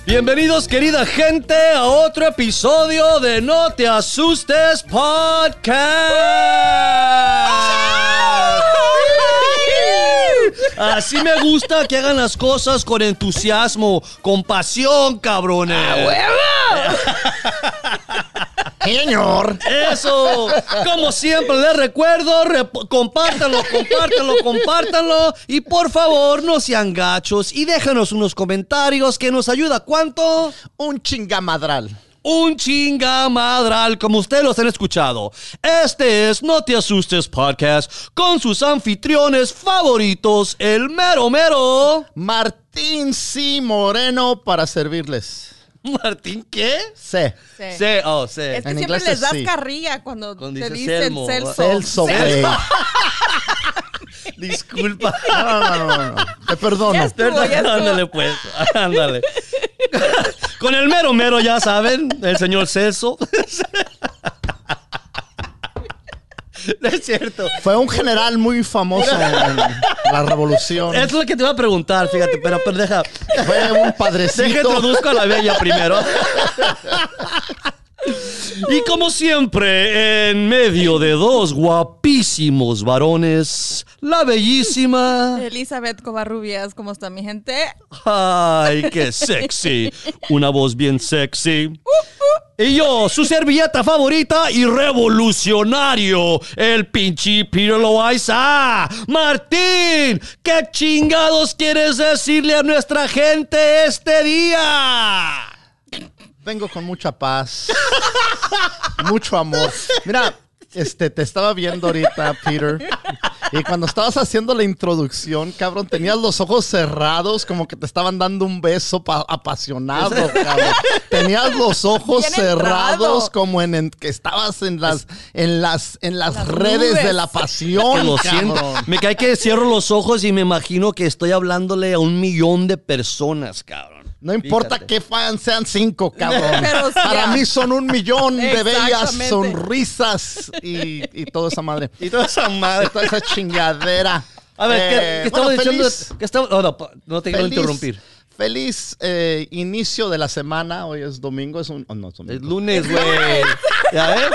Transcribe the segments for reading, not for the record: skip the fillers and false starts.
Bienvenidos, querida gente, a otro episodio de No Te Asustes Podcast. Así me gusta que hagan las cosas con entusiasmo, con pasión, cabrones. Señor. Eso. Como siempre les recuerdo, compártanlo. Y por favor, no sean gachos y déjanos unos comentarios que nos ayuda. ¿Cuánto? Un chingamadral. Un chingamadral, como ustedes los han escuchado. Este es No Te Asustes Podcast con sus anfitriones favoritos, el mero mero Martín C. Moreno para servirles. ¿Martín qué? C. C. Oh, C. Es que En siempre inglés les das sí. carrilla cuando te dice dicen Selmo. Celso, güey. Disculpa. No. Te perdono. Ya estuvo. Ándale pues, ándale. Con el mero mero, ya saben, el señor Celso. No es cierto. Fue un general muy famoso en la revolución. Eso es lo que te iba a preguntar, fíjate, pero deja. Fue un Deja padrecito. introduzco a la bella primero. Y como siempre, en medio de dos guapísimos varones, la bellísima... Elizabeth Covarrubias, ¿cómo está mi gente? ¡Ay, qué sexy! Una voz bien sexy. Y yo, su servilleta favorita y revolucionario, el pinche Peter Loaiza. Martín, ¿qué chingados quieres decirle a nuestra gente este día? Vengo con mucha paz. Mucho amor. Mira, te estaba viendo ahorita, Peter. Y cuando estabas haciendo la introducción, cabrón, tenías los ojos cerrados como que te estaban dando un beso apasionado, cabrón. Tenías los ojos Bien cerrados entrado. como en que estabas en las redes nubes. de la pasión, Lo siento. cabrón. Me cae que cierro los ojos y me imagino que estoy hablándole a 1 millón de personas, cabrón. No importa Fíjate. qué fan sean 5, cabrón. Pero sí, Para ya. mí son 1 millón de bellas Exactamente. sonrisas y toda esa madre. Y toda esa madre. Toda esa chingadera. A ver, ¿qué estamos diciendo? Feliz, ¿Qué estamos? No te quiero interrumpir. Feliz inicio de la semana. Hoy es domingo. Es domingo. Es lunes, güey. ¿Ya ves?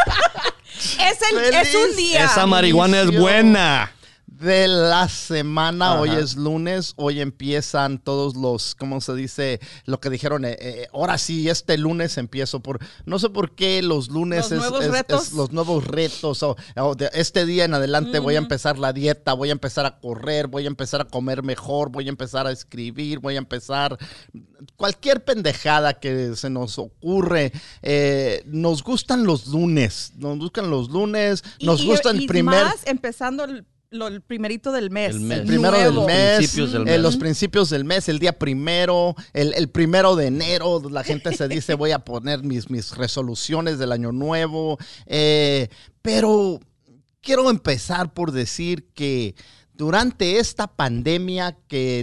Es un día. Esa marihuana es inicio buena. De la semana. Ajá. Hoy es lunes. Hoy empiezan todos los, ¿cómo se dice? Lo que dijeron, ahora sí, este lunes empiezo por, no sé por qué los lunes Los nuevos retos. es los nuevos retos. O de este día en adelante voy a empezar la dieta, voy a empezar a correr, voy a empezar a comer mejor, voy a empezar a escribir, voy a empezar cualquier pendejada que se nos ocurre. Nos gustan los lunes. Nos gusta el primer... más empezando el primerito del mes. El primero del nuevo. mes, Principios del mes. los principios del mes, el día primero, el 1 de enero, la gente se dice voy a poner mis resoluciones del año nuevo, pero quiero empezar por decir que durante esta pandemia que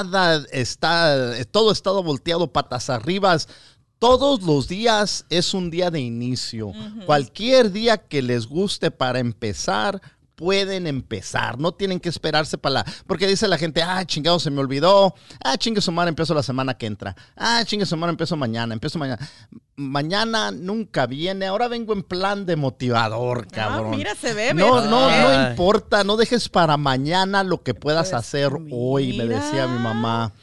todo ha estado volteado patas arriba. Todos los días es un día de inicio. Cualquier día que les guste para empezar, pueden empezar, no tienen que esperarse porque dice la gente, chingado, se me olvidó, chingue su madre, empiezo la semana que entra, chingue su madre, empiezo mañana. Mañana nunca viene, ahora vengo en plan de motivador, cabrón. Mira, se ve, No importa, no dejes para mañana lo que puedas Pues hacer hoy, me decía mi mamá.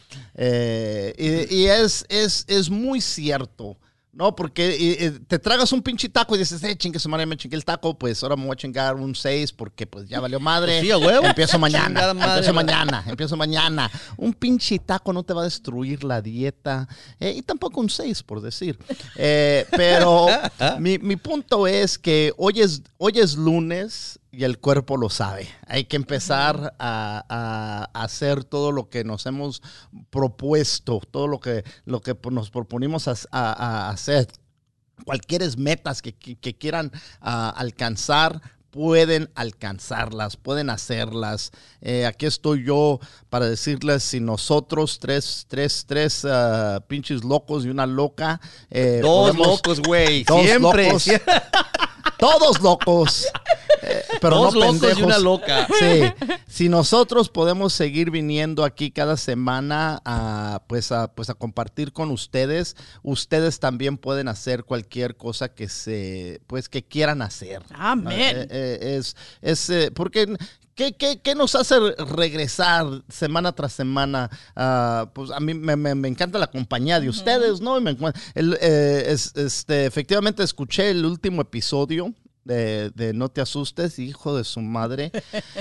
Y es muy cierto. No, porque te tragas un pinche taco y dices, chingue su madre, me chingué el taco, pues ahora me voy a chingar un 6 porque pues ya valió madre. Pues sí, a huevo. Empiezo Chingada madre. empiezo mañana. Un pinche taco no te va a destruir la dieta. Y tampoco un 6, por decir. Pero mi punto es que hoy es lunes y el cuerpo lo sabe. Hay que empezar a hacer todo lo que nos hemos propuesto, todo lo que nos proponimos a hacer. Cualquier metas que quieran alcanzar, pueden alcanzarlas, pueden hacerlas. Aquí estoy yo para decirles si nosotros tres pinches locos y una loca. Dos locos, güey. Dos Siempre. locos. Todos locos. pero Dos no locos pendejos. y una loca. Sí, si nosotros podemos seguir viniendo aquí cada semana a compartir con ustedes, ustedes también pueden hacer cualquier cosa que quieran hacer. Amén. Porque ¿qué nos hace regresar semana tras semana? Pues a mí me encanta la compañía de ustedes, ¿no? Y efectivamente escuché el último episodio de No Te Asustes, hijo de su madre.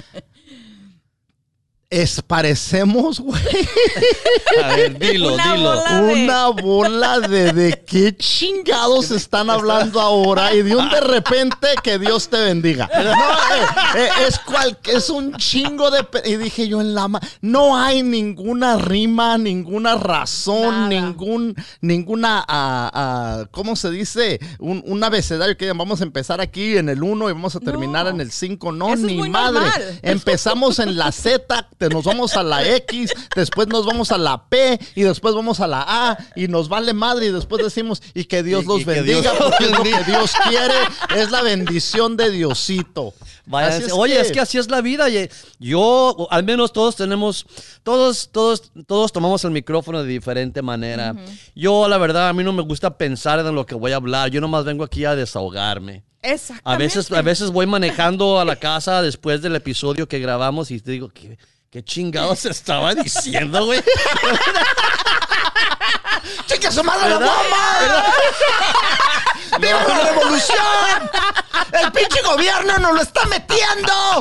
Parecemos, güey. A ver, dilo. Una bola de qué chingados están hablando ahora y de repente que Dios te bendiga. No, es un chingo de... Y dije yo no hay ninguna rima, ninguna razón, ninguna, ¿cómo se dice? Un abecedario que vamos a empezar aquí en el 1 y vamos a terminar en el 5. No, eso ni es muy madre. normal. Empezamos en la Z, nos vamos a la X, después nos vamos a la P y después vamos a la A y nos vale madre y después decimos y que Dios los bendiga porque es lo que Dios quiere, es la bendición de Diosito. Es que así es la vida. Yo, al menos todos tomamos el micrófono de diferente manera. Yo, la verdad, a mí no me gusta pensar en lo que voy a hablar. Yo nomás vengo aquí a desahogarme. Exactamente. A veces voy manejando a la casa después del episodio que grabamos y te digo, ¿qué chingados estaba diciendo, güey? ¡Chica su madre la bomba! ¡Viva la revolución! ¡El pinche gobierno nos lo está metiendo!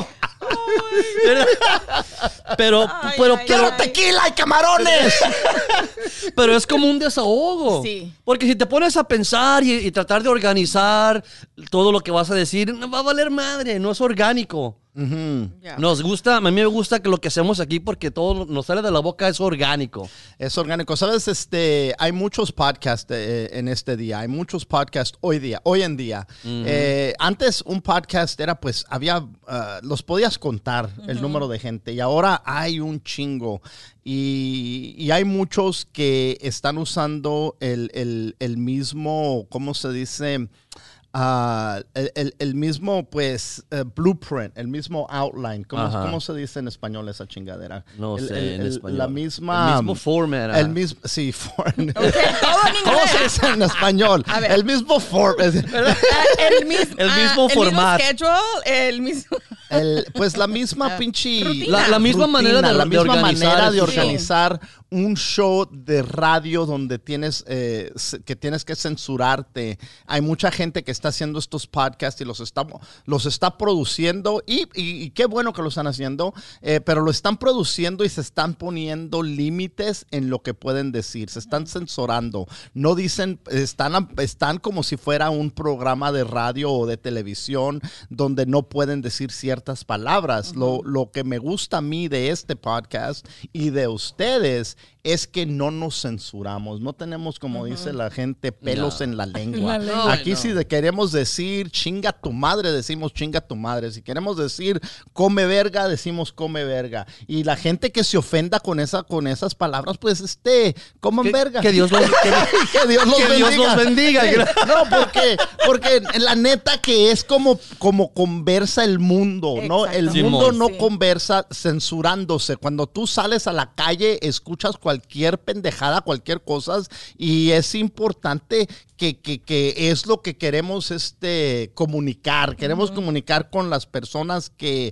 Pero ¡Quiero tequila y camarones! Pero es como un desahogo. Sí. Porque si te pones a pensar y tratar de organizar todo lo que vas a decir, no va a valer madre, no es orgánico. Yeah. Mm. A mí me gusta que lo que hacemos aquí porque todo nos sale de la boca es orgánico. Es orgánico. Sabes, hay muchos podcasts en este día. Hay muchos podcasts hoy en día. Antes un podcast era los podías contar el número de gente y ahora hay un chingo. Y hay muchos que están usando el mismo, ¿cómo se dice? El mismo, blueprint, el mismo outline. ¿Cómo se dice en español esa chingadera? No sé en español. La misma... El mismo format. Sí, format. Okay, todo en inglés. ¿Cómo se dice en español? A ver. El mismo format. El mismo format. schedule, el mismo... Pues la misma pinche... La misma manera de la misma organizar manera de el show. organizar un show de radio donde tienes que censurarte. Hay mucha gente que está haciendo estos podcasts y los está produciendo y qué bueno que lo están haciendo, pero lo están produciendo y se están poniendo límites en lo que pueden decir. Se están censurando. No dicen, están como si fuera un programa de radio o de televisión donde no pueden decir ciertas palabras. Lo que me gusta a mí de este podcast y de ustedes es que no nos censuramos. No tenemos, como dice la gente, pelos en la lengua. Aquí si queremos decir chinga tu madre, decimos chinga tu madre. Si queremos decir come verga, decimos come verga. Y la gente que se ofenda con esas palabras, pues coman verga. Que Dios los bendiga. No, porque la neta que es como conversa el mundo, ¿no? El mundo no conversa censurándose. Cuando tú sales a la calle, escuchas cualquier pendejada, cualquier cosa, y es importante que es lo que queremos comunicar. Queremos comunicar con las personas que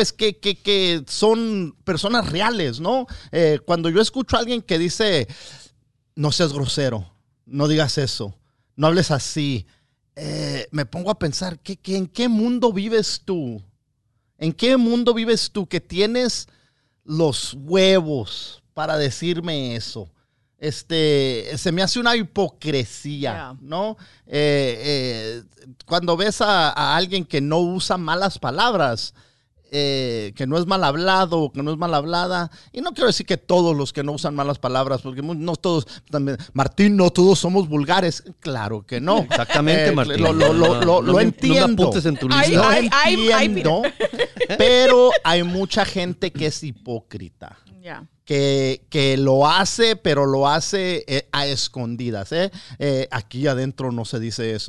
son personas reales, ¿no? Cuando yo escucho a alguien que dice, no seas grosero, no digas eso, no hables así, me pongo a pensar, ¿en qué mundo vives tú? ¿En qué mundo vives tú que tienes los huevos para decirme eso? Se me hace una hipocresía, ¿no? Cuando ves a alguien que no usa malas palabras, que no es mal hablado, que no es mal hablada, y no quiero decir que todos los que no usan malas palabras, porque no todos, también, Martín, no todos somos vulgares, claro que no. Exactamente, Martín. Lo entiendo. No me apuntes en tu lista. Lo entiendo, pero hay mucha gente que es hipócrita. Yeah. Que lo hace, pero lo hace a escondidas. Aquí adentro no se dice eso.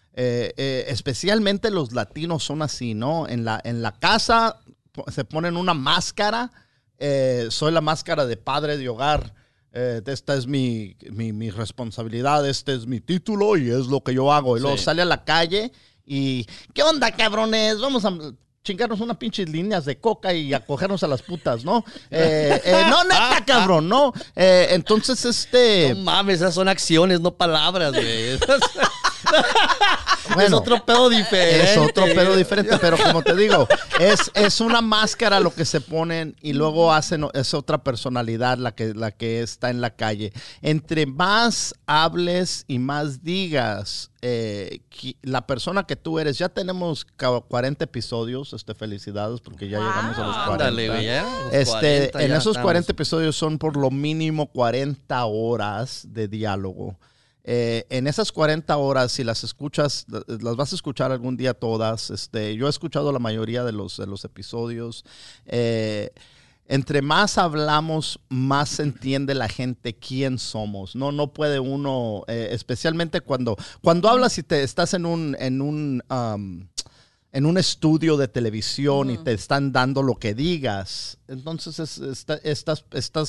especialmente los latinos son así, ¿no? En la casa se ponen una máscara. Soy la máscara de padre de hogar. Esta es mi responsabilidad, este es mi título y es lo que yo hago. Y luego sale a la calle y ¿qué onda, cabrones? Vamos a chingarnos unas pinches líneas de coca y a cogernos a las putas, ¿no? No, neta, cabrón, ¿no? Entonces, No mames, esas son acciones, no palabras, güey. Bueno, es otro pedo diferente. Es otro pedo diferente, pero como te digo, es una máscara lo que se ponen y luego es otra personalidad la que está en la calle. Entre más hables y más digas la persona que tú eres, ya tenemos 40 episodios, felicidades porque ya llegamos a los 40. Ándale, güey, ya, los 40 en ya esos estamos. 40 episodios son por lo mínimo 40 horas de diálogo. En esas 40 horas, si las escuchas, las vas a escuchar algún día todas. Yo he escuchado la mayoría de los episodios. Entre más hablamos, más se entiende la gente quién somos. No puede uno, especialmente cuando hablas y estás en un estudio de televisión y te están dando lo que digas. Entonces estás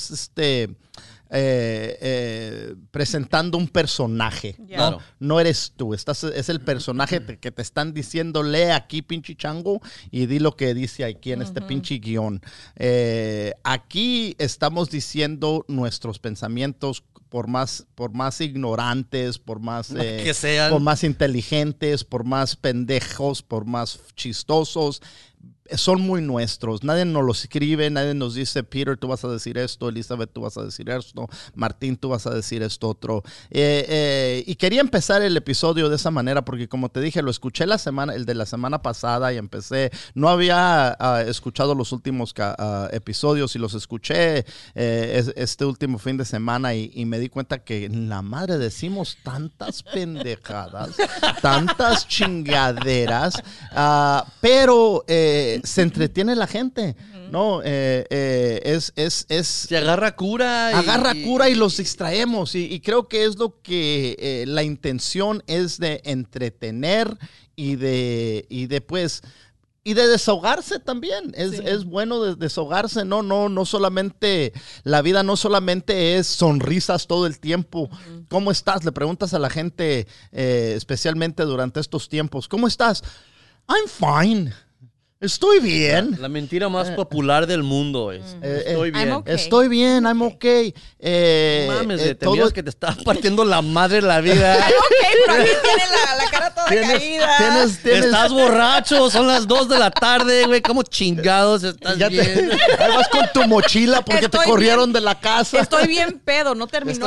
presentando un personaje. Yeah. ¿no? No eres tú. Es el personaje que te están diciendo, lee aquí, pinche chango, y di lo que dice aquí en este pinche guión. Aquí estamos diciendo nuestros pensamientos por más ignorantes, por más que sean. por más inteligentes, por más pendejos, por más chistosos. Son muy nuestros. Nadie nos los escribe, nadie nos dice, Peter, tú vas a decir esto, Elizabeth, tú vas a decir esto, Martín, tú vas a decir esto otro. Y quería empezar el episodio de esa manera porque, como te dije, lo escuché el de la semana pasada y empecé. No había escuchado los últimos episodios y los escuché este último fin de semana y me di cuenta que en la madre decimos tantas pendejadas, tantas chingaderas, pero se entretiene la gente, ¿no? Se agarra cura. Agarra cura y los distraemos. Y creo que es lo que la intención es de entretener y de desahogarse también. Es bueno desahogarse, no solamente, la vida no solamente es sonrisas todo el tiempo. ¿Cómo estás? Le preguntas a la gente, especialmente durante estos tiempos, ¿cómo estás? I'm fine. Estoy bien. La mentira más popular del mundo es estoy bien. I'm okay. Estoy bien, I'm okay. Mames, te miras que te está partiendo la madre la vida. I'm okay, pero aquí tiene la cara toda caída. Tienes Estás borracho, son las 2 de la tarde, güey. ¿Cómo chingados estás ya bien? ahí vas con tu mochila porque te Estoy corrieron bien. de la casa. Estoy bien pedo, no terminó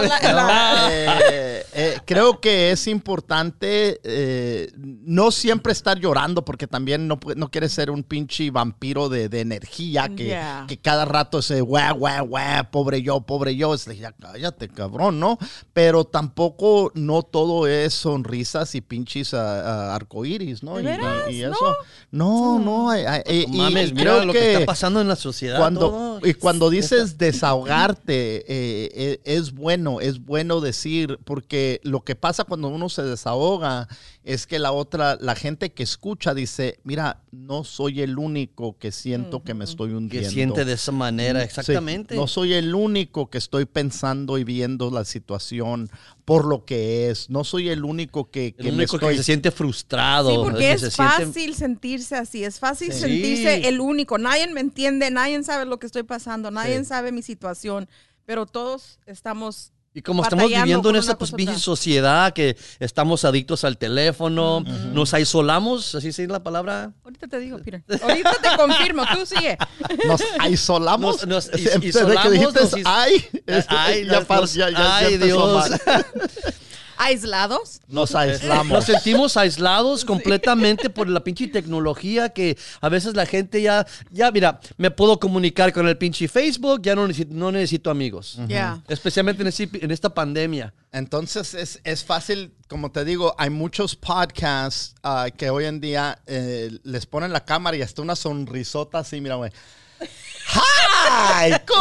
Creo que es importante no siempre estar llorando porque también no quieres ser un pinche vampiro de energía que cada rato se guau, pobre yo. Es ya cállate, cabrón, ¿no? Pero tampoco no todo es sonrisas y pinches arcoíris, ¿no? ¿De veras? Y eso. No. Mames, y mira creo lo que está pasando en la sociedad. Cuando dices desahogarte, es bueno decir, porque lo que pasa cuando uno se desahoga es que la gente que escucha dice, mira, no soy el único que siento que me estoy hundiendo. Que siente de esa manera, exactamente. Sí, no soy el único que estoy pensando y viendo la situación por lo que es. No soy el único que se siente frustrado. Sí, porque que es se siente- fácil sentirse así, es fácil Sí. sentirse el único. Nadie me entiende, nadie sabe lo que estoy pasando, nadie sabe mi situación, pero todos estamos Y como estamos batallando viviendo en con esta una cosa pinche otra. sociedad que estamos adictos al teléfono, nos aislamos, ¿así es la palabra? Ahorita te digo, Peter. Ahorita te confirmo, tú sigue. Nos aislamos. Nos Desde que isolamos, dijiste nos ay, Ay, ya ay, empezó Dios. mal. Aislados. Nos aislamos. Nos sentimos aislados completamente por la pinche tecnología que a veces la gente ya mira, me puedo comunicar con el pinche Facebook, ya no necesito amigos. Ya. Especialmente en esta pandemia. Entonces es fácil, como te digo, hay muchos podcasts que hoy en día les ponen la cámara y hasta una sonrisota así, mira, güey. ¡Hi! ¿Cómo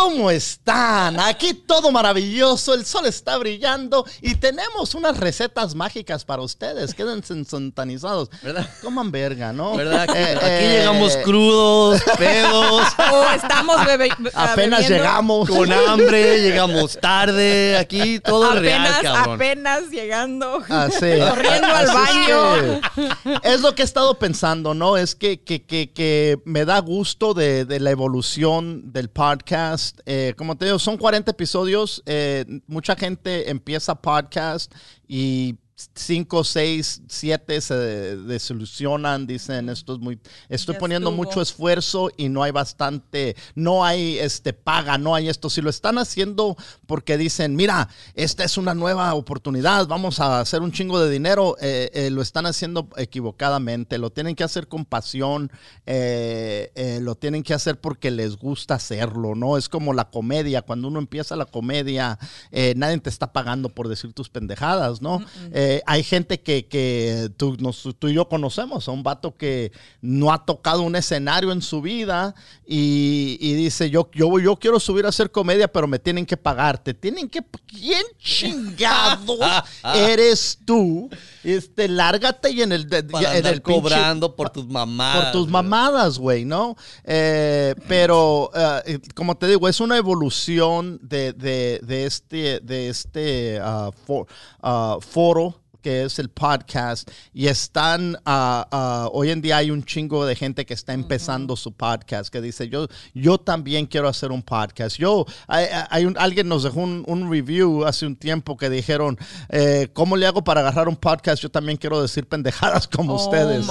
¿Cómo están? Aquí todo maravilloso, el sol está brillando y tenemos unas recetas mágicas para ustedes. Quédense sintonizados. ¿Verdad? Coman verga, ¿no? ¿Verdad? Aquí llegamos crudos, pedos, Estamos apenas bebiendo. llegamos. con hambre, llegamos tarde. Aquí todo es real, cabrón. Apenas llegando. Así, Corriendo al así baño. es lo que he estado pensando, ¿no? Es que me da gusto de la evolución del podcast. Como te digo, son 40 episodios. Mucha gente empieza podcast y 5, 6, 7 se desilusionan, dicen esto es muy, estoy Ya poniendo estuvo. mucho esfuerzo y no hay bastante, no hay paga, no hay esto. Si lo están haciendo porque dicen, mira, esta es una nueva oportunidad, vamos a hacer un chingo de dinero, lo están haciendo equivocadamente. Lo tienen que hacer con pasión, lo tienen que hacer porque les gusta hacerlo, ¿no? Es como la comedia. Cuando uno empieza la comedia, nadie te está pagando por decir tus pendejadas, ¿no? Hay gente que tú y yo conocemos, a un vato que no ha tocado un escenario en su vida y dice, yo quiero subir a hacer comedia, pero me tienen que pagar. ¿Quién chingados eres tú? Lárgate y en el Cobrando por tus mamadas. por tus mamadas, güey, ¿no? Pero, como te digo, es una evolución de este foro que es el podcast, y están, hoy en día hay un chingo de gente que está empezando su podcast, que dice, yo también quiero hacer un podcast. Alguien nos dejó un review hace un tiempo que dijeron, ¿cómo le hago para agarrar un podcast? Yo también quiero decir pendejadas como ustedes.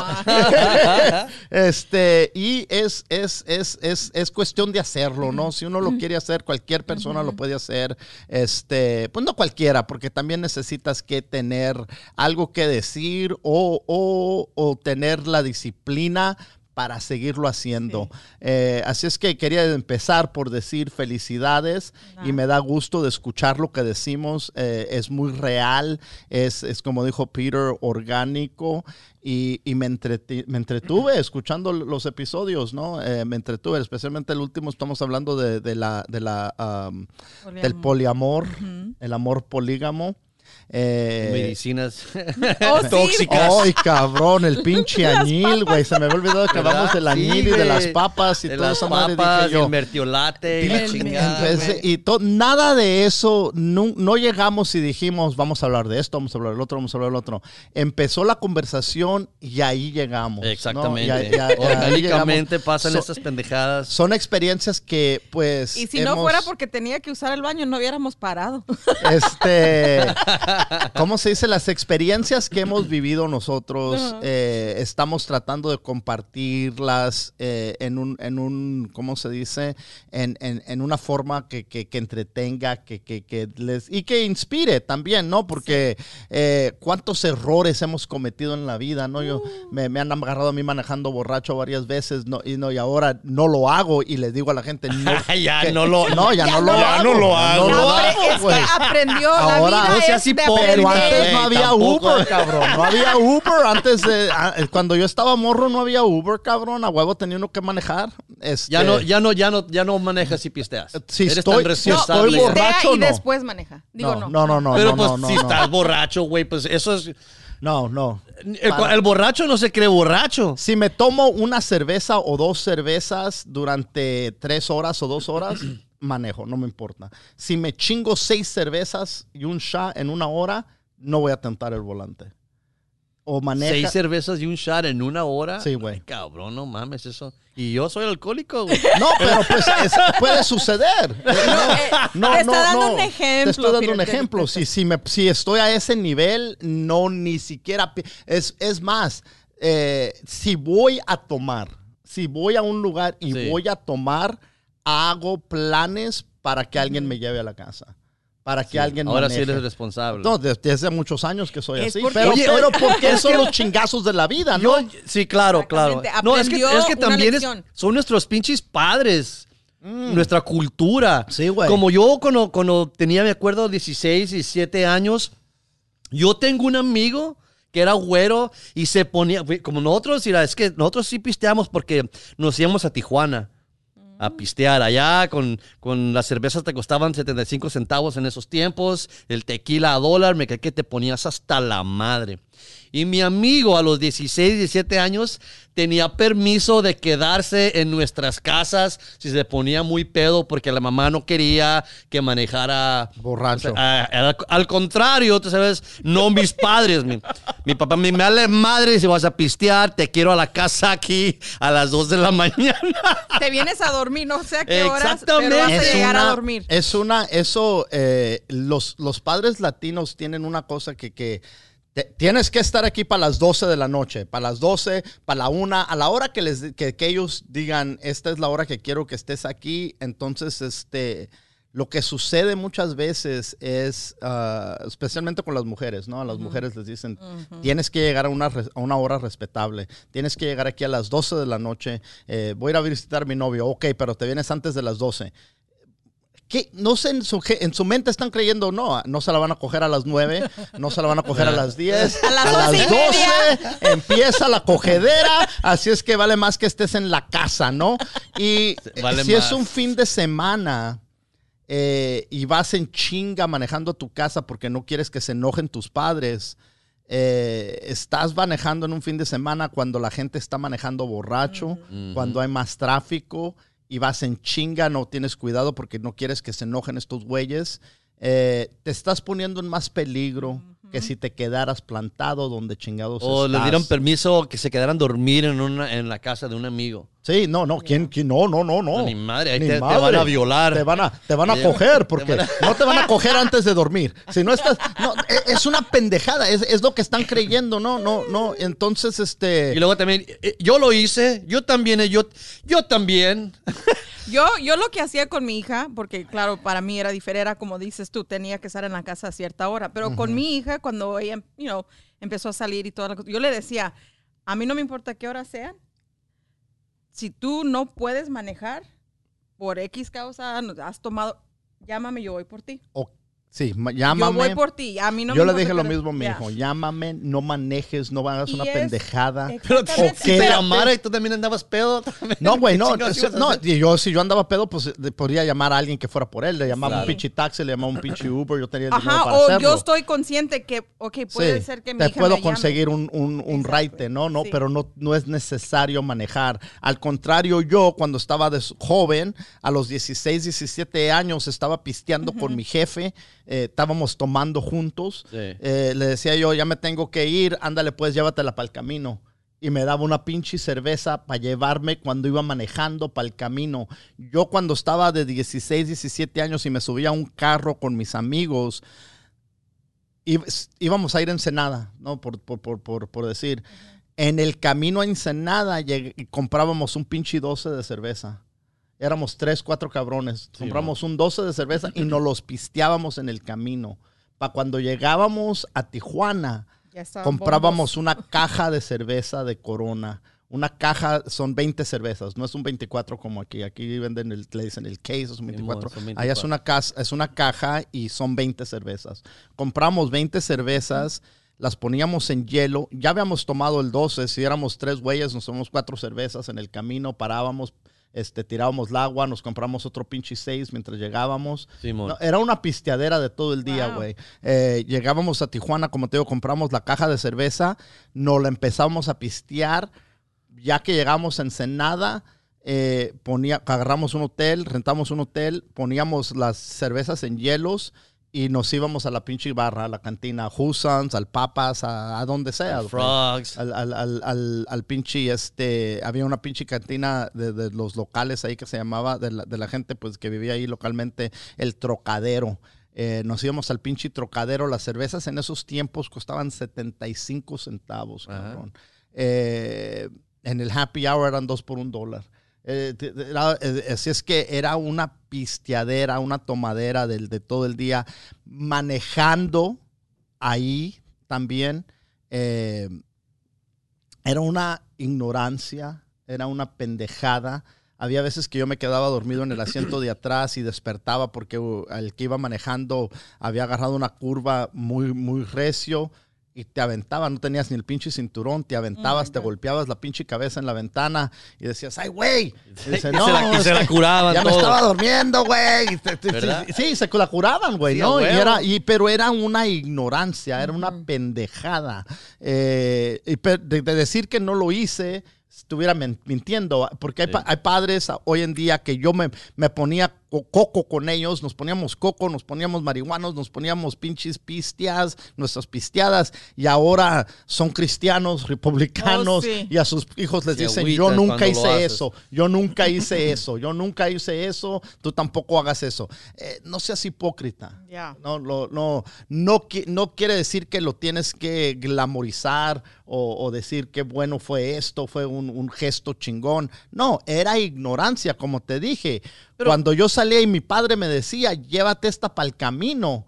Y es cuestión de hacerlo, ¿no? Si uno lo quiere hacer, cualquier persona lo puede hacer. Pues no cualquiera, porque también necesitas que tener algo que decir o tener la disciplina para seguirlo haciendo. Así es que quería empezar por decir felicidades y me da gusto de escuchar lo que decimos. Es muy real, es como dijo Peter, orgánico. Y me entretuve escuchando los episodios, ¿no? Me entretuve, especialmente el último. Estamos hablando del poliamor, el amor polígamo. Medicinas Sí. tóxicas. Ay, cabrón, el pinche añil, güey. Se me había olvidado que hablamos del añil y de las papas y de toda las esa madre. papas, Dije yo, el mertiolate, y la chingada, entonces, güey. nada de eso, no llegamos y dijimos, vamos a hablar de esto, vamos a hablar del otro, vamos a hablar del otro. Empezó la conversación y ahí llegamos. Exactamente. ¿no? Y ahí Orgánicamente llegamos. pasan estas pendejadas. Son experiencias que, pues, Y si no fuera porque tenía que usar el baño, no hubiéramos parado. ¿Cómo se dice? Las experiencias que hemos vivido nosotros, estamos tratando de compartirlas en un, ¿cómo se dice? En una forma que entretenga, que les, y que inspire también, ¿no? Porque cuántos errores hemos cometido en la vida, ¿no? Me han agarrado a mí manejando borracho varias veces, y ahora no lo hago y les digo a la gente, Ya no lo hago. Es que aprendió Ahora, la vida. no seas es de hipócrita, Pero aprender. antes güey, no había tampoco. Uber, cabrón. No había Uber antes de... Cuando yo estaba morro no había Uber, cabrón. A huevo tenía uno que manejar. Ya no manejas y pisteas. Sí, Eres estoy- tan sí, responsable. estoy borracho, y no. después maneja. Digo, no. No. Pero no, pues no, si no. estás borracho, güey, pues eso es... No. El borracho no se cree borracho. Si me tomo una cerveza o 2 cervezas durante 3 horas o 2 horas, manejo, no me importa. Si me chingo 6 cervezas y un shot en 1 hora, no voy a tentar el volante. O maneja... 6 cervezas y un shot en 1 hora. Sí, güey. Ay, cabrón, no mames eso. Y yo soy alcohólico, güey. No, pero pues puede suceder. Te está dando un ejemplo. Te estoy dando un Peter. ejemplo. Si estoy a ese nivel, no ni siquiera... Es más, si voy a tomar, si voy a un lugar y Sí. voy a tomar, hago planes para que alguien me lleve a la casa. Para que alguien Ahora maneje. sí eres responsable. No, desde hace muchos años que soy Es así. porque- Pero, Oye, pero oye, porque es son que- los chingazos de la vida, ¿no? Sí, claro. Exactamente. No, es que Aprendió una también lección. son nuestros pinches padres. Nuestra cultura. Sí, güey. Como yo cuando tenía, me acuerdo, 16, 17 años, yo tengo un amigo que era güero y se ponía, como nosotros, mira, es que nosotros sí pisteamos porque nos íbamos a Tijuana. a pistear allá. Con las cervezas te costaban 75 centavos en esos tiempos. El tequila a $1. Me cae que te ponías hasta la madre. Y mi amigo a los 16, 17 años tenía permiso de quedarse en nuestras casas si se ponía muy pedo porque la mamá no quería que manejara borracho. O sea, al contrario, tú sabes, no mis padres. Mi papá me vale madre si vas a pistear, te quiero a la casa aquí a las 2 de la mañana. Te vienes a dormir, no sé a qué horas, Exactamente. pero vas a llegar a dormir. Los padres latinos tienen una cosa que tienes que estar aquí para las 12 de la noche, para las 12, para la 1, a la hora que ellos digan, esta es la hora que quiero que estés aquí. Entonces, lo que sucede muchas veces es, especialmente con las mujeres, ¿no? A las mujeres les dicen, tienes que llegar a una hora respetable, tienes que llegar aquí a las 12 de la noche, voy a ir a visitar a mi novio, ok, pero te vienes antes de las 12. ¿Qué? No sé, en su mente están creyendo, no se la van a coger a las 9, no se la van a coger a las 10, a las 12 empieza la cogedera, así es que vale más que estés en la casa, ¿no? Y vale si más. es un fin de semana y vas en chinga manejando tu casa porque no quieres que se enojen tus padres, estás manejando en un fin de semana cuando la gente está manejando borracho, cuando hay más tráfico, y vas en chinga, no tienes cuidado porque no quieres que se enojen estos güeyes, te estás poniendo en más peligro que si te quedaras plantado donde chingados O estás. le dieron permiso que se quedaran a dormir en la casa de un amigo. Sí, no, ¿quién? No. Ni madre, ahí Ni te madre. van a violar. Te van a coger, porque no te van a coger antes de dormir. Si no estás, no, es una pendejada, es lo que están creyendo, no. Entonces, Y luego también, yo lo hice, yo también. Yo lo que hacía con mi hija, porque claro, para mí era diferente, era como dices tú, tenía que estar en la casa a cierta hora, pero con mi hija, cuando ella, empezó a salir y toda la cosa, yo le decía, a mí no me importa qué hora sean, si tú no puedes manejar por X causa, has tomado, llámame, yo voy por ti. Sí, llámame. Yo voy por ti. A mí no yo me le dije lo importa mismo a mi hijo. Llámame, no manejes, no hagas una pendejada. Pero te Exactamente. llamara y tú también andabas pedo. No, güey, no. ¿Qué chingados ibas a hacer? Si yo andaba pedo, pues podría llamar a alguien que fuera por él. Le llamaba un pinche taxi, le llamaba un pinche Uber. Yo tenía el dinero para hacerlo. Yo estoy consciente que, puede ser que mi te hija puedo me llame. conseguir un raite, ¿no? Sí. Pero no es necesario manejar. Al contrario, yo cuando estaba joven, a los 16, 17 años, estaba pisteando con mi jefe. Estábamos tomando juntos. Sí. Le decía yo, ya me tengo que ir, ándale pues, llévatela para el camino. Y me daba una pinche cerveza para llevarme cuando iba manejando para el camino. Yo cuando estaba de 16, 17 años y me subía a un carro con mis amigos, íbamos a ir a Ensenada, ¿no? Por decir. En el camino a Ensenada comprábamos un pinche 12 de cerveza. Éramos 3, 4 cabrones. Sí, compramos un 12 de cerveza y nos los pisteábamos en el camino. Para cuando llegábamos a Tijuana, comprábamos una caja de cerveza de Corona. Una caja son 20 cervezas, no es un 24 como aquí. Aquí venden, le dicen el case, es un 24. Son 24. Allá es una caja y son 20 cervezas. Compramos 20 cervezas, las poníamos en hielo. Ya habíamos tomado el 12, si éramos 3 güeyes, nos tomamos 4 cervezas en el camino, parábamos. Tirábamos el agua, nos compramos otro pinche 6 mientras llegábamos. No, era una pisteadera de todo el día, güey. Llegábamos a Tijuana, como te digo, compramos la caja de cerveza, nos la empezamos a pistear. Ya que llegamos a Ensenada, agarramos un hotel, rentamos un hotel, poníamos las cervezas en hielos y nos íbamos a la pinche barra, a la cantina, a Hussons, al Papas, a donde sea. Frogs. Al pinche, había una pinche cantina de los locales ahí que se llamaba, de la gente pues que vivía ahí localmente, el Trocadero. Nos íbamos al pinche Trocadero. Las cervezas en esos tiempos costaban 75 centavos, cabrón. En el happy hour eran 2 por $1. Así es que era una pisteadera, una tomadera de todo el día, manejando ahí también. Era una ignorancia, era una pendejada. Había veces que yo me quedaba dormido en el asiento de atrás y despertaba porque el que iba manejando había agarrado una curva muy, muy recio. y te aventaban, no tenías ni el pinche cinturón, te aventabas, te golpeabas la pinche cabeza en la ventana y decías, ¡ay, güey! Y dice, Y se la curaban ya todo. me estaba durmiendo, güey. ¿Verdad? Sí, se la curaban, güey, Sí, ¿no? a huevo. Pero era una ignorancia, era una pendejada. De decir que no lo hice, estuviera mintiendo, porque hay padres hoy en día que yo me ponía coco con ellos, nos poníamos coco, nos poníamos marihuanos, nos poníamos pinches pisteas, nuestras pisteadas, y ahora son cristianos, republicanos, sí. y a sus hijos les Se dicen, agüitan yo nunca cuando lo hice haces. eso, yo nunca hice eso, yo nunca hice eso, tú tampoco hagas eso. No seas hipócrita. Yeah. No quiere decir que lo tienes que glamorizar o decir qué bueno fue esto, fue un gesto chingón. No, era ignorancia, como te dije. Pero, cuando yo salía y mi padre me decía, llévate esta para el camino,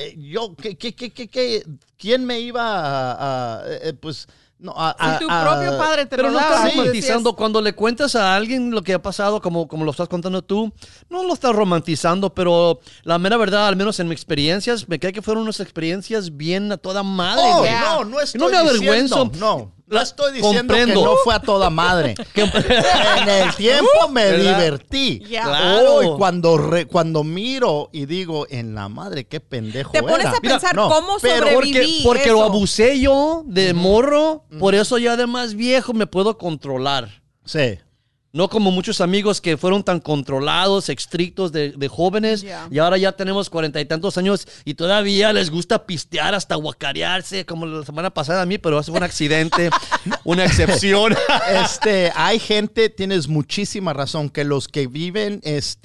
¿quién me iba pues... No, Si tu propio padre te Pero lo no daba. estás Sí. romantizando. Cuando le cuentas a alguien lo que ha pasado, como lo estás contando tú, no lo estás romantizando, pero la mera verdad, al menos en mis experiencias, me cree que fueron unas experiencias bien a toda madre. Oh, güey. Yeah. no estoy No me avergüenzo. diciendo, no estoy diciendo Comprendo. que no fue a toda madre. En el tiempo me ¿verdad? divertí. Yeah. Claro. Hoy cuando miro y digo, en la madre, qué pendejo Te pones era. a pensar no, cómo pero sobreviví. Porque eso. lo abusé yo de morro, por eso ya de más viejo me puedo controlar. Sí. No como muchos amigos que fueron tan controlados, estrictos de jóvenes, Yeah. y ahora ya tenemos 40 y tantos años y todavía les gusta pistear hasta guacarearse, como la semana pasada a mí, pero eso fue un accidente, una excepción. Hay gente, tienes muchísima razón, que los que viven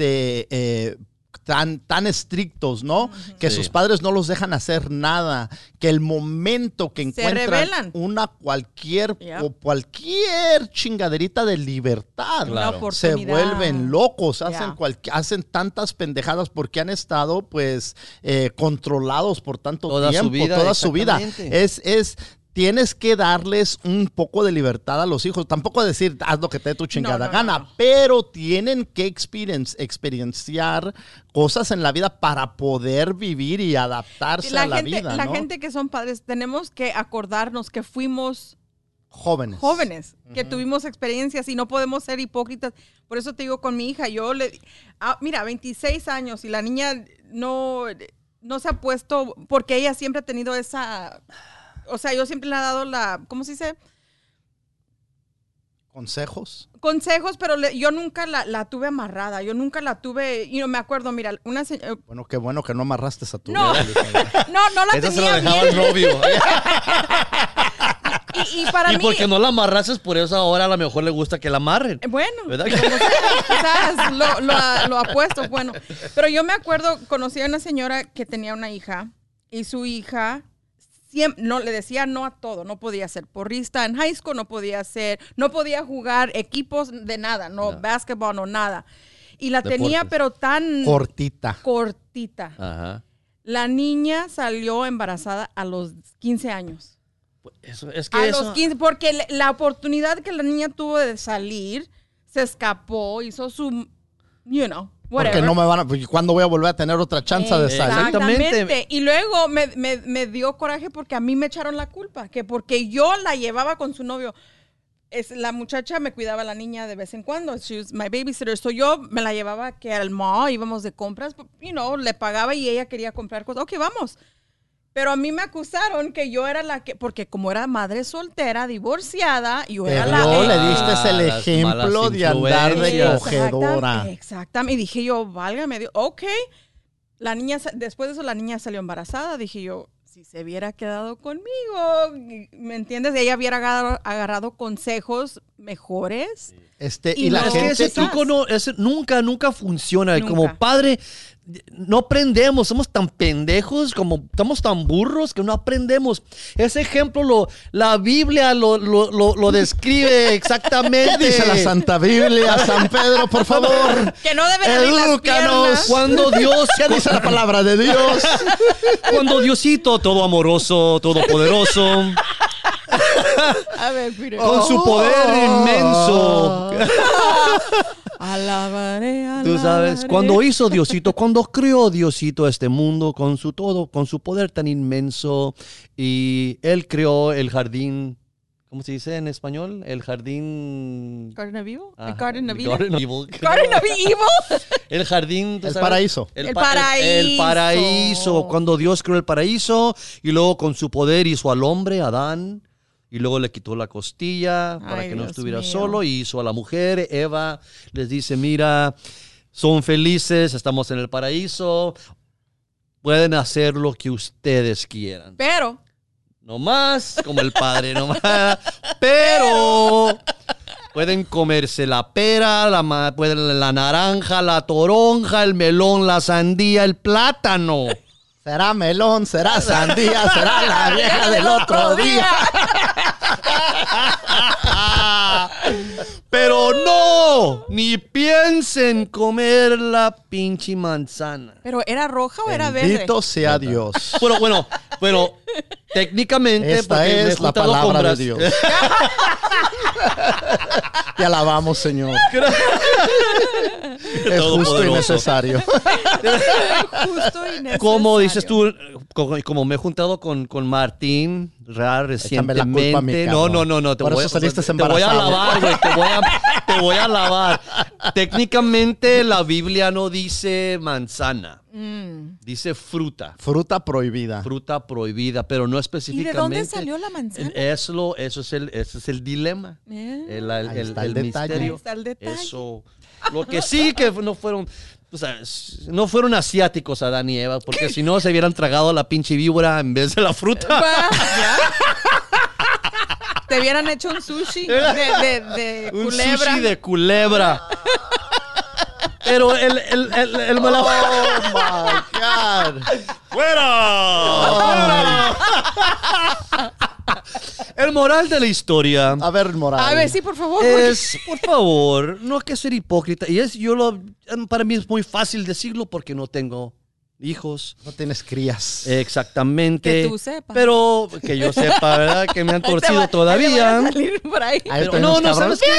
tan estrictos, ¿no? Que Sí. sus padres no los dejan hacer nada, que el momento que encuentran rebelan. cualquier Yep. chingaderita de libertad, Una Claro. se oportunidad. vuelven locos, Yeah. hacen tantas pendejadas porque han estado pues controlados por tanto Toda su tiempo, vida, toda su vida. exactamente. Tienes que darles un poco de libertad a los hijos. Tampoco decir, haz lo que te dé tu chingada No, gana, no. pero tienen que experienciar cosas en la vida para poder vivir y adaptarse a la vida, La ¿no? gente que son padres, tenemos que acordarnos que fuimos Jóvenes. jóvenes, que tuvimos experiencias y no podemos ser hipócritas. Por eso te digo con mi hija, mira, 26 años y la niña no se ha puesto, porque ella siempre ha tenido esa... O sea, yo siempre le he dado ¿cómo se dice? Consejos. Consejos, pero yo nunca la tuve amarrada. Yo nunca la tuve, me acuerdo, mira, una señora... Bueno, qué bueno que no amarraste a tu No. vida, hija. No la Eso se lo tenía dejaba bien. el novio. Y para Y mí... porque no la amarrases, por eso ahora a lo mejor le gusta que la amarren. Bueno, ¿Verdad? como sea, quizás lo apuesto, bueno. Pero yo me acuerdo, conocí a una señora que tenía una hija y su hija no le decía no a todo, no podía ser porrista en high school, no podía jugar equipos de nada, no. Básquetbol, no nada. Y la tenía Deportes. pero tan cortita. Ajá. La niña salió embarazada a los 15 años. Eso, es que A eso, los 15, porque la oportunidad que la niña tuvo de salir, se escapó, hizo su, whatever. Porque no me van a... porque ¿cuándo voy a volver a tener otra chance de salir? Exactamente. Y luego me dio coraje porque a mí me echaron la culpa, que porque yo la llevaba con su novio. La muchacha me cuidaba a la niña de vez en cuando. She was my babysitter. So yo me la llevaba que al mall, íbamos de compras, le pagaba y ella quería comprar cosas. Ok, vamos. Pero a mí me acusaron que yo era la que, porque como era madre soltera, divorciada, yo era la... Pero le diste el las ejemplo malas de andar de influencias. cogedora. Exactamente. Y dije yo, válgame Dios, ok. La niña, después de eso, la niña salió embarazada. Dije yo, si se hubiera quedado conmigo, ¿me entiendes? Ella hubiera agarrado consejos mejores. Y la es que gente... ese truco nunca funciona. Nunca. Como padre, no aprendemos. Somos tan pendejos, estamos tan burros que no aprendemos. Ese ejemplo, la Biblia lo describe exactamente. ¿Qué dice la Santa Biblia, San Pedro, por favor? Que no deben abrir las piernas. Cuando Dios... ¿Qué dice la palabra de Dios? Cuando Diosito, todo amoroso, todopoderoso, A ver, mire. con su poder inmenso, Alabaré, Tú sabes, alabaré. cuando creó Diosito este mundo con su poder tan inmenso, y él creó el jardín, ¿cómo se dice en español? El jardín... Garden of Evil? Ajá, Garden of el Eden? Garden of Evil. Garden of Evil. El jardín, ¿tú El sabes? paraíso. El El paraíso. paraíso. Cuando Dios creó el paraíso y luego con su poder hizo al hombre, Adán, y luego le quitó la costilla para Ay, que no Dios estuviera mío. solo, y hizo a la mujer, Eva, les dice, mira, son felices, estamos en el paraíso, pueden hacer lo que ustedes quieran. Pero, No más, como el padre, no más. Pero pueden comerse la pera, la naranja, la toronja, el melón, la sandía, el plátano. Será melón, será sandía, será la vieja del otro día. Pero no, ni piensen comer la pinche manzana. ¿pero era roja o era verde? Bendito sea Dios. Bueno, técnicamente, Esta porque me he es la juntado con palabra de Brasil. Dios. Te alabamos, Señor. Es justo y Todopoderoso. necesario. Justo y necesario. Como dices tú, como me he juntado con Martín Échame la culpa a mí, recientemente. cabrón. No, Por eso saliste te voy a embarazado. lavar, güey. Te voy a lavar. Técnicamente la Biblia no dice manzana, dice fruta. Fruta prohibida. Fruta prohibida, pero no ¿Y específicamente. de dónde salió la manzana? Eso es el dilema. Ahí está el detalle. misterio. Ahí está el detalle. Eso. Lo que sí que no fueron. O sea, no fueron asiáticos Adán y Eva, porque si no se hubieran tragado la pinche víbora en vez de la fruta. Va, ¿ya? Te hubieran hecho un sushi de Un culebra. sushi de culebra. Pero el Oh my God. ¡Fuera! El moral de la historia A ver, moral. A ver, sí, por favor. es, por favor, no hay que ser hipócrita. Y para mí es muy fácil decirlo porque no tengo hijos. No tienes crías. Exactamente. Que tú sepas. Pero que yo sepa, ¿verdad? Que me han Ahí te torcido va- todavía. ahí te van a salir por ahí. Ahí Pero tenemos no, cabrones. ¿sabes qué?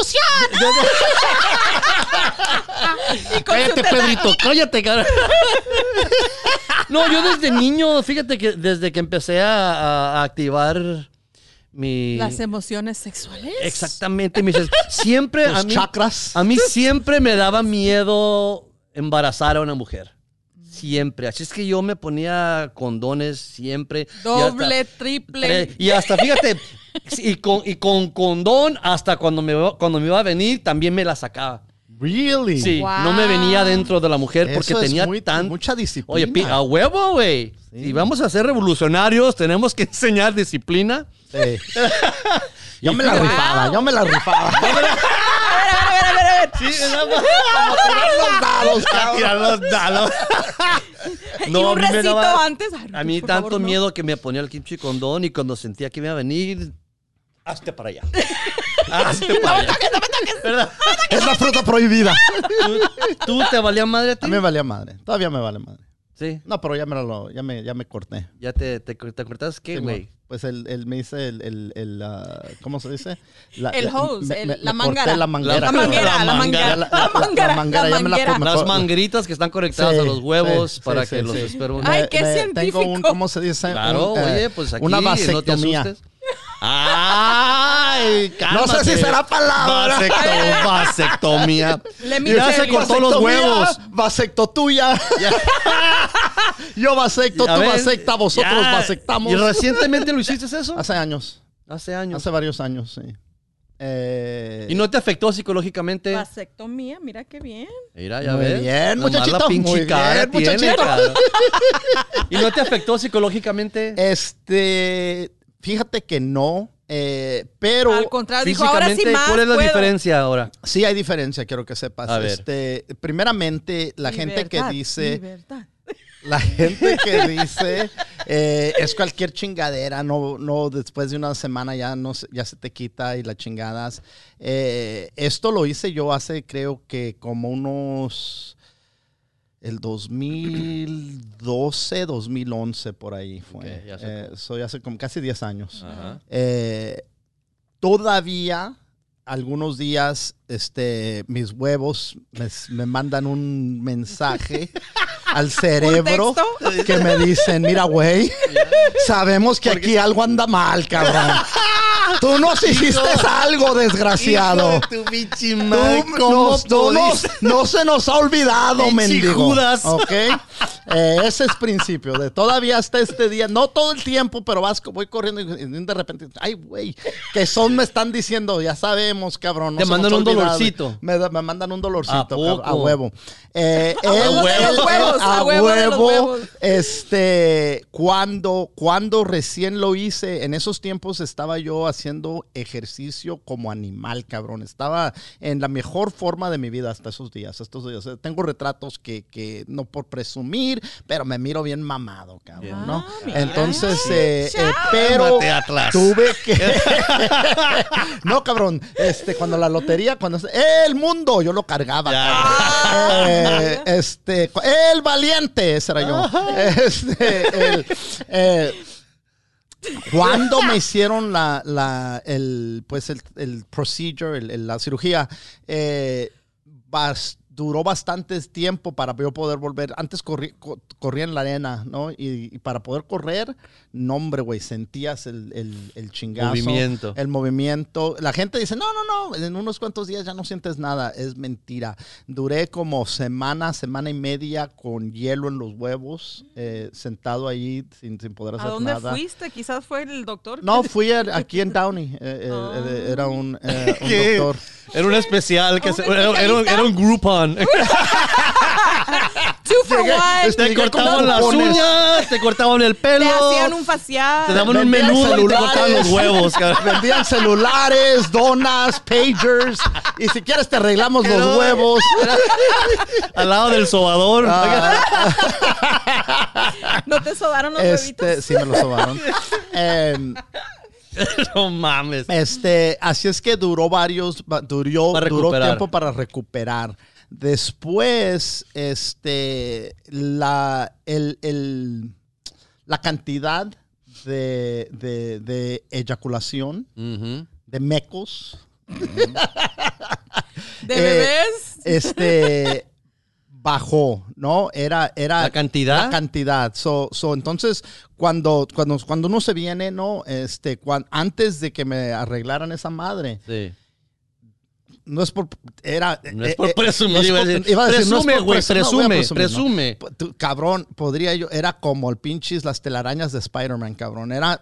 Y con Cállate, su teta- Pedrito, cállate, cara. No, yo desde niño, fíjate que desde que empecé a activar mi... Las emociones sexuales. Exactamente, siempre Tus chakras. a mí siempre me daba miedo embarazar a una mujer. Siempre. Así es que yo me ponía condones siempre. Doble, triple. Y hasta, fíjate, y con condón, hasta cuando me iba a venir, también me la sacaba. Really? Sí, Wow. no me venía dentro de la mujer porque Eso es tenía mucha disciplina. Oye, a huevo, güey. Sí. Si vamos a ser revolucionarios, tenemos que enseñar disciplina. Sí. Yo me la rifaba, yo me la rifaba. A ver. Sí, Los dados, a tirar los dados. Y un a mí me recito daba- antes. Ay, A mí por tanto favor, no. miedo que me ponía el kimchi condón y cuando sentía que me iba a venir, hazte para allá. Hazte para allá. ¿Verdad? Es la fruta prohibida. ¿Tú te valía madre a ti? A mí me valía madre. Todavía me vale madre. Sí. No, pero ya me corté. ¿Ya te cortas qué, Sí, güey? Pues él me dice ¿cómo se dice? El hose, la corté mangara. la manguera. La manguera, la manguera. La manguera, ya me la manguera. Las mangritas que están conectadas Sí, a los huevos sí, para sí, que sí, los sí. espermos... Ay, qué Tengo científico. ¿cómo se dice? Claro, oye, pues aquí una no te vasectomía. asustes. ¡Ay! No sé si será palabra. Vasectomía. Le Ya se Michelle. cortó los huevos. Vasecto tuya. Yo vasecto, A tú ver, vasecta, vosotros ya. vasectamos. ¿Y recientemente lo hiciste eso? Hace años. Hace años. Hace varios años, sí. ¿Y no te afectó psicológicamente? Vasectomía, mira qué bien. Mira, ya Muy ves. bien, Nomás muchachito, la pinche muy cara bien, tiene, muchachito. cara. ¿Y no te afectó psicológicamente? Fíjate que no, pero Al contrario, dijo, ahora sí Físicamente, más ¿cuál es la puedo. diferencia ahora? sí hay diferencia, quiero que sepas. A ver. Primeramente, la gente que Libertad, dice, libertad. es cualquier chingadera, no después de una semana ya ya se te quita y la chingadas. Esto lo hice yo hace creo que como el 2012, 2011 por ahí fue. Ok, ya sé. Hace como casi 10 años. Ajá. Todavía algunos días, mis huevos me mandan un mensaje al cerebro que me dicen, mira, güey, sabemos que aquí algo anda mal, cabrón. Tú nos hiciste algo, desgraciado. Hijo de tu bichi madre, No se nos ha olvidado, mendigo. Judas. ¿Ok? Ese es principio. Todavía hasta este día, no todo el tiempo, pero voy corriendo y de repente, ay, güey, que me están diciendo, ya sabemos, cabrón. No te mandan un dolorcito. Me mandan un dolorcito, ¿A a huevo. A huevo. Cuando recién lo hice, en esos tiempos estaba yo haciendo ejercicio como animal, cabrón. Estaba en la mejor forma de mi vida hasta estos días. Tengo retratos que no por presumir, pero me miro bien mamado, cabrón, ¿no? Entonces, pero tuve que... No, cabrón, cuando la lotería, el mundo, yo lo cargaba. El valiente, ese era yo. Cuando me hicieron el procedure, la cirugía, duró bastante tiempo para yo poder volver. Antes corría en la arena, ¿no? Y para poder correr, no, hombre, güey, sentías el chingazo. El movimiento. La gente dice, no, en unos cuantos días ya no sientes nada. Es mentira. Duré como semana y media con hielo en los huevos, sentado ahí sin poder hacer nada. ¿A dónde fuiste? Quizás fue el doctor. No, fui aquí en Downey. Era un doctor. Era un especial, era un Groupon. 2 for 1. Te cortaban las uñas, te cortaban el pelo. Te hacían un facial. Te daban un menú y te cortaban los huevos. Vendían celulares, donas, pagers. Y si quieres te arreglamos los huevos. Al lado del sobador. ¿No te sobaron los huevitos? Sí, me los sobaron. No mames. Así es que duró tiempo para recuperar. Después, la cantidad de eyaculación, de mecos, ¿de bebés? Bajó, ¿no? Era ¿La cantidad? La cantidad. Entonces, cuando uno se viene, ¿no? Antes de que me arreglaran esa madre. Sí. No es por... No es por presumir. Presume, güey. Presume. Cabrón, podría yo... Era como el pinches las telarañas de Spider-Man, cabrón. Era...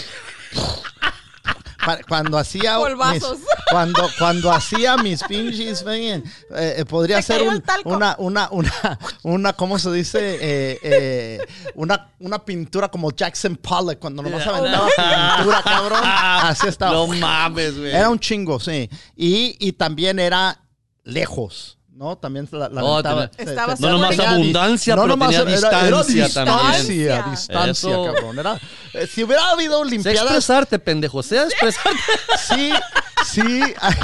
Cuando hacía cuando hacía mis pinches, podría ser una ¿cómo se dice? Una pintura como Jackson Pollock cuando nomás aventaba pintura, cabrón. Así estaba. No mames, güey. Era un chingo, sí. Y también era lejos, ¿no? También la aventaba. No nomás abundancia, pero tenía distancia también. Distancia, cabrón. Si hubiera habido limpiadas... Sé expresarte, pendejo. Sé expresarte. Sí,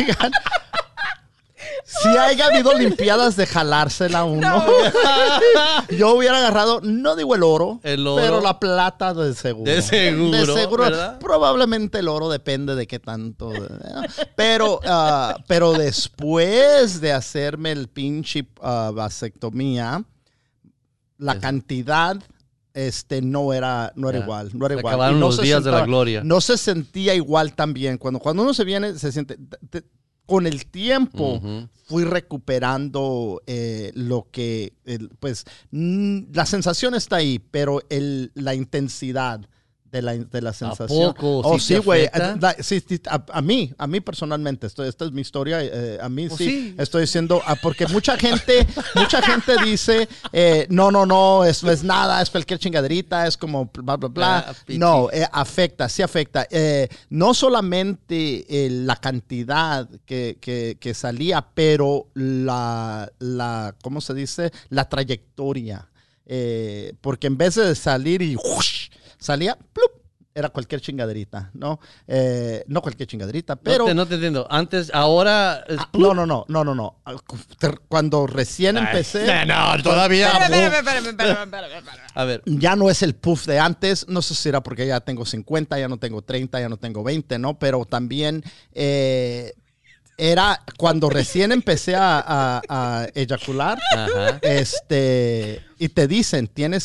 si haya habido limpiadas de jalársela a uno. No. Yo hubiera agarrado, no digo el oro, pero la plata de seguro. De seguro, ¿verdad? Probablemente el oro, depende de qué tanto. Pero después de hacerme el pinche vasectomía, la cantidad... no era igual. No era igual. Acabaron los días de la gloria. No se sentía igual también. Cuando uno se viene, se siente... Con el tiempo fui recuperando lo que... la sensación está ahí, pero la intensidad de la sensación. ¿A poco? Oh, sí, güey. Sí, a mí personalmente, esta es mi historia. A mí sí estoy diciendo, porque mucha gente dice, no, eso no es nada, es cualquier chingaderita, es como bla, bla, bla. No, sí afecta. No solamente la cantidad que salía, pero ¿cómo se dice? La trayectoria. Porque en vez de salir y... salía, ¡plup! Era cualquier chingaderita, ¿no? No cualquier chingaderita, pero... No te entiendo. Antes, ahora... No. Cuando recién empecé... No, todavía... Espérame. A ver. Ya no es el puff de antes. No sé si era porque ya tengo 50, ya no tengo 30, ya no tengo 20, ¿no? Pero también... Era cuando recién empecé a eyacular, Ajá. y te dicen,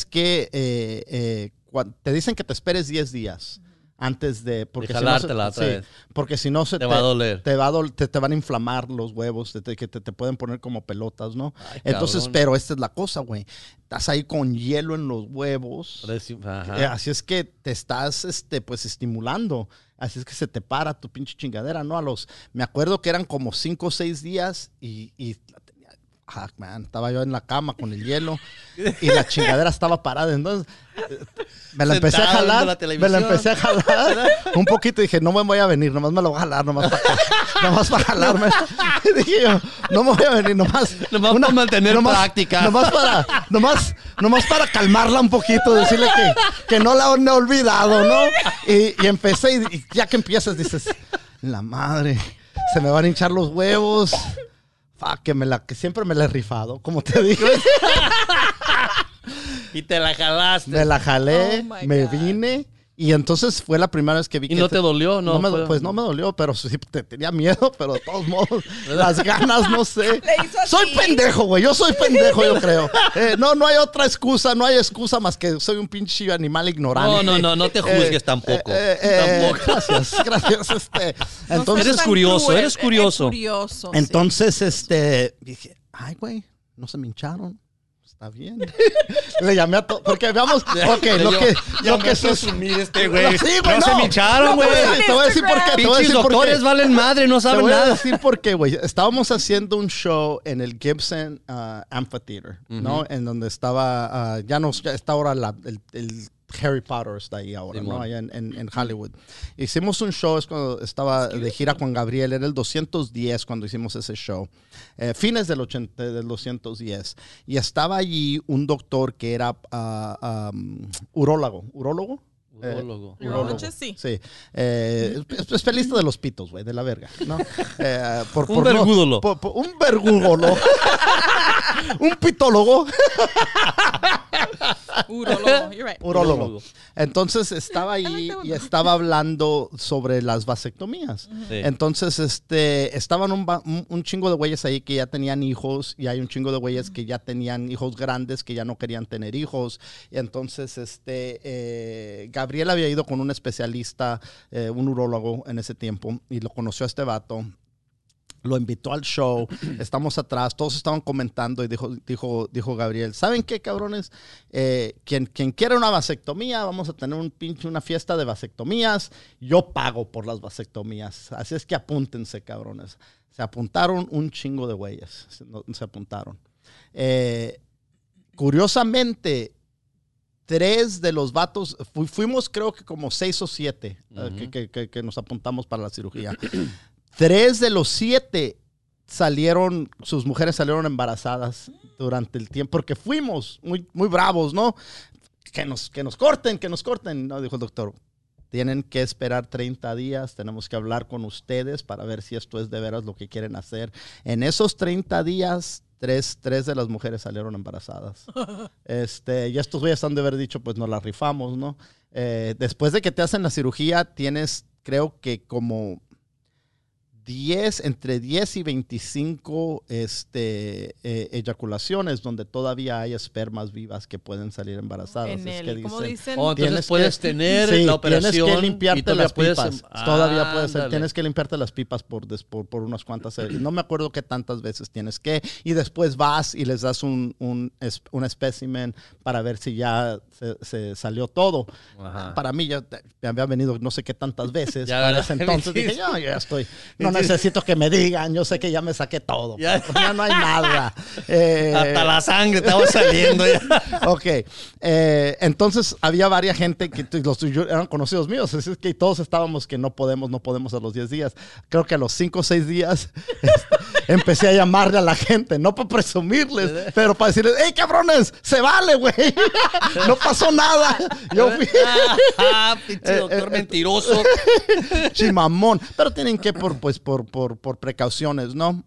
te dicen que te esperes 10 días antes de... Porque De si no jalártela otra vez. porque si no Te va a doler. te van a inflamar los huevos, que te pueden poner como pelotas, ¿no? Ay, Entonces, cabrón. pero esta es la cosa, güey. Estás ahí con hielo en los huevos. Ajá. Así es que te estás, pues, estimulando. Así es que se te para tu pinche chingadera, ¿no? Me acuerdo que eran como 5 o 6 días y la tenía, estaba yo en la cama con el hielo y la chingadera estaba parada. Entonces, me la empecé a Sentado viendo jalar, la televisión. un poquito y dije, no me voy a venir, nomás me lo voy a jalar, nomás para jalarme. Y dije yo, no me voy a venir, nomás para mantener práctica. Nomás para calmarla un poquito, decirle que no la he olvidado, ¿no? Y empecé y ya que empiezas dices, la madre, se me van a hinchar los huevos. Que siempre me la he rifado, como te digo. Y te la jalaste. Me la jalé, Oh, my me God. vine. Y entonces fue la primera vez que vi ¿Y que... no te dolió? No, pues no me dolió, pero sí tenía miedo, pero de todos modos, las ganas, no sé. Le hizo así. Soy pendejo, güey, yo soy pendejo, yo creo. No hay otra excusa, no hay excusa más que soy un pinche animal ignorante. No te juzgues tampoco. Tampoco. Gracias. No Entonces, seas Eres tan curioso, cruel, eres curioso. curioso, sí. entonces, dije, ay, güey, no se me hincharon. Está bien. Le llamé a todo. Porque veamos. Ok, lo que se. este güey. Sí, güey, no se me echaron, güey. Te voy a decir por qué. Te voy a Pinches decir por qué. doctores valen madre, no Te saben voy a nada. decir por qué, güey. Estábamos haciendo un show en el Gibson Amphitheater, ¿no? En donde estaba. Ya está ahora el Harry Potter está ahí ahora, Simón. ¿no? Allá en Hollywood. Hicimos un show, es cuando estaba de gira con Gabriel, era el 210 cuando hicimos ese show. Fines del 210. Y estaba allí un doctor que era urólogo. ¿Urólogo? Urólogo. Urologist, sí. Sí. Especialista de los pitos, güey, de la verga, ¿no? Un vergúdolo. Un vergúdolo. Un pitólogo. Urólogo, you're right. Urólogo. Entonces estaba ahí y estaba hablando sobre las vasectomías. Sí. Entonces, estaban un chingo de güeyes ahí que ya tenían hijos y hay un chingo de güeyes que ya tenían hijos grandes que ya no querían tener hijos. Y entonces, Gabriel había ido con un especialista, un urólogo en ese tiempo y lo conoció a este vato. Lo invitó al show, estamos atrás, todos estaban comentando y dijo Gabriel, ¿saben qué, cabrones? Quien quiera una vasectomía, vamos a tener una fiesta de vasectomías, yo pago por las vasectomías, así es que apúntense, cabrones. Se apuntaron un chingo de güeyes, se apuntaron. Curiosamente, 3 de los vatos, fuimos creo que como 6 o 7 que nos apuntamos para la cirugía. 3 de los 7 sus mujeres salieron embarazadas durante el tiempo, porque fuimos muy, muy bravos, ¿no? Que nos corten, ¿no? Dijo el doctor, tienen que esperar 30 días, tenemos que hablar con ustedes para ver si esto es de veras lo que quieren hacer. En esos 30 días, 3 de las mujeres salieron embarazadas. Y estos güeyes han de haber dicho, pues nos la rifamos, ¿no? Después de que te hacen la cirugía, tienes, creo que como... entre 10 y 25 eyaculaciones donde todavía hay espermas vivas que pueden salir embarazadas. ¿Cómo dicen? Entonces puedes tener la operación. Tienes que limpiarte las pipas. Todavía puedes ser. Ándale. Tienes que limpiarte las pipas por unas cuantas. No me acuerdo qué tantas veces tienes que. Y después vas y les das un espécimen para ver si ya se salió todo. Ajá. Para mí ya me había venido no sé qué tantas veces. Ya, Para ese entonces dije, yo ya estoy. No necesito que me digan, yo sé que ya me saqué todo. Ya. Ya no hay nada. Hasta la sangre estaba saliendo ya. Ok. Entonces había varias gente que eran conocidos míos. Así es que todos estábamos que no podemos a los 10 días. Creo que a los 5 o 6 días empecé a llamarle a la gente, no para presumirles, pero para decirles, hey cabrones, se vale, güey. No pasó nada. Yo fui Pinche doctor mentiroso. chimamón. Pero tienen que por precauciones, ¿no?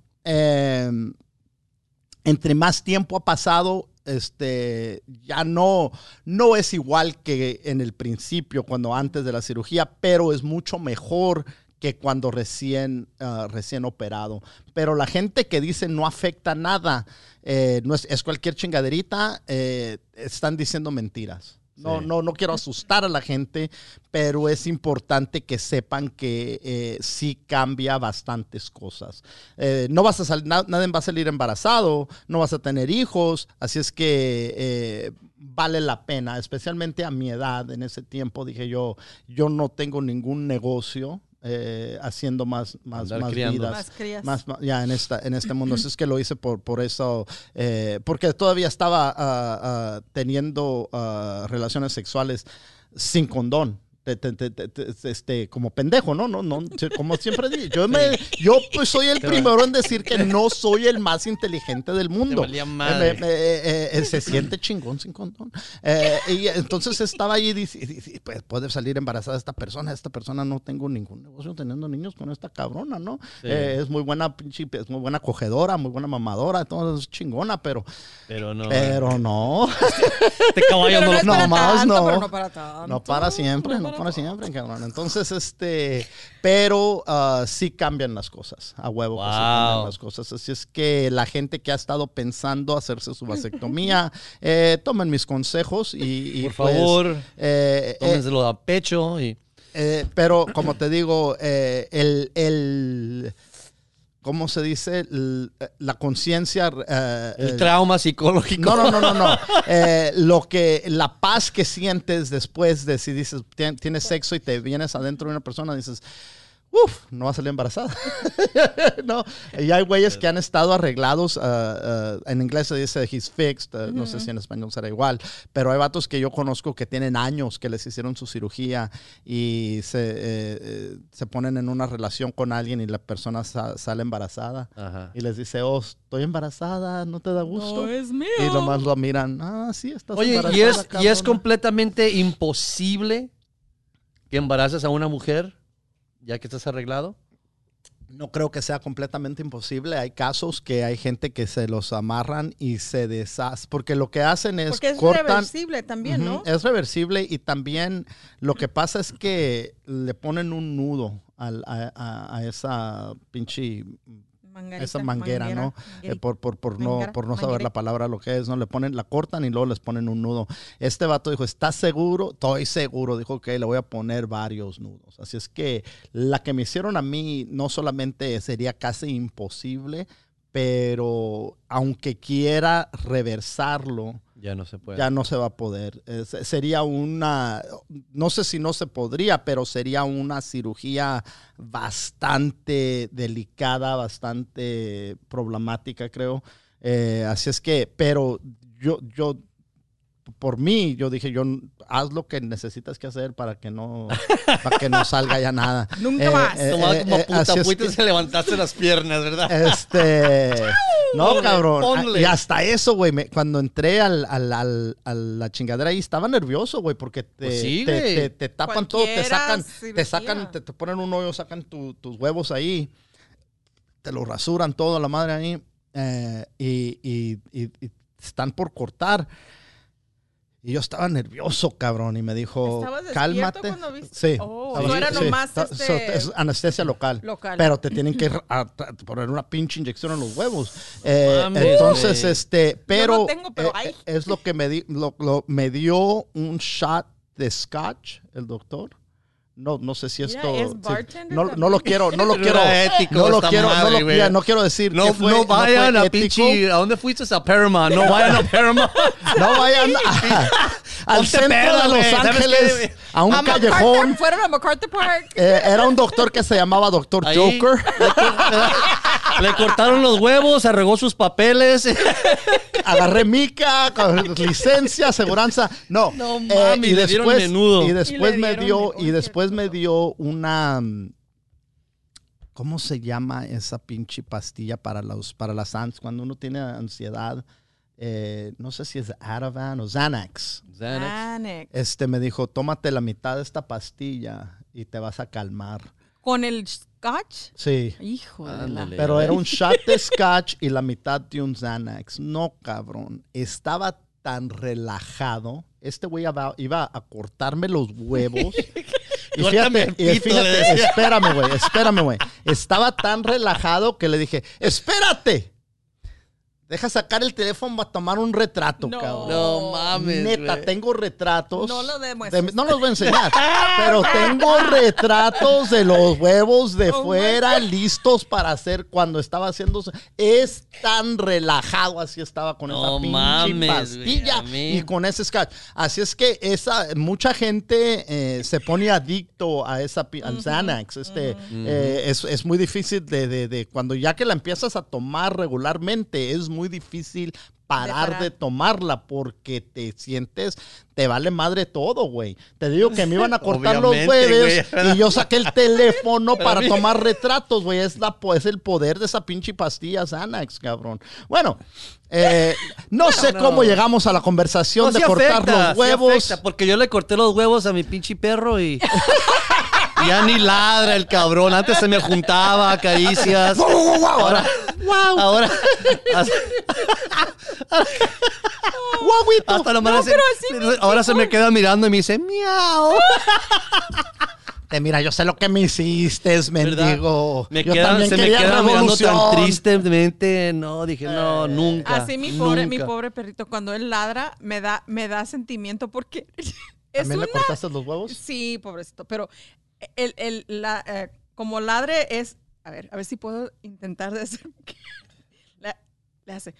Entre más tiempo ha pasado, ya no es igual que en el principio, cuando antes de la cirugía, pero es mucho mejor que cuando recién operado. Pero la gente que dice no afecta nada, no es cualquier chingaderita, están diciendo mentiras. No quiero asustar a la gente, pero es importante que sepan que sí cambia bastantes cosas. No vas a nadie va a salir embarazado, no vas a tener hijos, así es que vale la pena, especialmente a mi edad. En ese tiempo dije yo no tengo ningún negocio haciendo más vidas, más ya en este mundo. Así es que lo hice por eso, porque todavía estaba teniendo relaciones sexuales sin condón. Como pendejo, ¿no? Como siempre digo, yo pues soy el primero en decir que no soy el más inteligente del mundo. Se siente chingón sin condón. Y entonces estaba ahí y dice, pues puede salir embarazada esta persona no tengo ningún negocio teniendo niños con esta cabrona, ¿no? Sí. Es muy buena cogedora, muy buena mamadora, todo es chingona, pero no. Este caballo no para tanto. No para siempre, para siempre, cabrón. Entonces, pero sí cambian las cosas, a huevo que sí cambian las cosas. Así es que la gente que ha estado pensando hacerse su vasectomía, tomen mis consejos y por favor, tómenselo a pecho. Pero como te digo, ¿cómo se dice? La conciencia. El trauma psicológico. No. La paz que sientes después de si dices, tienes sexo y te vienes adentro de una persona, dices, no va a salir embarazada. No. Y hay güeyes que han estado arreglados. En inglés se dice he's fixed. No sé si en español será igual. Pero hay vatos que yo conozco que tienen años que les hicieron su cirugía y se ponen en una relación con alguien y la persona sale embarazada. Ajá. Y les dice, estoy embarazada, ¿no te da gusto? No es mío. Y nomás lo miran, sí, estás embarazada. Oye, ¿y es completamente imposible que embaraces a una mujer ya que estás arreglado? No creo que sea completamente imposible. Hay casos que hay gente que se los amarran y se deshacen. Porque lo que hacen es porque es reversible también, ¿no? Es reversible y también lo que pasa es que le ponen un nudo a esa pinche... esa manguera, ¿no? Por no saber la palabra lo que es, ¿no? La cortan y luego les ponen un nudo. Este vato dijo, ¿estás seguro? Estoy seguro. Dijo que le voy a poner varios nudos. Así es que la que me hicieron a mí no solamente sería casi imposible, pero aunque quiera reversarlo, ya no se puede. Ya no se va a poder. Sería no sé si no se podría, pero sería una cirugía bastante delicada, bastante problemática, creo. Así es que, pero yo por mí, yo dije, haz lo que necesitas que hacer para que no salga ya nada. Nunca más. Como puta, fuiste se levantaste las piernas, ¿verdad? No, cabrón. Y hasta eso, güey, cuando entré a la chingadera ahí, estaba nervioso, güey, porque te tapan todo, te sacan, te ponen un hoyo, sacan tus huevos ahí, te lo rasuran todo, la madre ahí, y están por cortar. Y yo estaba nervioso, cabrón, y me dijo, cálmate. Sí. No era nomás es anestesia local. Pero te tienen que poner una pinche inyección en los huevos. Entonces, pero, yo no tengo, pero es lo que me dio un shot de scotch, el doctor. No sé si esto no lo quiero decir. No vayan a pinche. ¿A dónde fuiste? A Paramount. No vayan a Paramount. No vayan al centro de Los Ángeles, a un callejón. Fueron a MacArthur Park. Era un doctor que se llamaba Doctor Joker. Le cortaron los huevos, arregó sus papeles. Agarré mica, licencia, aseguranza. No mami, le dieron menudo. Y después me dio una... ¿Cómo se llama esa pinche pastilla para las ansias? Cuando uno tiene ansiedad, no sé si es Ativan o Xanax. Me dijo, tómate la mitad de esta pastilla y te vas a calmar. ¿Con el scotch? Sí. Hijo de la... Pero era un shot de scotch y la mitad de un Xanax. No, cabrón. Estaba tan relajado. Este güey iba a cortarme los huevos. Y Córtame el fíjate, pito, le decía. espérame, güey. Estaba tan relajado que le dije, espérate. Deja sacar el teléfono para tomar un retrato, No. cabrón. No mames, Neta, güey. tengo retratos. No lo demuestres. No los voy a enseñar, pero tengo retratos de los huevos de Oh, fuera listos para hacer cuando estaba haciendo. Es tan relajado, así estaba con No esa pinche mames, pastilla güey, a mí. y con ese scotch. Así es que mucha gente se pone adicto a al Xanax. Es muy difícil de cuando ya que la empiezas a tomar regularmente, es muy difícil parar de tomarla porque te vale madre todo, güey. Te digo que me iban a cortar los Obviamente, huevos güey. y yo saqué el teléfono para tomar retratos, güey. Es el poder de esa pinche pastilla Xanax, cabrón. Bueno, no sé cómo llegamos a la conversación No, de sí cortar afecta, los sí huevos. afecta, porque yo le corté los huevos a mi pinche perro y ya ni ladra el cabrón. Antes se me juntaba, caricias. Ahora, Guauito. hasta la manera ahora se me queda mirando y me dice, miau. Mira, yo sé lo que me hiciste, mendigo. Se me Yo queda también mirando quería tan revolución. tristemente. No, dije, no, nunca. Así mi pobre perrito, cuando él ladra, me da sentimiento porque ¿También le cortaste los huevos? Sí, pobrecito, pero como ladre es, a ver si puedo intentar de hacer, le hace,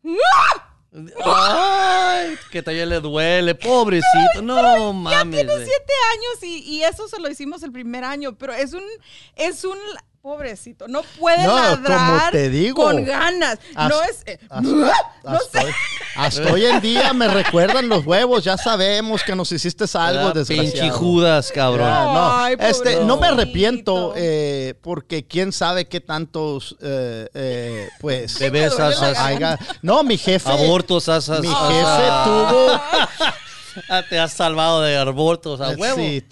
Ay, que todavía le duele, pobrecito. No mames. tiene güey. 7 años y eso se lo hicimos el primer año, pero es un pobrecito, no puede No, ladrar como te digo. con ganas, no es, no sé. Hasta hoy en día me recuerdan los huevos. Ya sabemos que nos hiciste algo, Ah, desgraciado. pinche Judas, cabrón. Ay, No me pobrecito. arrepiento porque quién sabe qué tantos pues Bebés, me duele la haya. No, mi jefe. Abortos, Mi jefe tuvo. Te has salvado de abortos a huevo. Sí,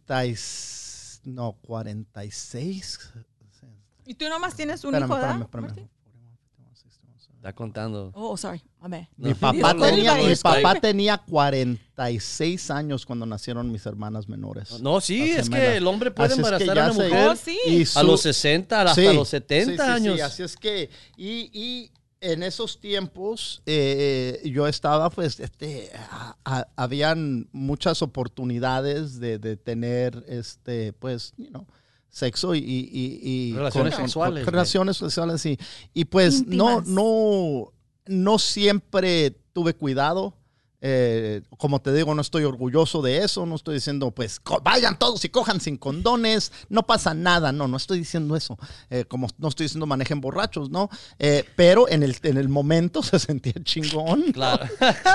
46. Y tú nomás tienes un Espérame, hijo, ¿verdad? espérame. Martín? Está contando. Oh, sorry, a ver. Mi papá Disculpa. tenía 46 años cuando nacieron mis hermanas menores. No, sí, Las es que gemelas. el hombre puede Así es que embarazar ya a una se- mujer Oh, sí. y a los 60, hasta Sí, los 70 sí, años. Sí, así es que, y en esos tiempos yo estaba, pues, habían muchas oportunidades de tener, pues, sexo y Relaciones sexuales, güey. relaciones sexuales, sí. Y pues Íntimas. no siempre tuve cuidado. Como te digo, no estoy orgulloso de eso. No estoy diciendo, pues, vayan todos y cojan sin condones. No pasa nada. No estoy diciendo eso. Como no estoy diciendo manejen borrachos, ¿no? Pero en el momento se sentía chingón. Claro.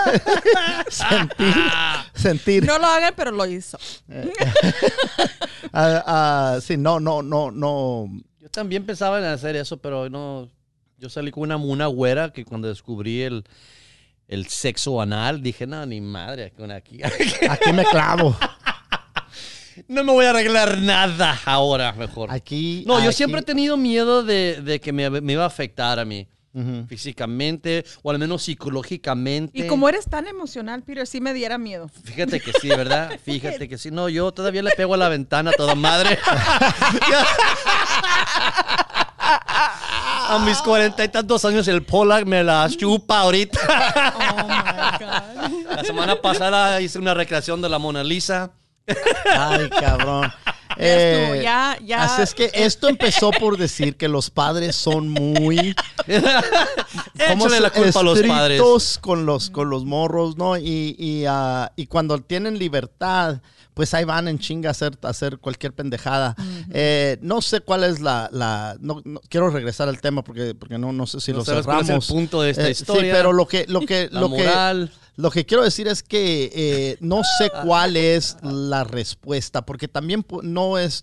Sentir. No lo hagan, pero lo hizo. Sí, no. Yo también pensaba en hacer eso, pero no. Yo salí con una güera que cuando descubrí el sexo anal, dije, no, ni madre, con aquí. Aquí me clavo. No me voy a arreglar nada ahora, mejor. No, yo siempre he tenido miedo de que me iba a afectar a mí. Físicamente o al menos psicológicamente. Y como eres tan emocional, Peter, sí me diera miedo. Fíjate que sí, ¿verdad? Fíjate que sí. No, yo todavía le pego a la ventana a toda madre. A mis 40 y tantos años el Pollack me la chupa ahorita. Oh, my God. La semana pasada hice una recreación de la Mona Lisa. Ay, cabrón. Ya estuvo, ya. Así es que esto empezó por decir que los padres son muy Échale la culpa a los padres. estrictos con los morros, ¿no? Y cuando tienen libertad, pues ahí van en chinga a hacer cualquier pendejada. No sé cuál es no quiero regresar al tema porque no sé si No lo sabes cuál cerramos. es el punto de esta historia. Sí, pero La moral. lo que quiero decir es que no sé cuál es la respuesta, porque también no es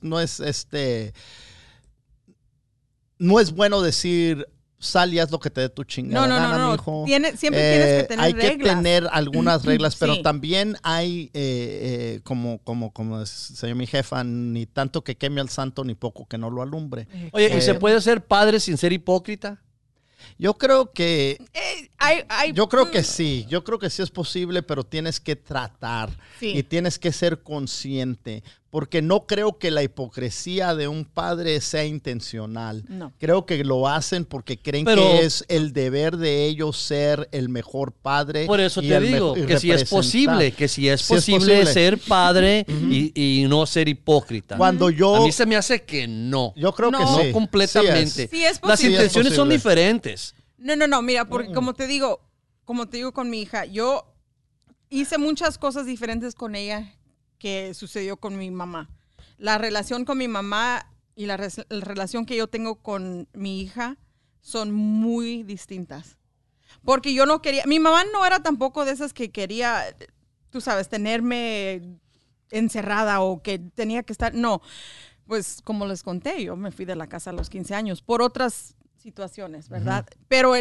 bueno decir sal y haz lo que te dé tu chingada gana, mijo. Siempre tienes que tener hay reglas. que tener algunas reglas, pero Sí. también hay, como decía mi jefa, ni tanto que queme al santo, ni poco que no lo alumbre. Oye, ¿y se puede ser padre sin ser hipócrita? Yo creo que Yo creo que sí. sí es posible, pero tienes que tratar Sí. y tienes que ser consciente, porque no creo que la hipocresía de un padre sea intencional. No. Creo que lo hacen porque creen Pero- que es el deber de ellos ser el mejor padre. Por eso y te el digo, y que si es representar. posible, que si es Sí es posible posible. ser padre y no ser hipócrita. Cuando yo... A mí se me hace que no. Yo creo que No. sí. No completamente. Sí es. Sí es Las posible. intenciones son posible. diferentes. No, mira, porque como te digo con mi hija, yo hice muchas cosas diferentes con ella que sucedió con mi mamá. La relación con mi mamá y la relación que yo tengo con mi hija son muy distintas. Porque yo no quería, mi mamá no era tampoco de esas que quería, tú sabes, tenerme encerrada o que tenía que estar, no. Pues como les conté, yo me fui de la casa a los 15 años por otras situaciones, ¿verdad? Pero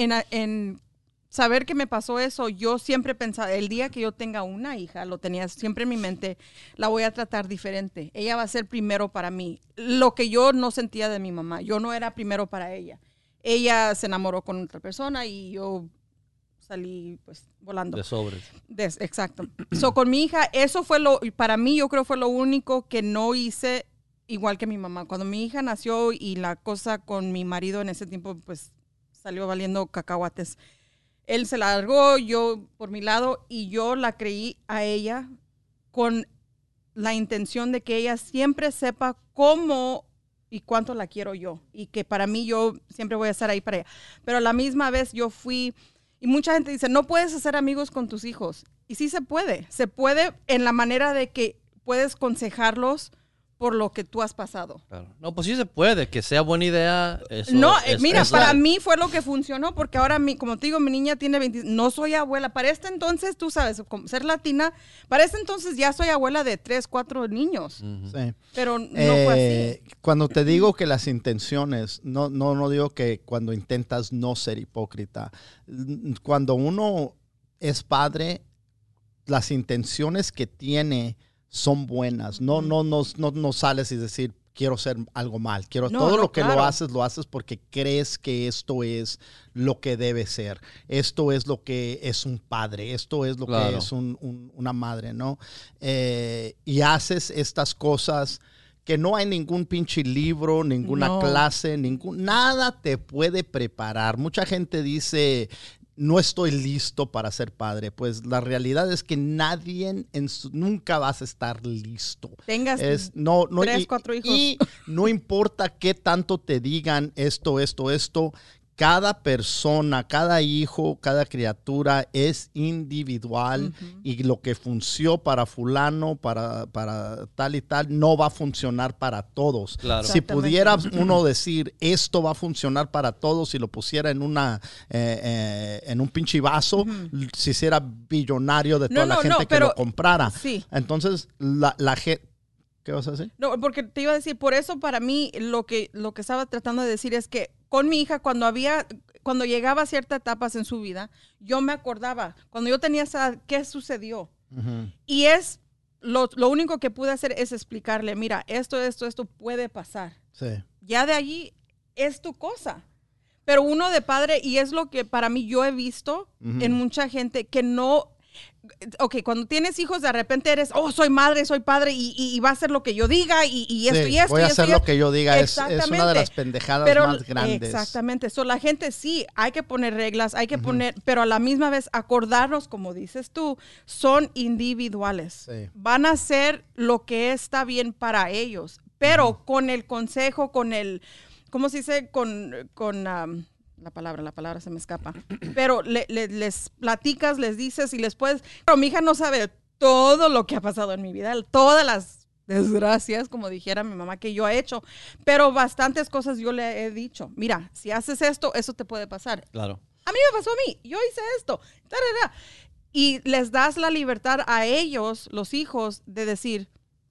en saber que me pasó eso, yo siempre pensaba, el día que yo tenga una hija, lo tenía siempre en mi mente, la voy a tratar diferente. Ella va a ser primero para mí. Lo que yo no sentía de mi mamá, yo no era primero para ella. Ella se enamoró con otra persona y yo salí pues volando. De sobres. Exacto. So, con mi hija, eso fue para mí yo creo fue lo único que no hice igual que mi mamá. Cuando mi hija nació y la cosa con mi marido en ese tiempo pues salió valiendo cacahuates. Él se largó, yo por mi lado, y yo la creí a ella con la intención de que ella siempre sepa cómo y cuánto la quiero yo. Y que para mí yo siempre voy a estar ahí para ella. Pero a la misma vez yo fui, y mucha gente dice, no puedes hacer amigos con tus hijos. Y sí se puede en la manera de que puedes aconsejarlos por lo que tú has pasado. Claro. No, pues sí se puede, que sea buena idea. Eso No, es- mira, es para la- mí fue lo que funcionó, porque ahora, como te digo, mi niña tiene 20, no soy abuela. Para este entonces, tú sabes, como ser latina, para este entonces ya soy abuela de 3, 4 niños, Sí. pero no fue así. Cuando te digo que las intenciones, no digo que cuando intentas no ser hipócrita. Cuando uno es padre, las intenciones que tiene son buenas. No sales y decir, quiero ser algo mal. No, todo no, lo que claro. lo haces porque crees que esto es lo que debe ser. Esto es lo que es un padre. Esto es lo Claro. que es una madre, ¿no? Y haces estas cosas que no hay ningún pinche libro, ninguna No. clase, nada te puede preparar. Mucha gente dice, no estoy listo para ser padre. Pues la realidad es que nadie nunca vas a estar listo. Tengas No, 3, 4 hijos. Y no importa qué tanto te digan esto. Cada persona, cada hijo, cada criatura es individual y lo que funcionó para fulano, para tal y tal, no va a funcionar para todos. Claro. Si Exactamente. pudiera uno decir esto va a funcionar para todos y lo pusiera en en un pinche vaso, se hiciera billonario de toda la gente que pero- lo comprara. Sí. Entonces, la gente... ¿Qué vas a decir? No, porque te iba a decir, por eso para mí lo que estaba tratando de decir es que con mi hija, cuando llegaba a ciertas etapas en su vida, yo me acordaba, cuando yo tenía esa edad, ¿qué sucedió? Y es, lo único que pude hacer es explicarle, mira, esto puede pasar. Sí. Ya de allí es tu cosa. Pero uno de padre, y es lo que para mí yo he visto en mucha gente que no... Ok, cuando tienes hijos, de repente eres, soy madre, soy padre, y va a hacer lo que yo diga, y esto Sí, y esto. voy a y esto, hacer y lo esto. que yo diga. Es una de Exactamente. las pendejadas Pero, más grandes. Exactamente. La gente sí, hay que poner reglas, hay que poner, pero a la misma vez acordarnos, como dices tú, son individuales. Sí. Van a hacer lo que está bien para ellos, pero con el consejo, con el, ¿cómo se dice? La palabra se me escapa. Pero les platicas, les dices y les puedes... Pero mi hija no sabe todo lo que ha pasado en mi vida, todas las desgracias, como dijera mi mamá, que yo he hecho. Pero bastantes cosas yo le he dicho. Mira, si haces esto, eso te puede pasar. Claro. A mí me pasó a mí. Yo hice esto. Tarara. Y les das la libertad a ellos, los hijos, de decir...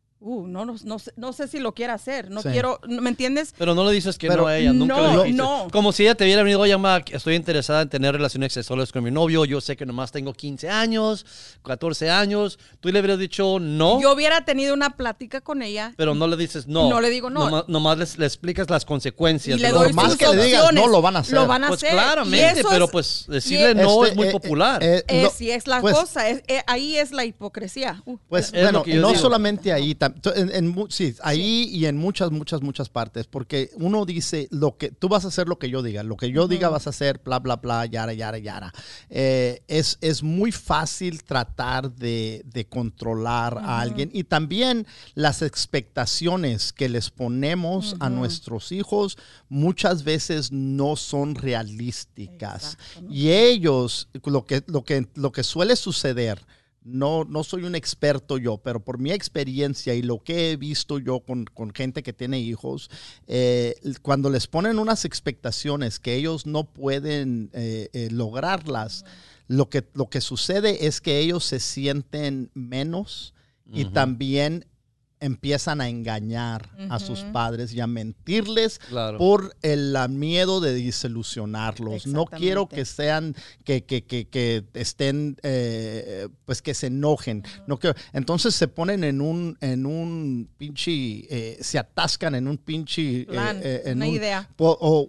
no sé si lo quiero hacer, no Sí. quiero, ¿me entiendes? Pero no le dices que Pero no a ella, nunca no, le dijiste. no. Como si ella te hubiera venido, oye, ma, estoy interesada en tener relaciones sexuales con mi novio, yo sé que nomás tengo 15 años, 14 años, tú le hubieras dicho no, Yo hubiera tenido una plática con ella pero no le dices no. No le digo no. Nomás le explicas las consecuencias. y de le lo doy Por más sus que le digas, opciones. no lo van a hacer. Lo van a Pues hacer. claramente, Y eso pero es- pues decirle y- no es muy popular. es la pues, cosa, ahí es la hipocresía. Pues Es lo bueno, que yo no digo. solamente ahí, Sí, ahí y en muchas partes, porque uno dice, tú vas a hacer lo que yo diga, lo que yo diga vas a hacer, bla, bla, bla, yara, yara, yara. Es muy fácil tratar de controlar a alguien, y también las expectaciones que les ponemos a nuestros hijos muchas veces no son realísticas. Y ellos, lo que suele suceder, no soy un experto yo, pero por mi experiencia y lo que he visto yo con gente que tiene hijos, cuando les ponen unas expectaciones que ellos no pueden lograrlas, lo que sucede es que ellos se sienten menos y también empiezan a engañar a sus padres y a mentirles por el miedo de desilusionarlos. No quiero que sean, que estén, pues que se enojen. No quiero. Entonces se ponen en un pinche, se atascan en un pinche... plan, una idea. Por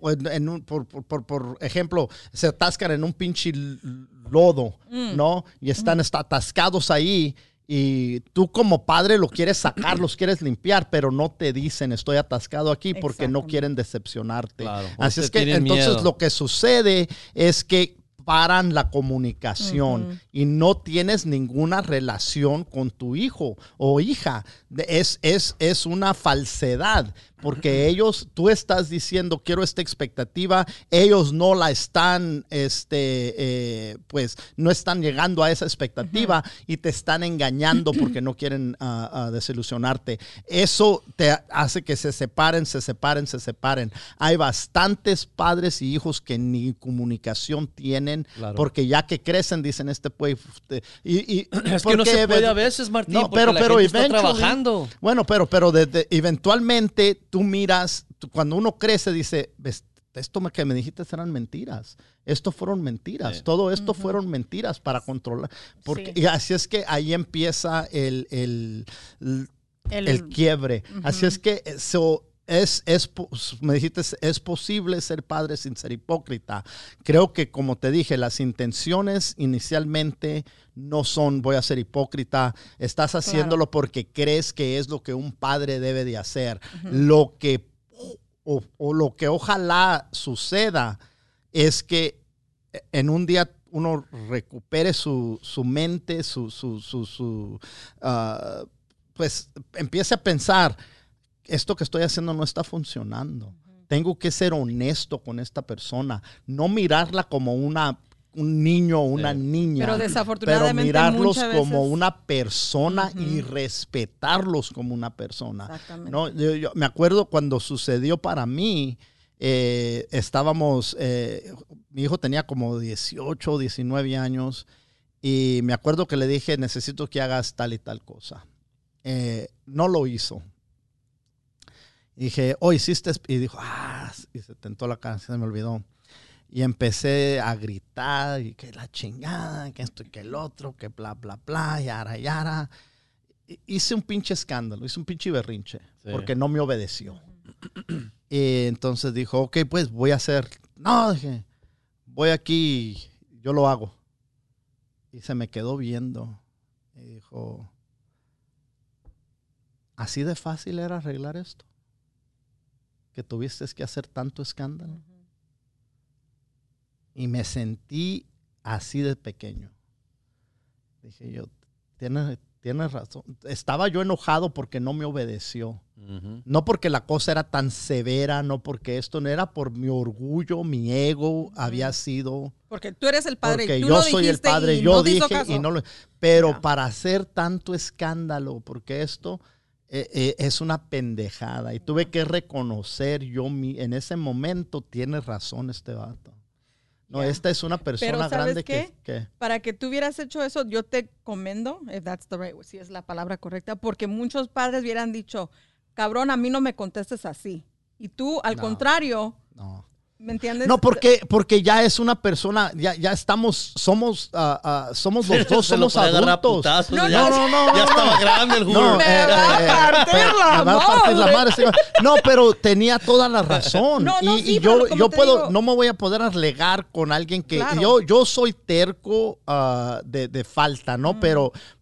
ejemplo, se atascan en un pinche lodo, ¿no? Y están atascados ahí. Y tú como padre lo quieres sacar, los quieres limpiar, pero no te dicen estoy atascado aquí porque no quieren decepcionarte. Claro, así es que entonces miedo. lo que sucede es que paran la comunicación y no tienes ninguna relación con tu hijo o hija. Es una falsedad, porque tú estás diciendo quiero esta expectativa, ellos no la están, pues no están llegando a esa expectativa y te están engañando porque no quieren desilusionarte. Eso te hace que se separen. Hay bastantes padres y hijos que ni comunicación tienen, porque ya que crecen dicen pues... es que no se puede a veces, Martín, no, porque la gente está trabajando. Bueno, pero eventualmente tú miras, cuando uno crece dice, esto que me dijiste eran mentiras. Esto fueron mentiras. Sí. Todo esto fueron mentiras para controlar. Y así es que ahí empieza el quiebre. Así es que me dijiste, es posible ser padre sin ser hipócrita. Creo que, como te dije, las intenciones inicialmente no son voy a ser hipócrita. Estás haciéndolo porque crees que es lo que un padre debe de hacer. Lo que ojalá suceda es que en un día uno recupere su mente, pues empiece a pensar, esto que estoy haciendo no está funcionando. Tengo que ser honesto con esta persona, no mirarla como un niño o una niña, pero desafortunadamente pero mirarlos muchas como veces... una persona y respetarlos como una persona. ¿No? Yo me acuerdo cuando sucedió para mí, mi hijo tenía como 18, 19 años y me acuerdo que le dije, necesito que hagas tal y tal cosa. No lo hizo. Y dije, hiciste... Y dijo, y se tentó la cara, se me olvidó. Y empecé a gritar, y que la chingada, que esto y que el otro, que bla, bla, bla, yara, yara. Hice un pinche escándalo, hice un pinche berrinche, porque no me obedeció. Y entonces dijo, ok, pues voy a hacer... No, dije, voy aquí, yo lo hago. Y se me quedó viendo. Y dijo, ¿así de fácil era arreglar esto? Que tuviste que hacer tanto escándalo. Y me sentí así de pequeño. Dije yo, tienes razón. Estaba yo enojado porque no me obedeció. No porque la cosa era tan severa, no porque esto no era por mi orgullo, mi ego había sido... Porque tú eres el padre porque y tú yo lo soy el padre, y yo no dije caso. y no lo... Pero para hacer tanto escándalo, porque esto... es una pendejada y tuve que reconocer en ese momento tiene razón este vato. No, esta es una persona grande que... Para que tú hubieras hecho eso, yo te commendo, if that's the right, si es la palabra correcta, porque muchos padres hubieran dicho, cabrón, a mí no me contestes así. Y tú, al contrario... No. ¿Me entiendes? No, porque ya es una persona, ya somos los dos, somos adultos. No. Ya estaba grande el jugo. Me va a partir la madre. No, pero tenía toda la razón. Y yo no me voy a poder alegar con alguien que... Claro. Yo soy terco de falta, ¿no? Pero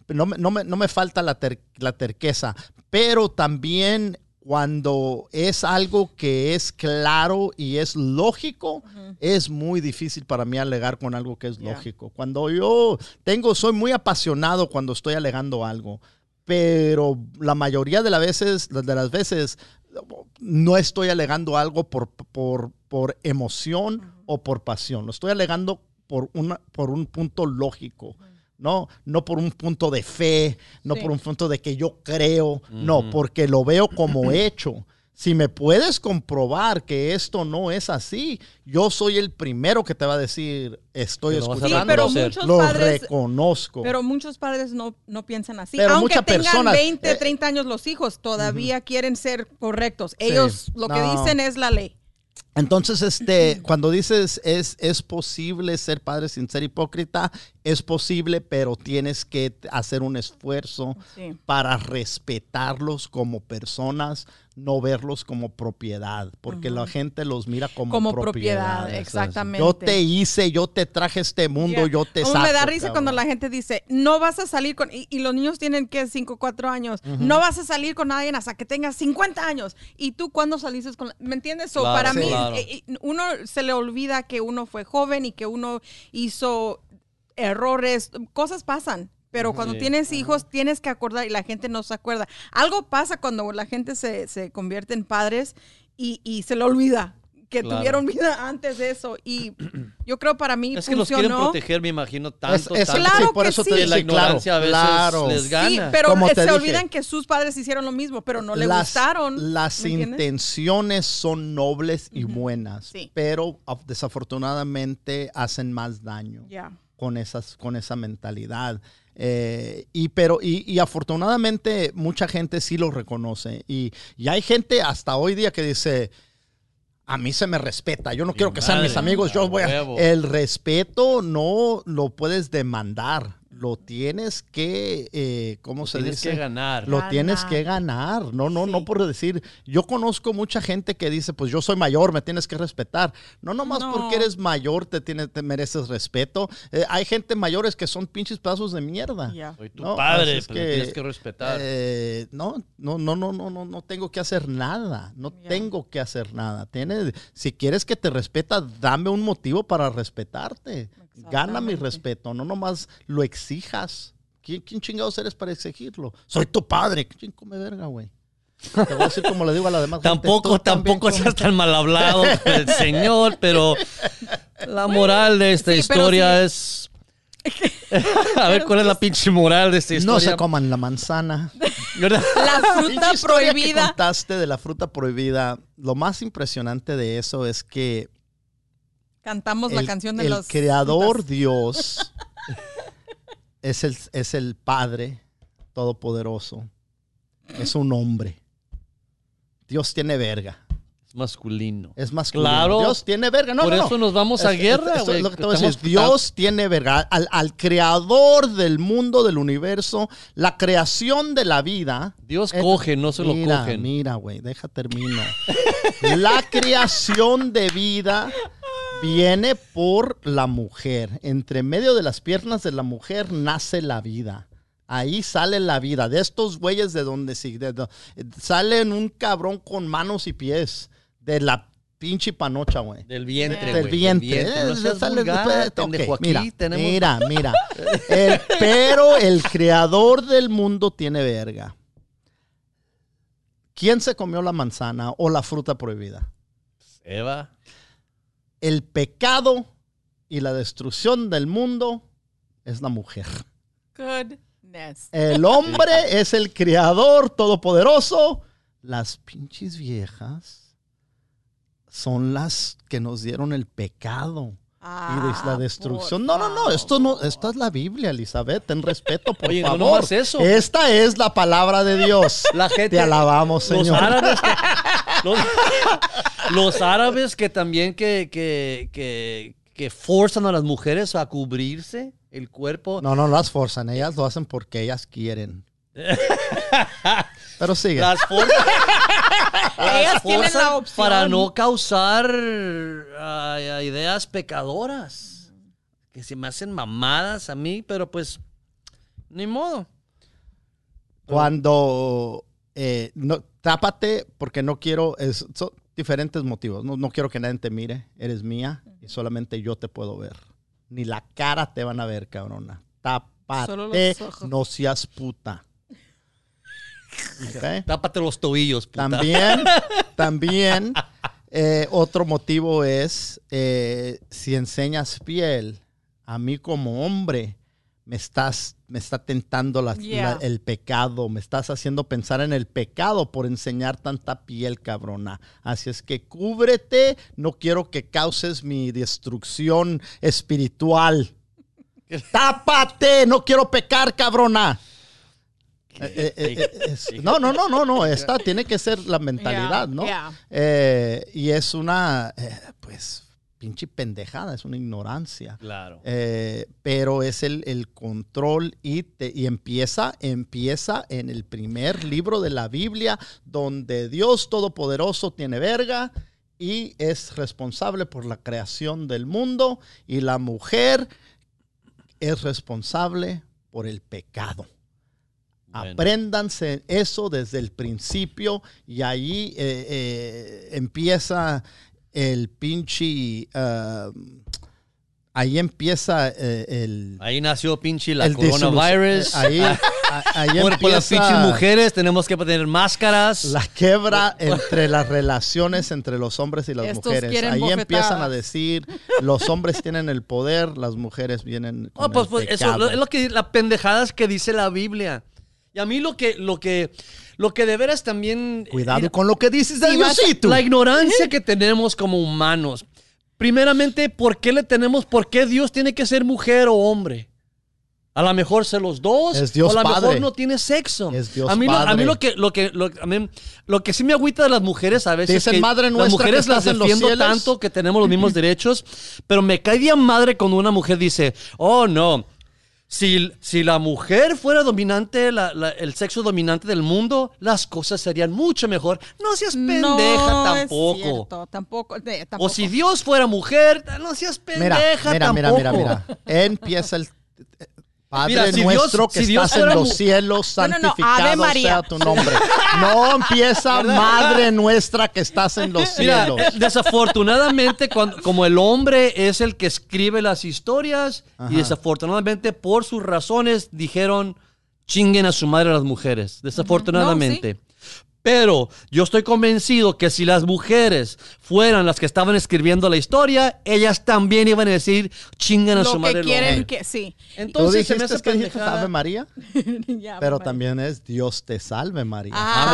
no me falta la terqueza, pero también cuando es algo que es claro y es lógico, es muy difícil para mí alegar con algo que es lógico. Cuando yo soy muy apasionado cuando estoy alegando algo, pero la mayoría de las veces no estoy alegando algo por emoción o por pasión. Lo estoy alegando por un punto lógico. No por un punto de fe, no por un punto de que yo creo, no, porque lo veo como hecho. Si me puedes comprobar que esto no es así, yo soy el primero que te va a decir, estoy escuchando, pero muchos lo padres, reconozco. Pero muchos padres no piensan así. Pero aunque tengan personas, 20, 30 años los hijos, todavía quieren ser correctos. Ellos lo que dicen es la ley. Entonces, cuando dices es posible ser padre sin ser hipócrita, es posible, pero tienes que hacer un esfuerzo para respetarlos como personas, no verlos como propiedad, porque la gente los mira como propiedad. Exactamente. Yo te hice, yo te traje a este mundo, yo te saco. Me da risa cuando la gente dice, no vas a salir con, y los niños tienen que 5, 4 años, no vas a salir con nadie hasta que tengas 50 años. ¿Y tú cuándo saliste con ¿me entiendes? Claro, para mí, uno se le olvida que uno fue joven y que uno hizo errores, cosas pasan. Pero cuando tienes hijos, tienes que acordar y la gente no se acuerda. Algo pasa cuando la gente se convierte en padres y se le olvida que tuvieron vida antes de eso. Y yo creo para mí es funcionó. que los quieren proteger, me imagino, tanto. Claro por que eso sí. te la ignorancia a veces les gana. Sí, pero Como te se dije, olvidan que sus padres hicieron lo mismo, pero no le gustaron. Las intenciones son nobles y buenas, pero desafortunadamente hacen más daño con esa mentalidad. Y afortunadamente mucha gente sí lo reconoce y hay gente hasta hoy día que dice, a mí se me respeta, yo no quiero que sean mis amigos, el respeto no lo puedes demandar, lo tienes que, ¿cómo se dice? Tienes que ganar. Lo tienes que ganar. No por decir. Yo conozco mucha gente que dice, pues yo soy mayor, me tienes que respetar. Nomás porque eres mayor te mereces respeto. Hay gente mayores que son pinches pedazos de mierda. Soy tu padre, pero tienes que respetar. No tengo que hacer nada. No tengo que hacer nada. Si quieres que te respeta, dame un motivo para respetarte. Gana mi respeto, no nomás lo exijas. ¿Quién chingados eres para exigirlo? Soy tu padre. ¿Quién come verga, güey? Te voy a decir como le digo a la demás Tampoco seas tan mal hablado con el señor, pero la moral de esta historia es... A ver, ¿cuál es la pinche moral de esta historia? No se coman la manzana. La fruta prohibida. Que contaste de la fruta prohibida, lo más impresionante de eso es que cantamos la canción de los... El creador frutas. Dios es el Padre Todopoderoso. Es un hombre. Dios tiene verga. Es masculino. Claro. Dios tiene verga. Por eso nos vamos a guerra, güey. Lo que te voy a decir. Dios tiene verga. Al creador del mundo, del universo, la creación de la vida. Dios coge, no se lo cogen. Mira, güey, deja termino. La creación de vida viene por la mujer. Entre medio de las piernas de la mujer nace la vida. Ahí sale la vida. De estos güeyes de donde salen un cabrón con manos y pies. De la pinche panocha, güey. Del vientre, güey. Del vientre. No seas vulgar, pendejo. Aquí tenemos... Mira. Pero el creador del mundo tiene verga. ¿Quién se comió la manzana o la fruta prohibida? Eva. El pecado y la destrucción del mundo es la mujer. Goodness. El hombre es el creador todopoderoso. Las pinches viejas son las que nos dieron el pecado y la destrucción. No. Esto es la Biblia, Elizabeth. Ten respeto, por favor. No más eso. Esta es la palabra de Dios. La gente, te alabamos, Señor. Los árabes que también que forzan a las mujeres a cubrirse el cuerpo. No las forzan. Ellas lo hacen porque ellas quieren. Pero sigue. Ellas tienen la opción para no causar ideas pecadoras que se me hacen mamadas a mí, pero pues ni modo. Cuando no, tápate porque no quiero, son diferentes motivos. No quiero que nadie te mire, eres mía y solamente yo te puedo ver. Ni la cara te van a ver, cabrona. Solo Tápate, los ojos. no seas puta. ¿Okay? Tápate los tobillos, puta. También otro motivo es si enseñas piel, a mí como hombre me está tentando el pecado, me estás haciendo pensar en el pecado por enseñar tanta piel, cabrona. Así es que cúbrete, no quiero que causes mi destrucción espiritual. Tápate, no quiero pecar, cabrona. No, esta tiene que ser la mentalidad, ¿no? Y es una, pues, pinche pendejada, es una ignorancia. Claro. Pero es el control y empieza en el primer libro de la Biblia, donde Dios Todopoderoso tiene verga y es responsable por la creación del mundo, y la mujer es responsable por el pecado. Bueno. Apréndanse eso desde el principio, y ahí empieza el pinche... ahí empieza ahí nació pinche la coronavirus. Ahí empieza... Por las pinches mujeres tenemos que tener máscaras. La quebra entre las relaciones entre los hombres y las mujeres. Ahí bofetadas. Empiezan a decir, los hombres tienen el poder, las mujeres vienen con pues el pecado. eso es lo que la pendejada que dice la Biblia. Y a mí lo que de veras también... Cuidado con lo que dices de Diosito. La ignorancia que tenemos como humanos. Primeramente, ¿por qué Dios tiene que ser mujer o hombre? A lo mejor ser los dos. Es Dios o a lo Padre. mejor no tiene sexo. Es Dios a mí Padre. lo que sí me agüita de las mujeres a veces Dicen, es que madre las nuestra mujeres que las estás en los defiendo cielos. tanto que tenemos los mismos derechos, pero me cae bien madre cuando una mujer dice, oh no, si la mujer fuera dominante, el sexo dominante del mundo, las cosas serían mucho mejor. No seas pendeja tampoco. Es cierto, tampoco. O si Dios fuera mujer, no seas pendeja tampoco. Mira. Empieza el... Padre Mira, si nuestro Dios- que si Dios estás en fuera los cielos, No, Ave santificado María. sea tu nombre. No empieza Madre nuestra que estás en los Mira, cielos. desafortunadamente, como el hombre es el que escribe las historias, Ajá. y desafortunadamente por sus razones dijeron, chinguen a su madre las mujeres. Desafortunadamente. Pero yo estoy convencido que si las mujeres fueran las que estaban escribiendo la historia, ellas también iban a decir, chinguen a su madre. Lo que quieren hombre. que sí. ¿Tú Entonces, se me dijiste hace que dijiste pendejada. Ave María? Ya, Pero María. también es Dios te salve María.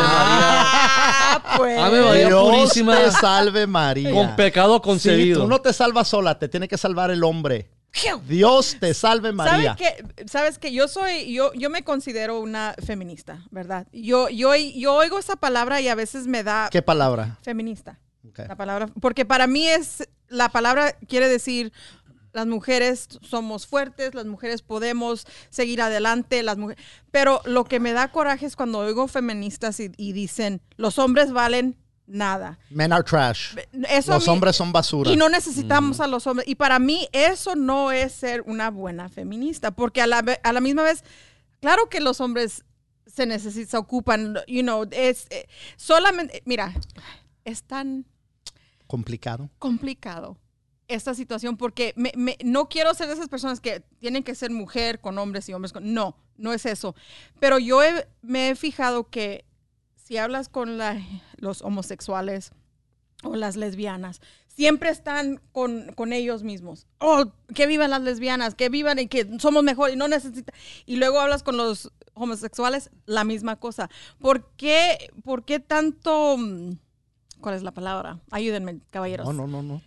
Pues. Ave María Dios purísima. te salve María. Con pecado concebido. Sí, tú no te salvas sola, te tiene que salvar el hombre. Dios te salve María. ¿Sabes qué? Yo me considero una feminista, ¿verdad? Yo oigo esa palabra y a veces me da... ¿Qué palabra? Feminista. Okay. La palabra, porque para mí la palabra quiere decir, las mujeres somos fuertes, las mujeres podemos seguir adelante, pero lo que me da coraje es cuando oigo feministas y dicen, los hombres valen nada. Men are trash. Eso Los hombres son basura. Y no necesitamos a los hombres. Y para mí eso no es ser una buena feminista, porque a la misma vez, claro que los hombres se ocupan, solamente, mira, es tan Complicado. complicado esta situación, porque no quiero ser de esas personas que tienen que ser mujer con hombres y hombres con... No es eso. Pero yo me he fijado que si hablas con los homosexuales o las lesbianas, siempre están con ellos mismos. Oh, que vivan las lesbianas, que vivan y que somos mejor y no necesitan. Y luego hablas con los homosexuales, la misma cosa. ¿Por qué tanto... ¿Cuál es la palabra? Ayúdenme, caballeros. No.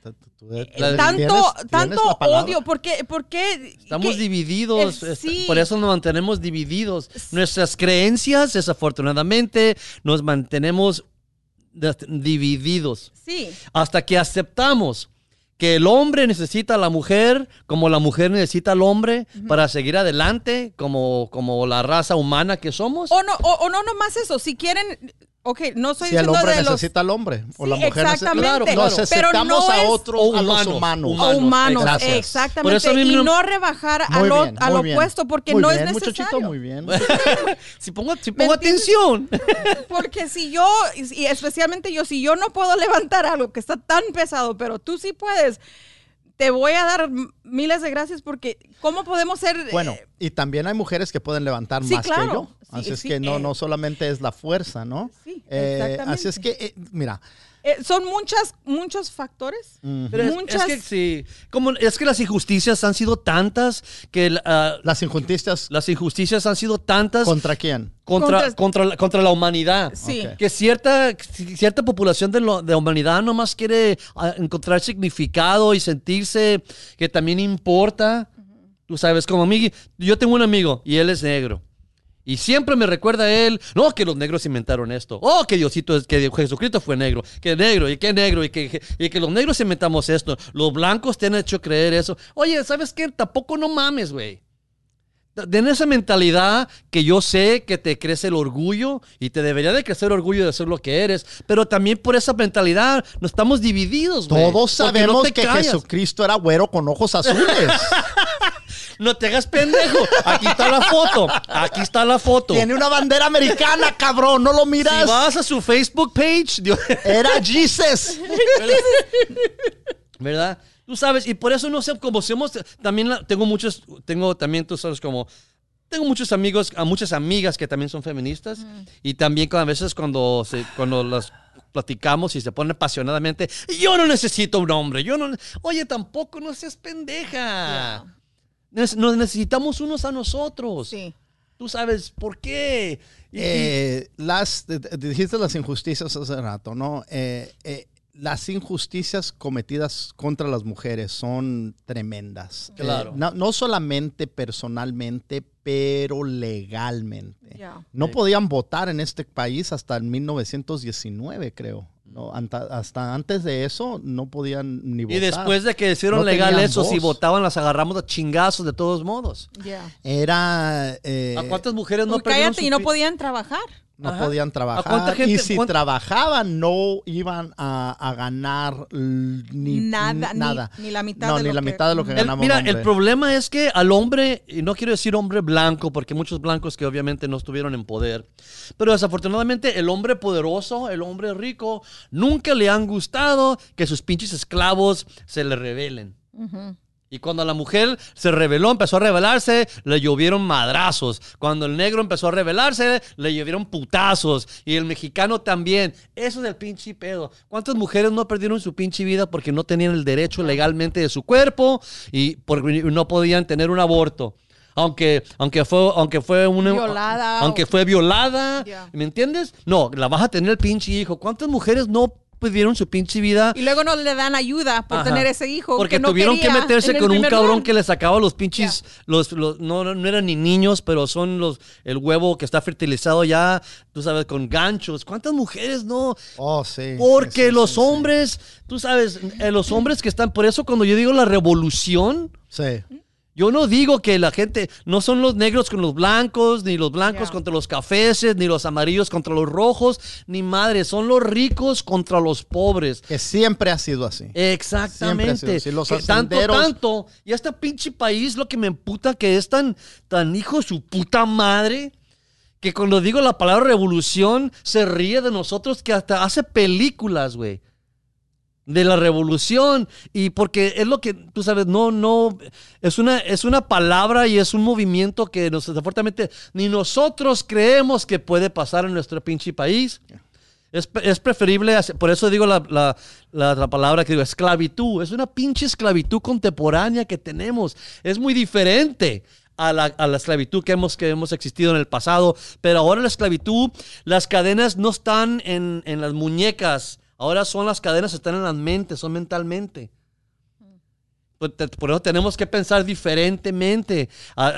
Tanto odio. ¿Por qué? Estamos divididos, sí. Por eso nos mantenemos divididos. Nuestras creencias, desafortunadamente, nos mantenemos divididos. Sí. Hasta que aceptamos que el hombre necesita a la mujer como la mujer necesita al hombre para seguir adelante como la raza humana que somos. O no más eso. Si quieren... Ok, no estoy Si el diciendo hombre de los... necesita al hombre o Sí, la mujer exactamente. Claro, necesita. claro. Necesitamos Pero no a es- otros, O a los humanos. humanos. O humanos, Gracias. exactamente. Por eso a mí y no- no rebajar Muy bien, al muy bien. opuesto porque Muy no bien, es muchachito, necesario. muy bien. Si pongo entiendes? atención. Porque si yo, y especialmente yo, si yo no puedo levantar algo que está tan pesado, pero tú sí puedes, te voy a dar miles de gracias porque ¿cómo podemos ser? Bueno, y también hay mujeres que pueden levantar Sí, más que claro. yo. Sí, Así es sí, que no solamente es la fuerza, ¿no? Sí, exactamente. Así es que, mira, Son muchos factores. Pero es que sí, es que las injusticias han sido tantas que las injusticias, las injusticias han sido tantas ¿contra quién? contra la humanidad. Sí. Ok. Que cierta población de la humanidad nomás quiere encontrar significado y sentirse que también importa. Tú sabes, como a mí, yo tengo un amigo y él es negro. Y siempre me recuerda a él, no, que los negros inventaron esto. Oh, que Diosito, que Jesucristo fue negro. Que negro, y que los negros inventamos esto. Los blancos te han hecho creer eso. Oye, ¿sabes qué? Tampoco no mames, güey. Den esa mentalidad que yo sé que te crece el orgullo y te debería de crecer el orgullo de ser lo que eres, pero también por esa mentalidad no estamos divididos, güey. Todos Porque sabemos no te que callas. Jesucristo era güero con ojos azules. No te hagas pendejo. Aquí está la foto. Aquí está la foto. Tiene una bandera americana, cabrón, ¿no lo miras? Si vas a su Facebook page, Era Jesus. ¿verdad? Tú sabes, y por eso no sé, como somos, también tengo también, tú sabes, como, tengo muchos amigos, muchas amigas que también son feministas, y también a veces cuando las platicamos y se ponen apasionadamente, yo no necesito un hombre, oye, tampoco no seas pendeja. Nos necesitamos unos a nosotros. Sí. Tú sabes, ¿por qué? Dijiste las injusticias hace rato, ¿no? Las injusticias cometidas contra las mujeres son tremendas. Claro. No solamente personalmente, pero legalmente. Yeah. No podían votar en este país hasta el 1919, creo. No, hasta antes de eso no podían ni votar. Y después de que hicieron No legal tenían eso, si voz. votaban las agarramos a chingazos de todos modos. Yeah. Era... ¿A cuántas mujeres no Uy, perdieron cállate, su y no pi- podían trabajar. No Ajá. podían ¿A cuánta trabajar. gente- Y si cuán- trabajaban, no iban a ganar ni Nada, ni la mitad no, de ni lo la que- mitad de lo que ganamos. Mira, hombre. el problema es que al hombre, y no quiero decir hombre blanco, porque hay muchos blancos que obviamente no estuvieron en poder, pero desafortunadamente el hombre poderoso, el hombre rico, nunca le han gustado que sus pinches esclavos se le rebelen. Y cuando la mujer se rebeló, empezó a rebelarse, le llovieron madrazos. Cuando el negro empezó a rebelarse, le llovieron putazos. Y el mexicano también. Eso es el pinche pedo. ¿Cuántas mujeres no perdieron su pinche vida porque no tenían el derecho legalmente de su cuerpo y porque no podían tener un aborto? Aunque fue una Violada. Aunque fue violada. Yeah. ¿Me entiendes? No, la vas a tener el pinche hijo. ¿Cuántas mujeres no perdieron su pinche vida? Y luego no le dan ayuda por Ajá. tener ese hijo. Porque que no tuvieron que quería meterse en el con un primer cabrón lugar. que le sacaba los pinches, no eran ni niños, pero son el huevo que está fertilizado ya, tú sabes, con ganchos. ¿Cuántas mujeres no? Oh, sí. Porque sí, los sí, hombres, tú sabes, los hombres que están, por eso cuando yo digo la revolución, Sí. yo no digo que la gente, no son los negros con los blancos, ni los blancos Yeah. contra los cafeses, ni los amarillos contra los rojos, ni madre, son los ricos contra los pobres. Que siempre ha sido así. Exactamente. Siempre ha sido así. Los Que hacenderos- tanto. Y este pinche país lo que me emputa que es tan hijo de su puta madre, que cuando digo la palabra revolución se ríe de nosotros, que hasta hace películas, güey. De la revolución. Y porque es lo que, tú sabes, no, es una palabra y es un movimiento que desafortunadamente ni nosotros creemos que puede pasar en nuestro pinche país. Es preferible, por eso digo la palabra que digo, esclavitud. Es una pinche esclavitud contemporánea que tenemos. Es muy diferente a la esclavitud que hemos existido en el pasado. Pero ahora la esclavitud, las cadenas no están en las muñecas. Ahora son las cadenas, están en las mentes, son mentalmente. Por eso tenemos que pensar diferentemente.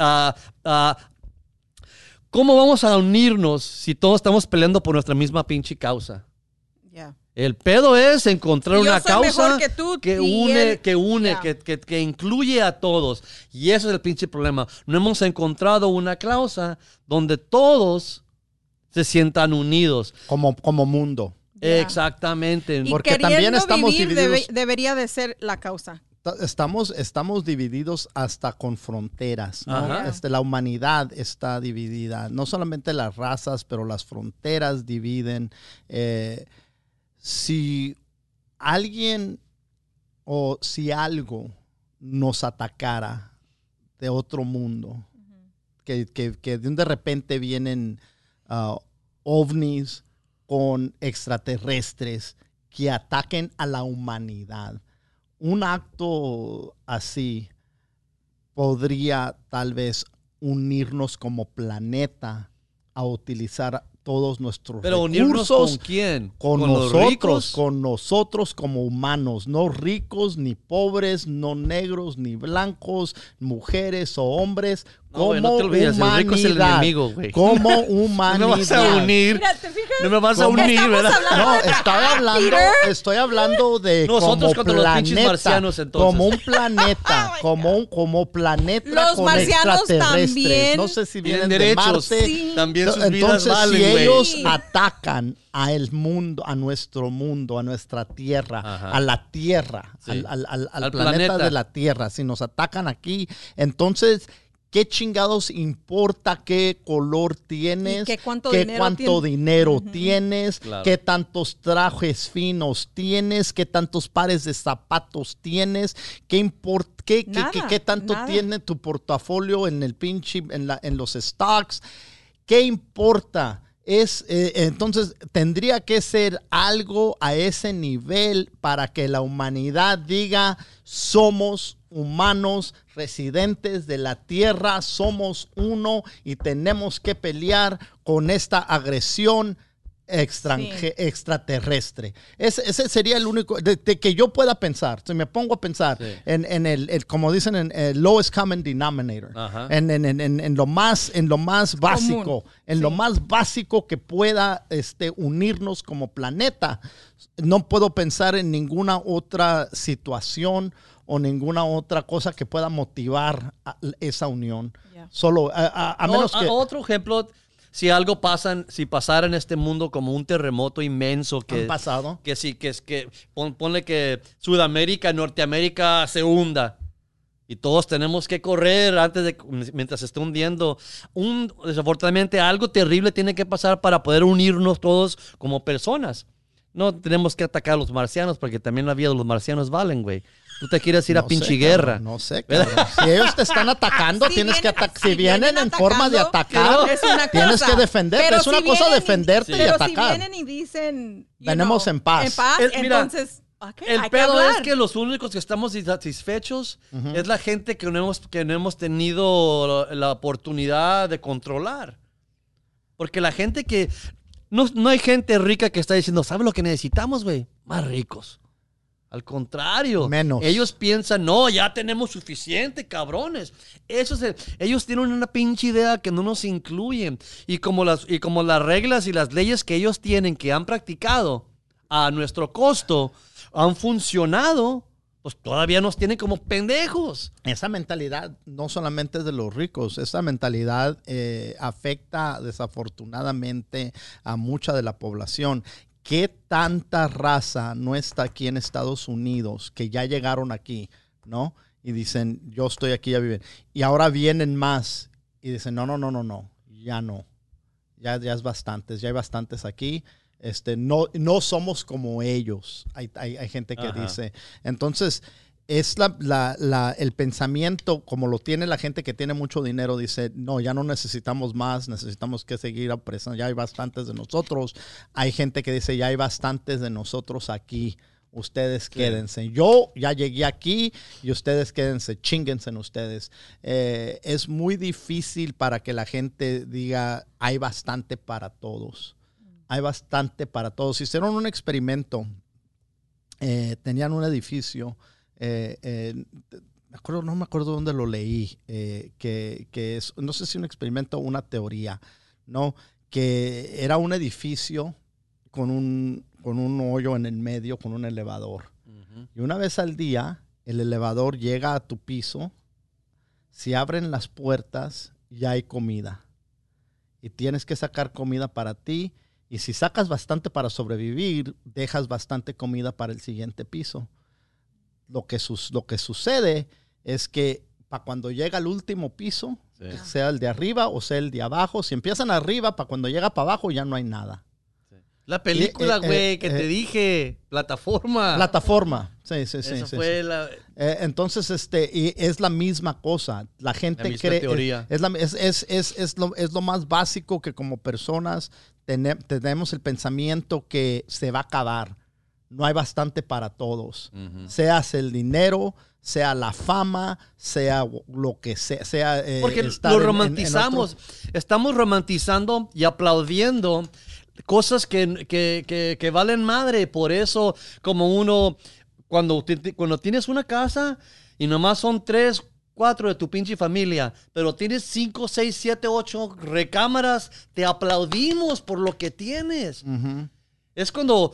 ¿Cómo vamos a unirnos si todos estamos peleando por nuestra misma pinche causa? Yeah. El pedo es encontrar Y yo una soy causa mejor que tú, que y une, él- Yeah. que incluye a todos. Y ese es el pinche problema. No hemos encontrado una causa donde todos se sientan unidos. Como mundo. Yeah. Exactamente. Y Porque queriendo también estamos vivir divididos. debería de ser la causa. Estamos divididos hasta con fronteras, ¿no? Ajá. La humanidad está dividida. No solamente las razas, pero las fronteras dividen. Si alguien o si algo nos atacara de otro mundo, que de repente vienen ovnis con extraterrestres que ataquen a la humanidad. Un acto así podría tal vez unirnos como planeta a utilizar todos nuestros Pero unirnos ¿con recursos quién? con los nosotros, ricos? con nosotros como humanos, no ricos ni pobres, no negros ni blancos, mujeres o hombres, No, güey, como no te olvides, el humanidad, rico es el enemigo, güey. como No humanidad. me vas a unir. Mira, ¿te fijas? No me vas a ¿Cómo? unir, ¿verdad? No, estoy hablando de Nosotros como contra los pinches planeta, marcianos, entonces. como un planeta, como planeta Los con marcianos extraterrestres. también No sé si Tienen vienen de derechos. Marte. Sí. También sus vidas Entonces, valen, si güey. ellos Sí. atacan a el mundo, a nuestro mundo, a nuestra tierra, Ajá. a la tierra, Sí. al planeta planeta. de la tierra, si nos atacan aquí, entonces, ¿qué chingados importa qué color tienes? ¿Y qué cuánto qué dinero cuánto tienes? dinero tienes? Claro. ¿Qué tantos trajes finos tienes? ¿Qué tantos pares de zapatos tienes? ¿Qué importa? Nada, ¿Qué tanto nada. tiene tu portafolio en el pinche, en los stocks? ¿Qué importa? Entonces, tendría que ser algo a ese nivel para que la humanidad diga, somos humanos residentes de la tierra, somos uno y tenemos que pelear con esta agresión extraterrestre. Ese sería el único de que yo pueda pensar. Si me pongo a pensar Sí. en el como dicen, en el lowest common denominator, Ajá. en lo más básico, en lo Sí. más básico que pueda unirnos como planeta. No puedo pensar en ninguna otra situación o ninguna otra cosa que pueda motivar esa unión. Yeah. Solo a menos que Otro ejemplo, si pasara en este mundo como un terremoto inmenso que han pasado. que sí, ponle que Sudamérica, Norteamérica se hunda y todos tenemos que correr mientras se esté hundiendo. Desafortunadamente algo terrible tiene que pasar para poder unirnos todos como personas. No tenemos que atacar a los marcianos porque también la vida de los marcianos valen, güey. Tú te quieres ir a No pinche sé, guerra. cabrón, no sé, cabrón. Si ellos te están atacando, Si tienes que vienen- atacar. si Si vienen en vienen forma de atacando, atacar, es una tienes cosa. que defenderte. Pero Es una si cosa vienen y- defenderte y Pero si atacar. vienen y dicen, Venimos en paz. Mira, entonces, ok, El hay que pedo hablar. es que los únicos que estamos insatisfechos es la gente que no hemos tenido la oportunidad de controlar. Porque la gente que... No hay gente rica que está diciendo, ¿sabes lo que necesitamos, güey? Más ricos. Al contrario. Menos. Ellos piensan, no, ya tenemos suficiente, cabrones. Ellos tienen una pinche idea que no nos incluyen. Y como las reglas y las leyes que ellos tienen, que han practicado a nuestro costo, han funcionado, pues todavía nos tienen como pendejos. Esa mentalidad no solamente es de los ricos, esa mentalidad afecta desafortunadamente a mucha de la población. ¿Qué tanta raza no está aquí en Estados Unidos que ya llegaron aquí, ¿no? Y dicen, yo estoy aquí, ya viven. Y ahora vienen más y dicen, no, ya no. Ya es bastantes, ya hay bastantes aquí. No somos como ellos. Hay gente que Ajá. dice. Entonces, es el pensamiento, como lo tiene la gente que tiene mucho dinero, dice, no, ya no necesitamos más, necesitamos que seguir apresando, ya hay bastantes de nosotros. Hay gente que dice, ya hay bastantes de nosotros aquí, ustedes quédense. Yo ya llegué aquí y ustedes quédense, chínguense en ustedes. Es muy difícil para que la gente diga, hay bastante para todos. Hay bastante para todos. Hicieron un experimento, tenían un edificio, no me acuerdo dónde lo leí, que es, no sé si un experimento o una teoría, ¿no? Que era un edificio con un hoyo en el medio, con un elevador. Y una vez al día, el elevador llega a tu piso, se abren las puertas y hay comida. y tienes que sacar comida para ti. Y si sacas bastante para sobrevivir, dejas bastante comida para el siguiente piso. Lo que sucede es que para cuando llega al último piso, sea el de arriba o sea el de abajo, si empiezan arriba, para cuando llega para abajo ya no hay nada. La película, güey, que te dije, Plataforma. Plataforma, sí. Esa fue la... Entonces, y es la misma cosa. La gente La misma cree... teoría. Es lo más básico que como personas tenemos el pensamiento que se va a acabar. No hay bastante para todos. Seas el dinero, sea la fama, sea lo que sea. Porque lo romantizamos. Estamos romantizando y aplaudiendo cosas que valen madre. Por eso, como uno, cuando tienes una casa y nomás son 3, 4 de tu pinche familia, pero tienes 5, 6, 7, 8 recámaras, te aplaudimos por lo que tienes. Es cuando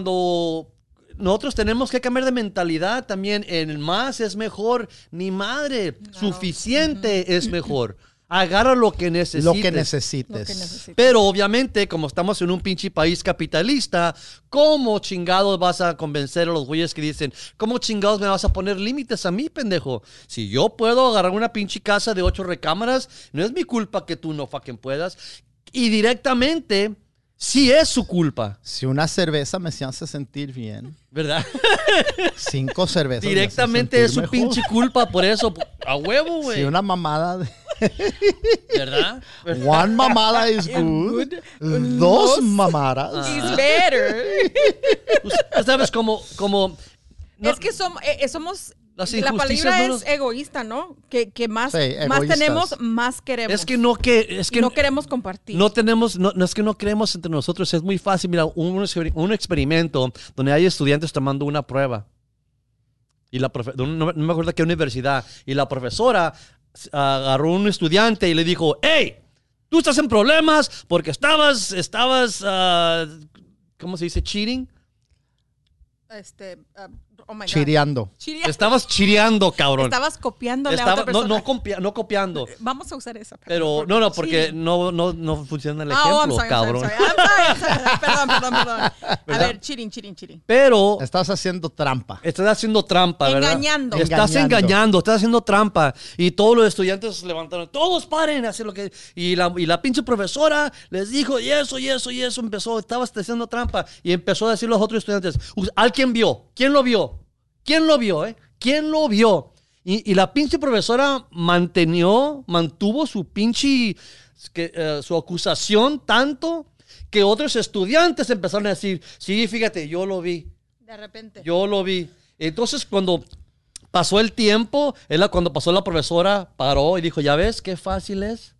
nosotros tenemos que cambiar de mentalidad también. En más es mejor, ni madre, suficiente es mejor. Agarra lo que necesites. Lo que necesites. Pero obviamente, como estamos en un pinche país capitalista, ¿cómo chingados vas a convencer a los güeyes que dicen, ¿cómo chingados me vas a poner límites a mí, pendejo? Si yo puedo agarrar una pinche casa de 8 recámaras, no es mi culpa que tú no fucking puedas. Y directamente, sí es su culpa. Si una cerveza me hace sentir bien, ¿verdad? 5 cervezas. Directamente es su pinche culpa, por eso, a huevo, güey. Si una mamada ¿verdad? One mamada is good. 2 mamadas. Is better. ¿Sabes cómo no, es que somos las la palabra injusticias es egoísta, ¿no? Que más egoístas. tenemos, más queremos. Es que no queremos compartir. No es que no creemos entre nosotros, es muy fácil. Mira, un experimento donde hay estudiantes tomando una prueba. Y no me acuerdo qué universidad. Y la profesora agarró a un estudiante y le dijo, hey, tú estás en problemas porque estabas ¿cómo se dice? Cheating. Oh my God. Chireando. Estabas chireando, cabrón. Estabas copiándole a otra persona. No copiando. Vamos a usar esa. Pero no, porque no funciona el ejemplo, I'm sorry, cabrón. I'm sorry. Perdón. A ver, cheating. Pero estás haciendo trampa. Estás haciendo trampa, ¿verdad? Engañando. Estás haciendo trampa. Y todos los estudiantes se levantaron. Todos paren a hacer lo que... Y la pinche profesora les dijo, y eso. Estabas haciendo trampa. Y empezó a decir a los otros estudiantes, ¿alguien vio? ¿Quién lo vio? ¿Quién lo vio? Y la pinche profesora mantuvo su pinche su acusación tanto que otros estudiantes empezaron a decir, sí, fíjate, yo lo vi. De repente. Yo lo vi. Entonces, cuando pasó el tiempo, cuando pasó la profesora, paró y dijo, ¿ya ves qué fácil es?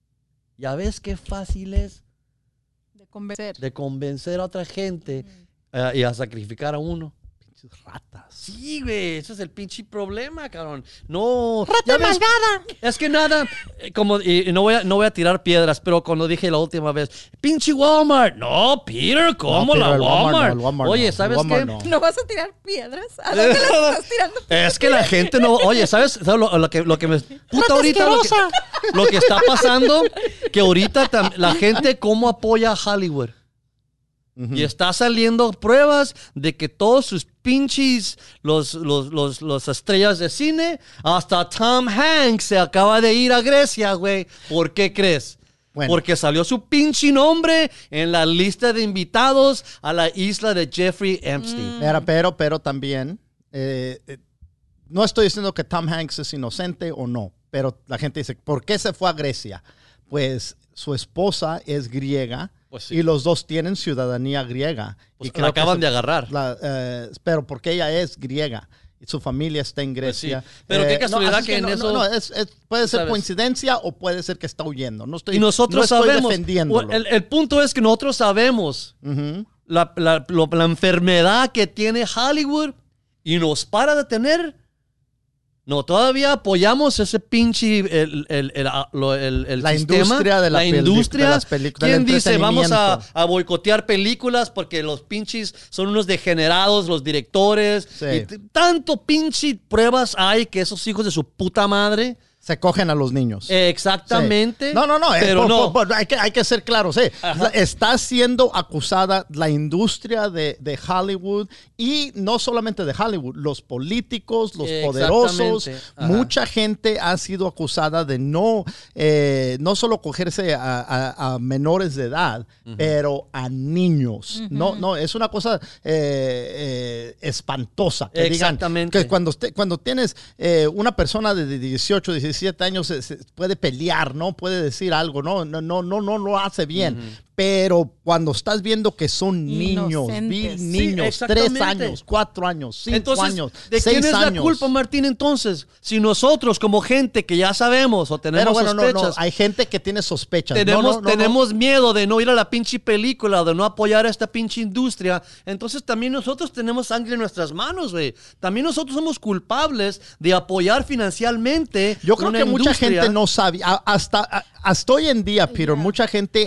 De convencer a otra gente y a sacrificar a uno. Ratas. Sí, güey, ese es el pinche problema, cabrón. No. ¡Rata malvada! Es que nada, y no voy a tirar piedras, pero cuando dije la última vez, pinche Walmart. No, Peter, ¿cómo la Walmart? Oye, ¿sabes qué? ¿No vas a tirar piedras? ¿A dónde las estás tirando? Es que la gente no. Oye, ¿sabes lo que me. Puta, ahorita lo que está pasando, que ahorita la gente cómo apoya a Hollywood. Y está saliendo pruebas de que todos sus pinches, los estrellas de cine, hasta Tom Hanks se acaba de ir a Grecia, güey. ¿Por qué crees? Bueno. Porque salió su pinche nombre en la lista de invitados a la isla de Jeffrey Epstein. Pero también, no estoy diciendo que Tom Hanks es inocente o no, pero la gente dice, ¿por qué se fue a Grecia? Pues su esposa es griega. Pues sí. Y los dos tienen ciudadanía griega. Pues y creo la acaban de agarrar. Pero porque ella es griega y su familia está en Grecia. Pues sí. Pero qué casualidad que en eso... puede ser coincidencia o puede ser que está huyendo. No estoy, y nosotros sabemos, defendiéndolo. El punto es que nosotros sabemos la enfermedad que tiene Hollywood y nos para de tener... No, todavía apoyamos ese pinche la sistema, industria de las películas. ¿Quién dice vamos a boicotear películas porque los pinches son unos degenerados, los directores? Sí. Y tanto pinche pruebas hay que esos hijos de su puta madre Se cogen a los niños. Exactamente. Sí. No. Pero no. Hay que ser claros. Está siendo acusada la industria de Hollywood y no solamente de Hollywood, los políticos, los poderosos. Mucha gente ha sido acusada de no solo cogerse a menores de edad, pero a niños. No, es una cosa espantosa. Que digan que cuando tienes una persona de 18, 17 años se puede pelear, ¿no? Puede decir algo, no lo hace bien. Pero cuando estás viendo que son niños, niños, 3 años, 4 años, 5 años, 6 años. ¿De quién es la culpa, Martín, entonces? Si nosotros, como gente que ya sabemos o tenemos sospechas. No, hay gente que tiene sospechas. Tenemos miedo de no ir a la pinche película, de no apoyar a esta pinche industria. Entonces también nosotros tenemos sangre en nuestras manos, güey. También nosotros somos culpables de apoyar financialmente. Yo creo que mucha gente no sabe. Hasta hoy en día, Peter, mucha gente...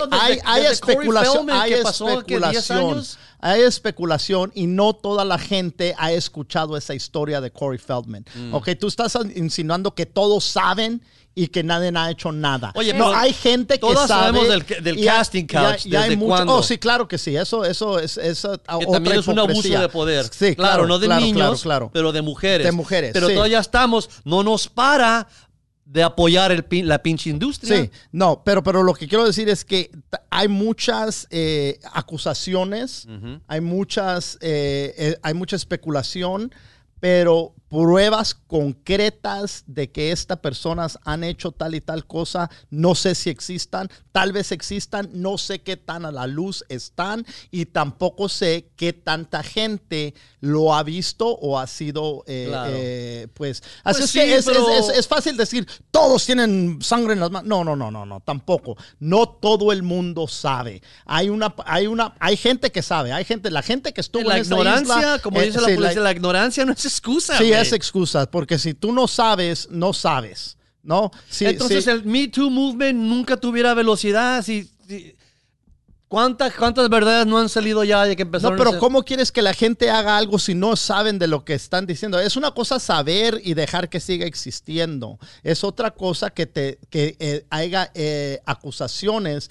Hay especulación y no toda la gente ha escuchado esa historia de Corey Feldman. Ok, tú estás insinuando que todos saben y que nadie ha hecho nada. Oye, no, hay gente que todos sabe. Sabemos del casting couch, ¿desde cuándo? Oh, sí, claro que sí. Eso es que otra también es un abuso de poder. Sí, claro, no de niños, pero de mujeres. De mujeres, pero todavía no nos para de apoyar la pinche industria. Sí, no, pero lo que quiero decir es que hay muchas acusaciones, hay mucha especulación, pero pruebas concretas de que estas personas han hecho tal y tal cosa, no sé si existan, tal vez existan, no sé qué tan a la luz están y tampoco sé qué tanta gente lo ha visto o ha sido, pues es que es fácil decir, todos tienen sangre en las manos. No, tampoco. No todo el mundo sabe. Hay gente que sabe, la gente que estuvo en esa isla, como dice la policía, la ignorancia no es excusa. Sí, es excusa, porque si tú no sabes, no sabes, ¿no? Entonces el Me Too Movement nunca tuviera velocidad. ¿Cuántas verdades no han salido ya de que empezaron? No, pero ¿cómo quieres que la gente haga algo si no saben de lo que están diciendo? Es una cosa saber y dejar que siga existiendo. Es otra cosa que haya acusaciones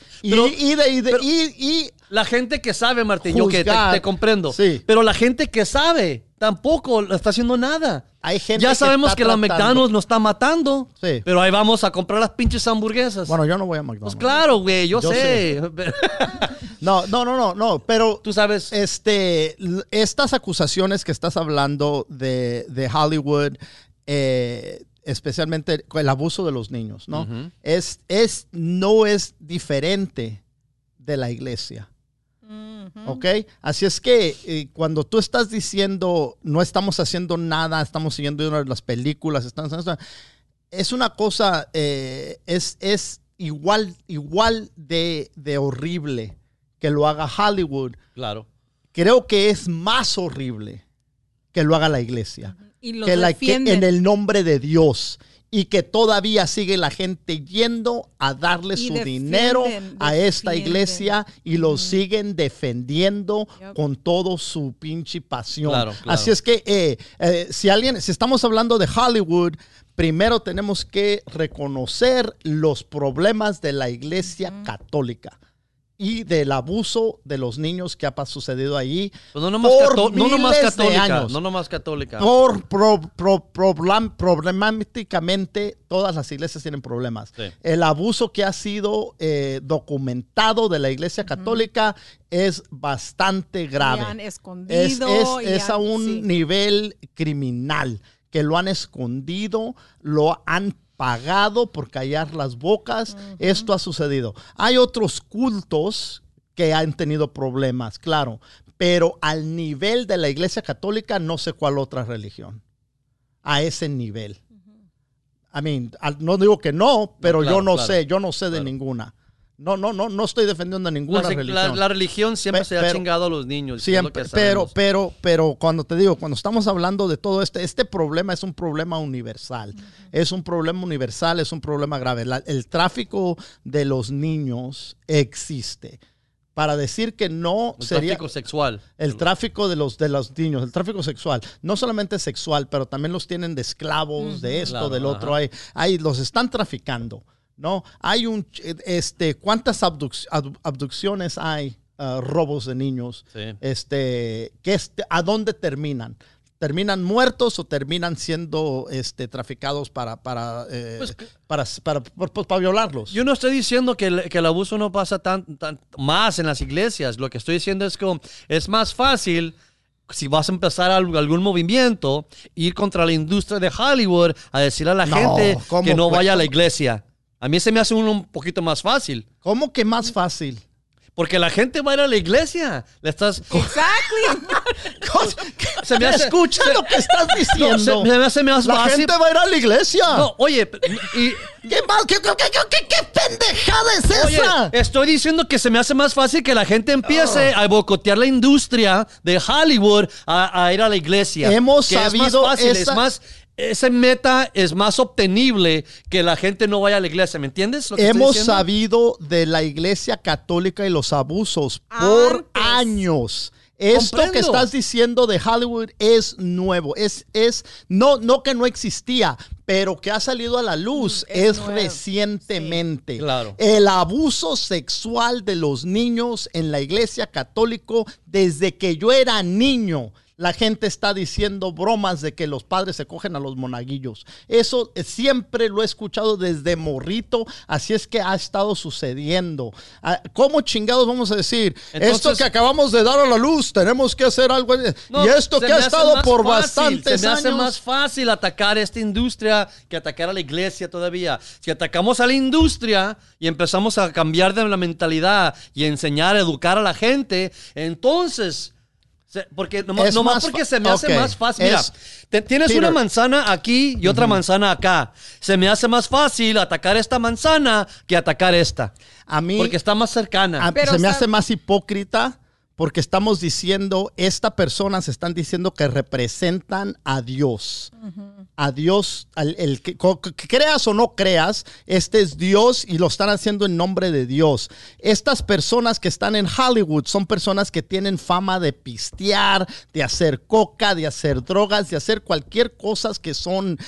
y la gente que sabe, Martín, yo que te comprendo. Sí. Pero la gente que sabe tampoco está haciendo nada. Hay gente ya sabemos que la McDonald's McDonald's nos está matando. Sí. Pero ahí vamos a comprar las pinches hamburguesas. Bueno, yo no voy a McDonald's. Pues claro, güey, yo sé. No, pero tú sabes. Estas acusaciones que estás hablando de Hollywood, especialmente el abuso de los niños, ¿no? No es diferente de la iglesia. ¿Ok? Así es que cuando tú estás diciendo no estamos haciendo nada, estamos siguiendo una de las películas, es una cosa, es igual de horrible que lo haga Hollywood. Claro. Creo que es más horrible que lo haga la iglesia. Y los defienden. En el nombre de Dios. Y que todavía sigue la gente yendo a darle su dinero a esta iglesia y lo siguen defendiendo con todo su pinche pasión. Claro. Así es que si estamos hablando de Hollywood, primero tenemos que reconocer los problemas de la iglesia católica y del abuso de los niños que ha sucedido allí. Pues no nomás católica. Problemáticamente, todas las iglesias tienen problemas. Sí. El abuso que ha sido documentado de la iglesia católica es bastante grave. Y han escondido. Es a un nivel criminal, que lo han escondido, lo han pagado por callar las bocas. Esto ha sucedido. Hay otros cultos que han tenido problemas, claro, pero al nivel de la iglesia católica no sé cuál otra religión. A ese nivel. No digo que no, pero yo no sé de ninguna. No estoy defendiendo a ninguna religión. La religión siempre se ha chingado a los niños. Siempre, pero cuando estamos hablando de todo este problema es un problema universal. Es un problema universal, es un problema grave. El tráfico de los niños existe. para decir que no El sería tráfico sexual. el tráfico de los niños, el tráfico sexual, no solamente sexual, pero también los tienen de esclavos, de esto, Claro, del otro, ajá. hay los están traficando, ¿no? Hay ¿cuántas abducciones hay? Robos de niños, Sí. ¿a dónde terminan? ¿Terminan muertos o terminan siendo traficados para violarlos? Yo no estoy diciendo que el abuso no pasa tan más en las iglesias. Lo que estoy diciendo es que es más fácil, si vas a empezar algún movimiento, ir contra la industria de Hollywood a decirle a la gente ¿cómo que no pues? vaya a la iglesia. A mí se me hace un poquito más fácil. ¿Cómo que más fácil? Porque la gente va a ir a la iglesia. Le estás... Exactly. Se me hace- Escucha lo que estás No, diciendo. se me hace más la fácil. gente va a ir a la iglesia. No, oye, ¿Qué pendejada es oye, esa? estoy diciendo que se me hace más fácil que la gente empiece a boicotear la industria de Hollywood a ir a la iglesia. Hemos Que sabido es más fácil, esa- ese meta es más obtenible que la gente no vaya a la iglesia, ¿me entiendes? Lo que estoy Hemos diciendo? sabido de la iglesia católica y los abusos por Antes. años. Esto Comprendo. que estás diciendo de Hollywood es nuevo. No que no existía, pero que ha salido a la luz Es es nuevo. recientemente. Sí. Claro. El abuso sexual de los niños en la iglesia católica desde que yo era niño. La gente está diciendo bromas de que los padres se cogen a los monaguillos. Eso siempre lo he escuchado desde morrito, así es que ha estado sucediendo. ¿Cómo chingados vamos a decir? Entonces- esto que acabamos de dar a la luz, tenemos que hacer algo. No, y esto se que ha me hace estado más por fácil, bastantes se me hace años. más fácil atacar esta industria que atacar a la iglesia todavía. Si atacamos a la industria y empezamos a cambiar de la mentalidad y enseñar, educar a la gente, entonces... Porque nomás porque se me hace ok. más fácil. Mira, tienes Peter. una manzana aquí y otra manzana acá. Se me hace más fácil atacar esta manzana que atacar esta. A mí, Porque está más cercana. Pero, se me o sea- hace más hipócrita porque estamos diciendo, esta persona se están diciendo que representan a Dios. A Dios, el que creas o no creas, este es Dios y lo están haciendo en nombre de Dios. Estas personas que están en Hollywood son personas que tienen fama de pistear, de hacer coca, de hacer drogas, de hacer cualquier cosa que son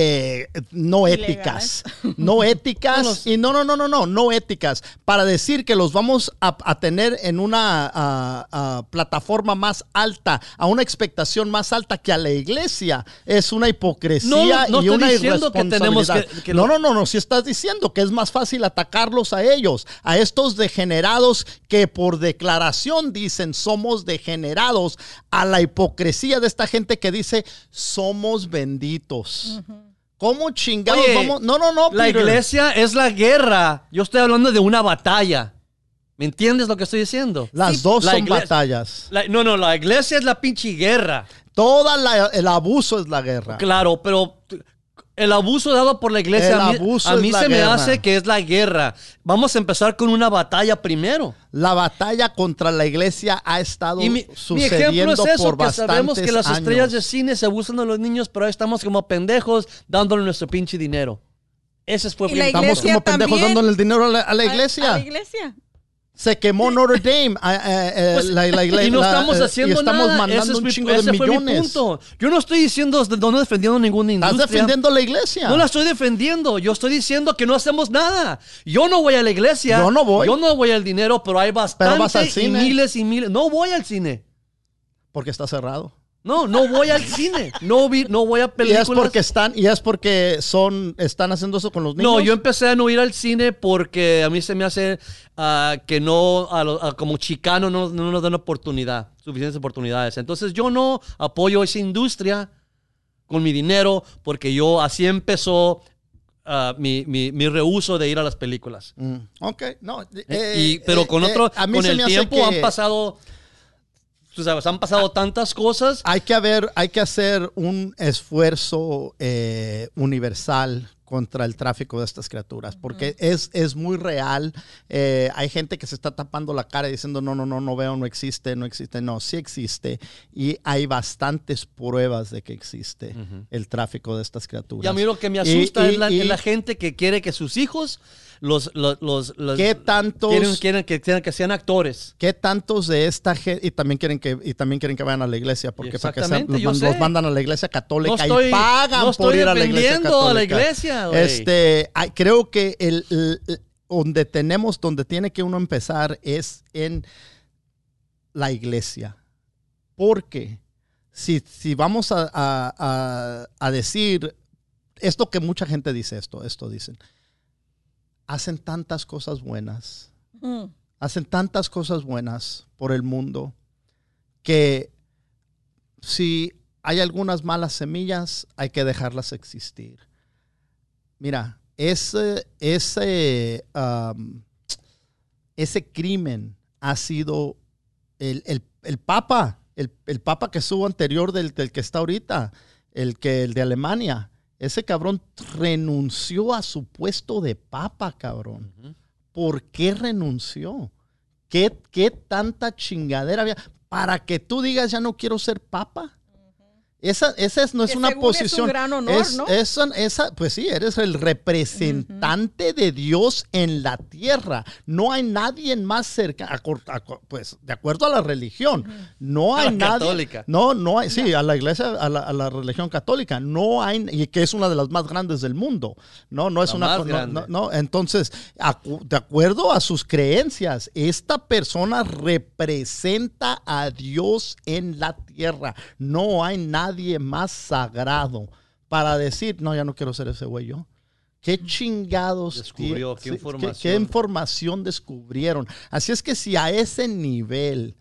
no éticas. No éticas y no éticas. Para decir que los vamos a tener en una plataforma más alta, a una expectación más alta que a la iglesia, es una hipocresía No y estoy una diciendo que tenemos irresponsabilidad. que No, si estás diciendo que es más fácil atacarlos a ellos, a estos degenerados que por declaración dicen somos degenerados, a la hipocresía de esta gente que dice somos benditos. ¿Cómo chingados Oye, vamos? No, La Peter. iglesia es la guerra. Yo estoy hablando de una batalla. ¿Me entiendes lo que estoy diciendo? Las dos la son iglesia- batallas. No, la iglesia es la pinche guerra. El abuso es la guerra. Claro, pero el abuso dado por la iglesia El a mí, abuso a mí es la se me guerra. hace que es la guerra. Vamos a empezar con una batalla primero. La batalla contra la iglesia ha estado Y mi sucediendo ejemplo es eso, por que bastantes sabemos que las estrellas de años. cine se abusan de los niños, pero ahí estamos como pendejos dándole nuestro pinche dinero. Ese fue Y la Estamos iglesia como pendejos también. dándole el dinero a la iglesia. A la iglesia. Se quemó Notre Dame. Pues, la iglesia. y no estamos haciendo y estamos nada. mandando Ese un es chingo ese de fue mi millones. punto. Yo no estoy diciendo, no defendiendo ninguna Estás industria. defendiendo la iglesia. No la estoy defendiendo. Yo estoy diciendo que no hacemos nada. Yo no voy a la iglesia. Yo no voy. Yo no voy al dinero, pero hay bastante vas al y cine. miles y miles. No voy al cine. Porque está cerrado. No voy al cine. No voy a Y películas. es porque están haciendo eso con los niños. No, yo empecé a no ir al cine porque a mí se me hace que no, como chicano no nos dan suficientes oportunidades. Entonces yo no apoyo esa industria con mi dinero porque así empezó mi rehúso de ir a las películas. Ok, no. Pero con a mí se el me hace tiempo que han pasado, tú sabes, han pasado tantas cosas. hay que hacer un esfuerzo universal contra el tráfico de estas criaturas, porque es muy real. Hay gente que se está tapando la cara y diciendo, no veo, no existe. No, sí existe. Y hay bastantes pruebas de que existe el tráfico de estas criaturas. Y a mí lo que me asusta es la gente que quiere que sus hijos ¿qué tantos quieren que sean actores? ¿Qué tantos de esta gente y también quieren que vayan a la iglesia? Porque para que Exactamente, los mandan a la iglesia católica y pagan no por ir a la iglesia católica. a la iglesia, güey. Creo que donde tiene que uno empezar es en la iglesia. Porque si vamos a decir esto que mucha gente dice, esto dicen, hacen tantas cosas buenas, por el mundo, que si hay algunas malas semillas, hay que dejarlas existir. Mira, ese crimen ha sido el Papa, el Papa que estuvo anterior del que está ahorita, el de Alemania. Ese cabrón renunció a su puesto de papa, cabrón. ¿Por qué renunció? ¿Qué tanta chingadera había? Para que tú digas, ya no quiero ser papa. Esa no es una posición. Es un gran honor, ¿no? Pues sí, eres el representante de Dios en la tierra. No hay nadie más cerca, pues de acuerdo a la religión, no hay nadie. Católica. No hay, sí, a la iglesia, a la religión católica, no hay, y que es una de las más grandes del mundo. No es una más grande. Entonces, de acuerdo a sus creencias, esta persona representa a Dios en la tierra. No hay nadie más sagrado para decir, no, ya no quiero ser ese güey yo. ¿Qué chingados descubrió? ¿Qué información descubrieron? Así es que si a ese nivel,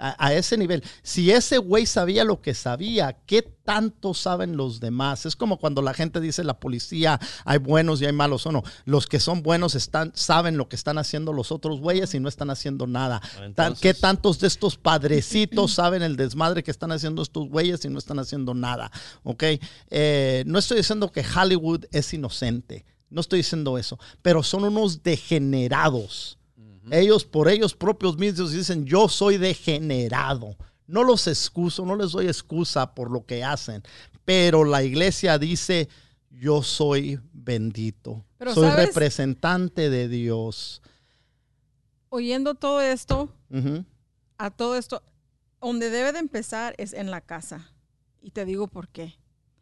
si ese güey sabía lo que sabía, ¿qué tanto saben los demás? Es como cuando la gente dice la policía, hay buenos y hay malos, o no. Los que son buenos saben lo que están haciendo los otros güeyes y no están haciendo nada. Entonces, ¿qué tantos de estos padrecitos saben el desmadre que están haciendo estos güeyes y no están haciendo nada? ¿Ok? No estoy diciendo que Hollywood es inocente. No estoy diciendo eso. Pero son unos degenerados. Ellos por ellos propios mismos dicen, yo soy degenerado. No los excuso, no les doy excusa por lo que hacen. Pero la iglesia dice, yo soy bendito. Pero soy representante de Dios. Oyendo todo esto, a todo esto, donde debe de empezar es en la casa. Y te digo por qué.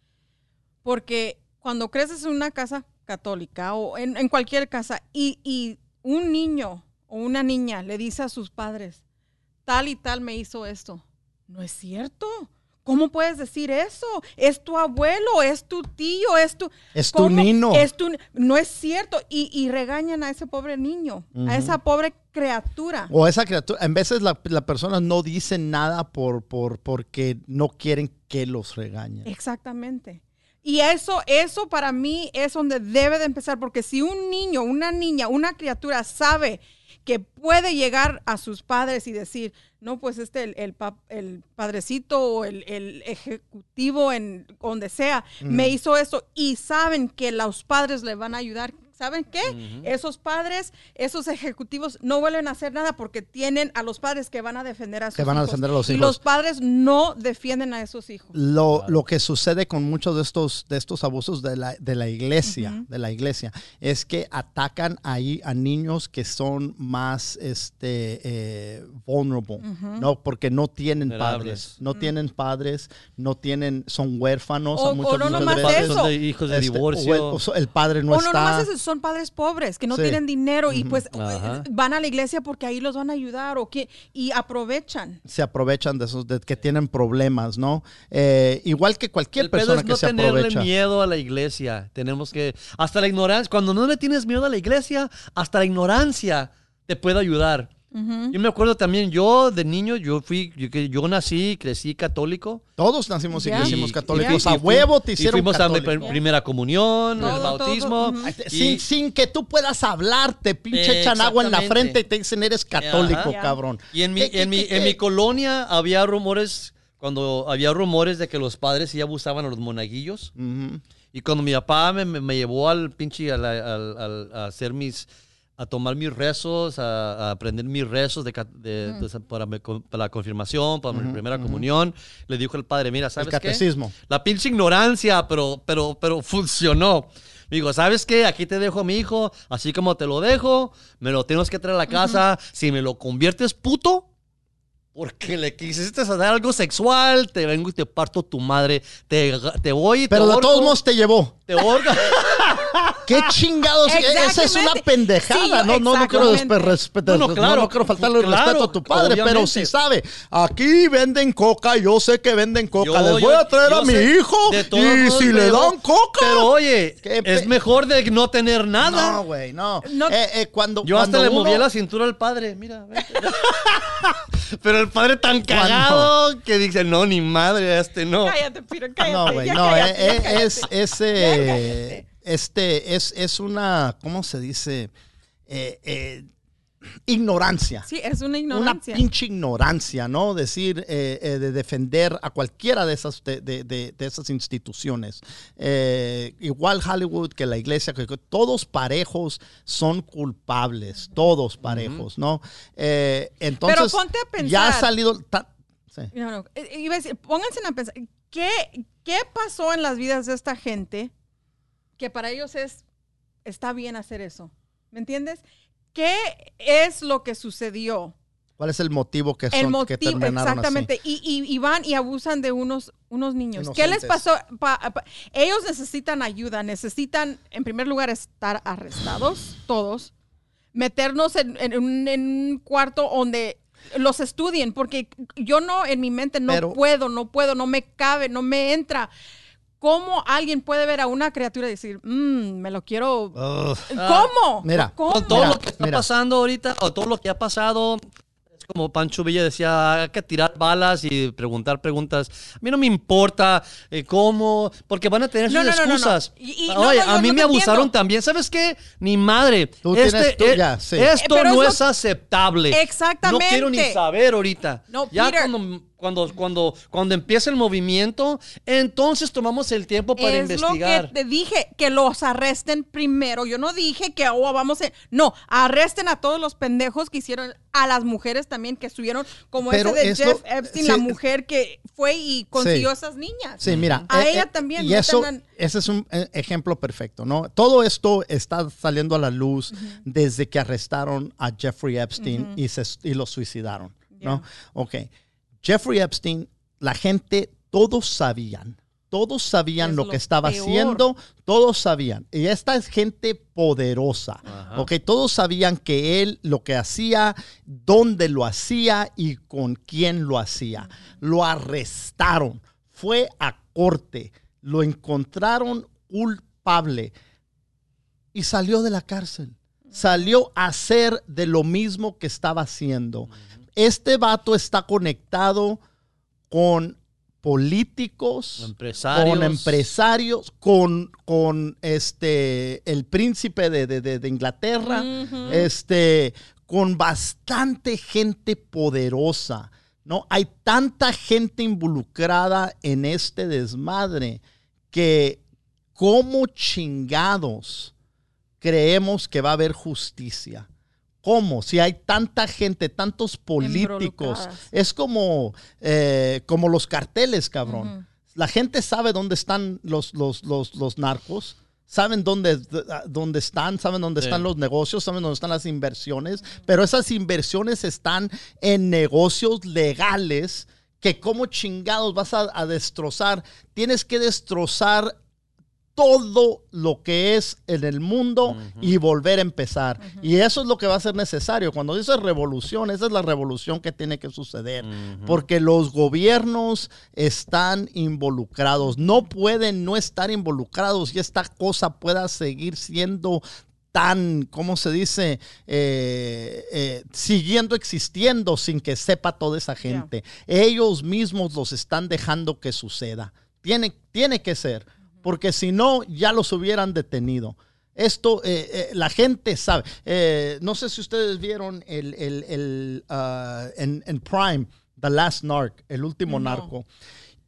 Porque cuando creces en una casa católica o en cualquier casa y un niño o una niña le dice a sus padres, tal y tal me hizo esto. No es cierto. ¿Cómo puedes decir eso? Es tu abuelo, es tu tío, es tu nino. No es cierto. Y regañan a ese pobre niño, a esa pobre criatura. O esa criatura. En veces la persona no dice nada porque no quieren que los regañen. Exactamente. Y eso para mí es donde debe de empezar, porque si un niño, una niña, una criatura sabe que puede llegar a sus padres y decir, no, pues el padrecito o el ejecutivo en donde sea me hizo eso, y saben que los padres le van a ayudar. ¿Saben qué? Esos padres, esos ejecutivos no vuelven a hacer nada porque tienen a los padres que van a defender a sus hijos. Que van a defender a los hijos. Y los padres no defienden a esos hijos. Lo que sucede con muchos de estos abusos de la iglesia, es que atacan ahí a niños que son más vulnerable, ¿no? Porque no tienen padres. No tienen padres, son huérfanos. O no nomás veces, eso. Son hijos de divorcio. El padre no está. No nomás eso, son padres pobres que no tienen dinero y pues van a la iglesia porque ahí los van a ayudar y aprovechan. Se aprovechan de esos de que tienen problemas, ¿no? Igual que cualquier persona que se aprovecha. No tenerle miedo a la iglesia. Tenemos que, hasta la ignorancia, cuando no le tienes miedo a la iglesia, hasta la ignorancia te puede ayudar. Yo me acuerdo también, yo de niño, yo nací, crecí católico. Todos nacimos y crecimos católicos. A huevo te hicieron fuimos católico. a mi primera comunión, el bautismo. Sin que tú puedas hablar, te pinche echan agua en la frente y te dicen eres católico, cabrón. Y en mi colonia había rumores, cuando había rumores de que los padres sí abusaban a los monaguillos. Y cuando mi papá me llevó al pinche, a hacer a tomar mis rezos, a aprender mis rezos para la confirmación, para mi primera comunión, le dijo el padre, mira, ¿sabes el catecismo. qué? La pinche ignorancia, pero funcionó. Me dijo, ¿sabes qué? Aquí te dejo a mi hijo, así como te lo dejo, me lo tienes que traer a la casa. Si me lo conviertes puto, porque le quisiste hacer algo sexual, te vengo y te parto tu madre, te voy y Pero de todos modos te llevó. Te orga. ¿Qué chingados? Esa es una pendejada. Sí, no quiero respetar. No, claro, no quiero faltarle el respeto a tu padre, obviamente. pero si sabe, aquí venden coca, yo sé que venden coca. Les voy a traer a mi hijo y si le dan coca. Pero oye, es mejor de no tener nada. No, güey, no. Yo hasta le moví la cintura al padre, mira. Pero el padre tan cagado que dice, no, ni madre, no. Cállate, Piro, cállate. No, güey, no, es una, ¿cómo se dice? Ignorancia. Sí, es una ignorancia. Una pinche ignorancia, ¿no? Decir, de defender a cualquiera de esas instituciones. Igual Hollywood que la iglesia, que todos parejos son culpables, todos parejos, ¿no? Entonces, pero ponte a pensar. Ya ha salido... Sí. No, iba a decir, pónganse a pensar, ¿qué pasó en las vidas de esta gente que para ellos está bien hacer eso? ¿Me entiendes? ¿Qué es lo que sucedió? ¿Cuál es el motivo que terminaron exactamente, así? Y van y abusan de unos niños. Inocentes. ¿Qué les pasó? Ellos necesitan ayuda, necesitan, en primer lugar, estar arrestados, todos, meternos en un cuarto donde los estudien, porque yo en mi mente no puedo, no me cabe, no me entra. ¿Cómo alguien puede ver a una criatura y decir, me lo quiero? ¿Cómo? Mira, con todo lo que está pasando ahorita, o todo lo que ha pasado, es como Pancho Villa decía, hay que tirar balas y preguntar preguntas. A mí no me importa cómo, porque van a tener sus excusas. Oye, a mí me abusaron también. ¿Sabes qué? Ni madre. Esto no es aceptable. Exactamente. No quiero ni saber ahorita. No, ya Peter. Cuando empieza el movimiento, entonces tomamos el tiempo para investigar. Es lo que te dije, que los arresten primero. Yo no dije que no, arresten a todos los pendejos que hicieron, a las mujeres también que estuvieron, como pero ese de Jeff Epstein, la mujer que fue y consiguió esas niñas. Sí, mira. A ella también. Y ese es un ejemplo perfecto, ¿no? Todo esto está saliendo a la luz desde que arrestaron a Jeffrey Epstein y lo suicidaron, ¿no? Ok. Jeffrey Epstein, la gente, todos sabían lo que estaba haciendo, todos sabían. Y esta es gente poderosa, ¿ok? Todos sabían que él lo que hacía, dónde lo hacía y con quién lo hacía. Lo arrestaron, fue a corte, lo encontraron culpable y salió de la cárcel. Salió a hacer de lo mismo que estaba haciendo. Este vato está conectado con políticos, empresarios, con el príncipe de Inglaterra, con bastante gente poderosa, ¿no? Hay tanta gente involucrada en este desmadre que como chingados creemos que va a haber justicia. ¿Cómo? Si hay tanta gente, tantos políticos. Es como los carteles, cabrón. La gente sabe dónde están los narcos. Saben dónde están, saben dónde están los negocios, saben dónde están las inversiones. Pero esas inversiones están en negocios legales que como chingados vas a destrozar. Tienes que destrozar todo lo que es en el mundo y volver a empezar. Y eso es lo que va a ser necesario. Cuando dices revolución, esa es la revolución que tiene que suceder. Porque los gobiernos están involucrados. No pueden no estar involucrados y esta cosa pueda seguir siendo tan, ¿cómo se dice? Siguiendo existiendo sin que sepa toda esa gente. Ellos mismos los están dejando que suceda. Tiene que ser. Porque si no, ya los hubieran detenido. Esto, la gente sabe. No sé si ustedes vieron en Prime, The Last Narc, el último narco.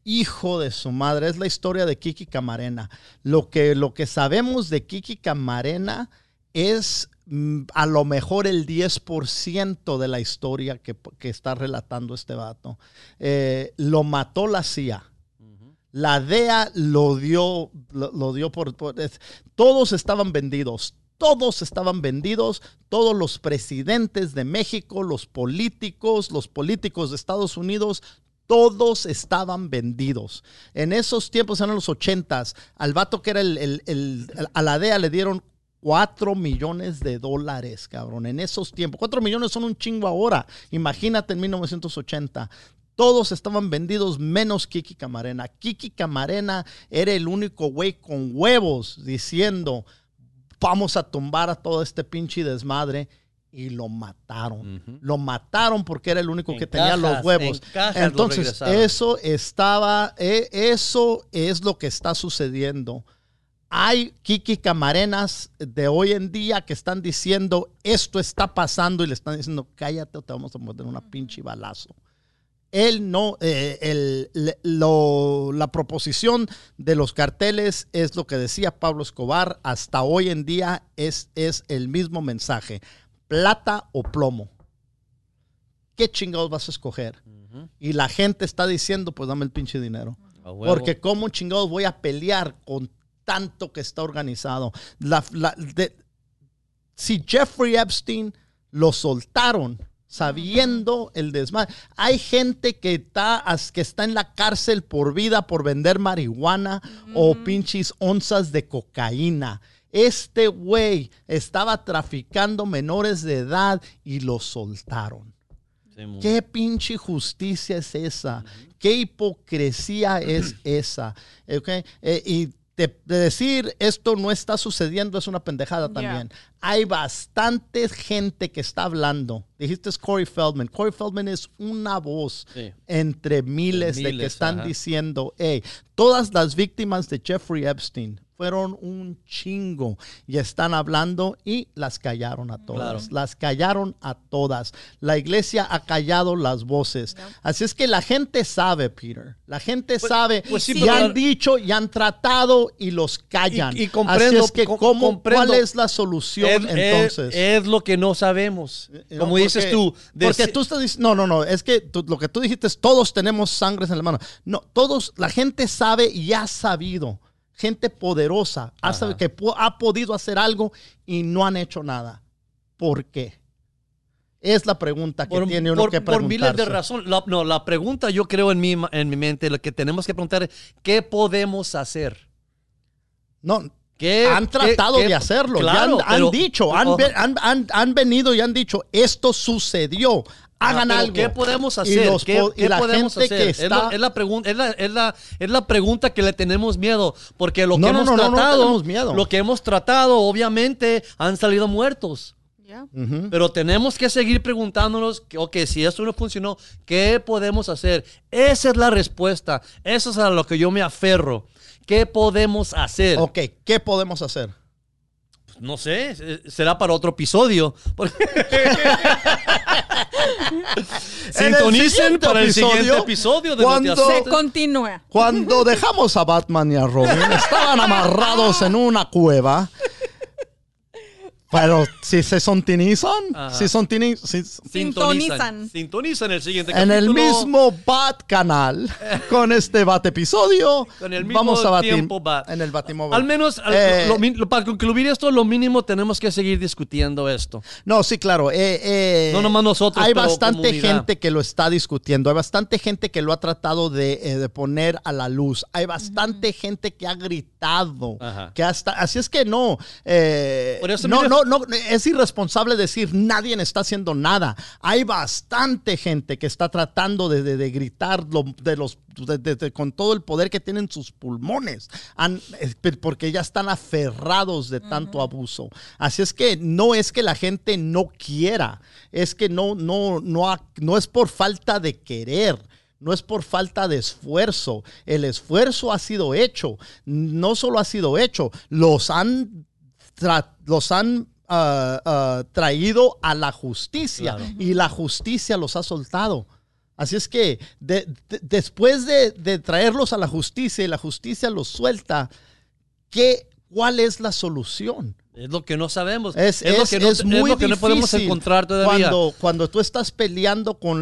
Hijo de su madre, es la historia de Kiki Camarena. Lo que sabemos de Kiki Camarena es a lo mejor el 10% de la historia que está relatando este vato. Lo mató la CIA. La DEA lo dio todos estaban vendidos. Todos estaban vendidos, todos los presidentes de México, los políticos de Estados Unidos, todos estaban vendidos. En esos tiempos, eran los 80s, al vato que era a la DEA le dieron $4 millones, cabrón, en esos tiempos. 4 millones son un chingo ahora. Imagínate en 1980. Todos estaban vendidos menos Kiki Camarena. Kiki Camarena era el único güey con huevos diciendo, vamos a tumbar a todo este pinche desmadre. Y lo mataron. Lo mataron porque era el único que tenía los huevos. Entonces, eso es lo que está sucediendo. Hay Kiki Camarenas de hoy en día que están diciendo, esto está pasando, y le están diciendo, cállate o te vamos a poner una pinche balazo. Él no, la proposición de los carteles es lo que decía Pablo Escobar, hasta hoy en día es el mismo mensaje. Plata o plomo. ¿Qué chingados vas a escoger? Y la gente está diciendo, pues dame el pinche dinero. Porque cómo chingados voy a pelear con tanto que está organizado. Si Jeffrey Epstein lo soltaron sabiendo el desmadre. Hay gente que está en la cárcel por vida por vender marihuana o pinches onzas de cocaína. Este güey estaba traficando menores de edad y lo soltaron. Sí, ¿qué pinche justicia es esa? ¿Qué hipocresía es esa? Okay. Y de decir esto no está sucediendo es una pendejada también. Hay bastante gente que está hablando. Dijiste Corey Feldman. Corey Feldman es una voz entre miles de que están diciendo, hey, todas las víctimas de Jeffrey Epstein fueron un chingo y están hablando y las callaron a todas. Claro. Las callaron a todas. La iglesia ha callado las voces. Así es que la gente sabe, Peter. La gente sabe. Pues sí, y han dicho y han tratado y los callan. Y comprendo. Así es que ¿cuál es la solución entonces? Es lo que no sabemos. Como dices tú. Porque tú estás diciendo, no. Es que lo que tú dijiste es todos tenemos sangres en la mano. No, todos, la gente sabe y ha sabido. Gente poderosa que ha podido hacer algo y no han hecho nada. ¿Por qué? Es la pregunta que tiene uno que preguntarse. Por miles de razones. La pregunta yo creo en mi mente, lo que tenemos que preguntar es, ¿qué podemos hacer? No, han tratado de hacerlo. Claro, han dicho, han venido y han dicho, esto sucedió. Hagan algo. ¿Qué podemos hacer? ¿Qué podemos hacer? Es la pregunta que le tenemos miedo. Porque lo que hemos tratado, obviamente, han salido muertos. Yeah. Pero tenemos que seguir preguntándonos, ok, si esto no funcionó, ¿qué podemos hacer? Esa es la respuesta. Eso es a lo que yo me aferro. ¿Qué podemos hacer? Ok, ¿qué podemos hacer? No sé, será para otro episodio. Sintonicen para el siguiente episodio de Se continúa. Cuando dejamos a Batman y a Robin, estaban amarrados en una cueva. Pero si se sintonizan, sintonizan el siguiente capítulo. En el mismo Bat canal, con este Bat episodio, con el mismo vamos a batir tiempo Bat. En el Batimóvil. Al menos, para concluir esto, lo mínimo tenemos que seguir discutiendo esto. No, sí, claro. No nomás nosotros, hay pero bastante comunidad. gente que lo está discutiendo. Hay bastante gente que lo ha tratado de poner a la luz. Hay bastante gente que ha gritado. Así es que no. Por eso no, es irresponsable decir nadie está haciendo nada. Hay bastante gente que está tratando de gritar con todo el poder que tienen sus pulmones, porque ya están aferrados de tanto abuso. Así es que no es que la gente no quiera, es que no es por falta de querer. No es por falta de esfuerzo. El esfuerzo ha sido hecho. No solo ha sido hecho, los han traído a la justicia, claro. Y la justicia los ha soltado. Así es que después de traerlos a la justicia y la justicia los suelta, ¿cuál es la solución? Es lo que no sabemos. Es lo que no podemos encontrar todavía. Cuando tú estás peleando con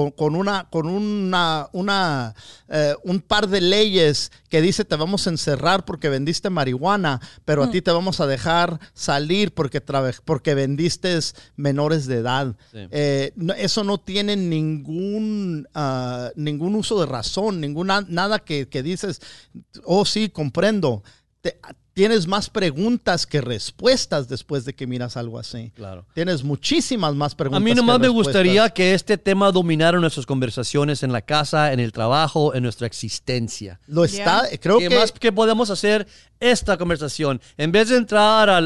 un par de leyes que dice te vamos a encerrar porque vendiste marihuana, pero a ti te vamos a dejar salir porque vendiste menores de edad. Sí. Eso no tiene ningún uso de razón, nada que dices, oh sí, comprendo. Tienes más preguntas que respuestas después de que miras algo así. Claro. Tienes muchísimas más preguntas. A mí nomás me gustaría que este tema dominara nuestras conversaciones en la casa, en el trabajo, en nuestra existencia. Lo está, creo que más que podemos hacer esta conversación. En vez de entrar al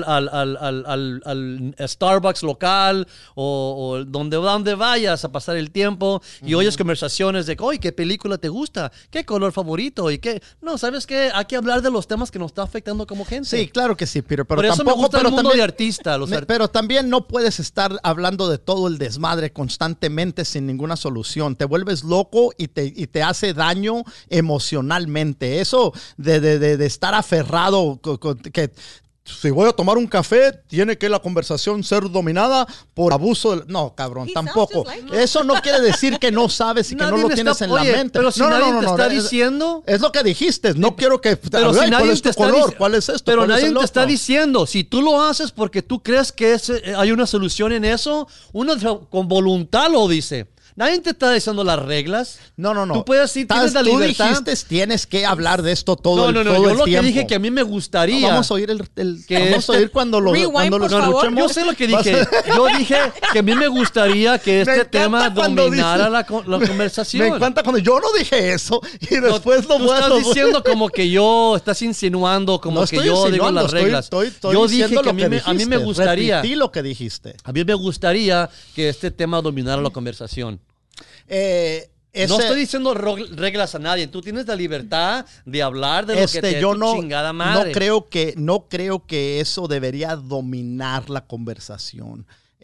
Starbucks local o donde vayas a pasar el tiempo y oyes conversaciones de, oye, ¿qué película te gusta? ¿Qué color favorito? ¿Y qué? No, ¿sabes qué? Hay que hablar de los temas que nos está afectando como gente. Sí, claro que sí, Peter, pero por eso tampoco, me gusta el mundo de artista. Pero también no puedes estar hablando de todo el desmadre constantemente sin ninguna solución. Te vuelves loco y te hace daño emocionalmente. Eso de estar aferrado que si voy a tomar un café, tiene que la conversación ser dominada por abuso. No, cabrón, tampoco. Eso no quiere decir que no sabes y que no lo tienes en la mente. Pero si nadie te está diciendo... Es lo que dijiste. No quiero que... Pero si nadie te está diciendo... ¿Cuál es esto? Pero nadie te está diciendo. Si tú lo haces porque tú crees que hay una solución en eso, uno con voluntad lo dice. Nadie te está diciendo las reglas. No. Tú puedes ir, tienes la libertad. Tú dijiste, tienes que hablar de esto todo el tiempo. Yo lo que dije que a mí me gustaría... vamos a oír vamos a oír cuando lo escuchemos. Yo sé lo que dije. Yo dije que a mí me gustaría que este tema dominara la conversación. Me encanta cuando yo no dije eso y después lo voy a... Tú estás diciendo como que estás insinuando como que yo digo las reglas. Yo dije que a mí me gustaría... Repetí lo que dijiste. A mí me gustaría que este tema dominara la conversación. No estoy diciendo reglas a nadie. Tú tienes la libertad de hablar de lo que te chingada madre. No creo que eso debería dominar la conversación.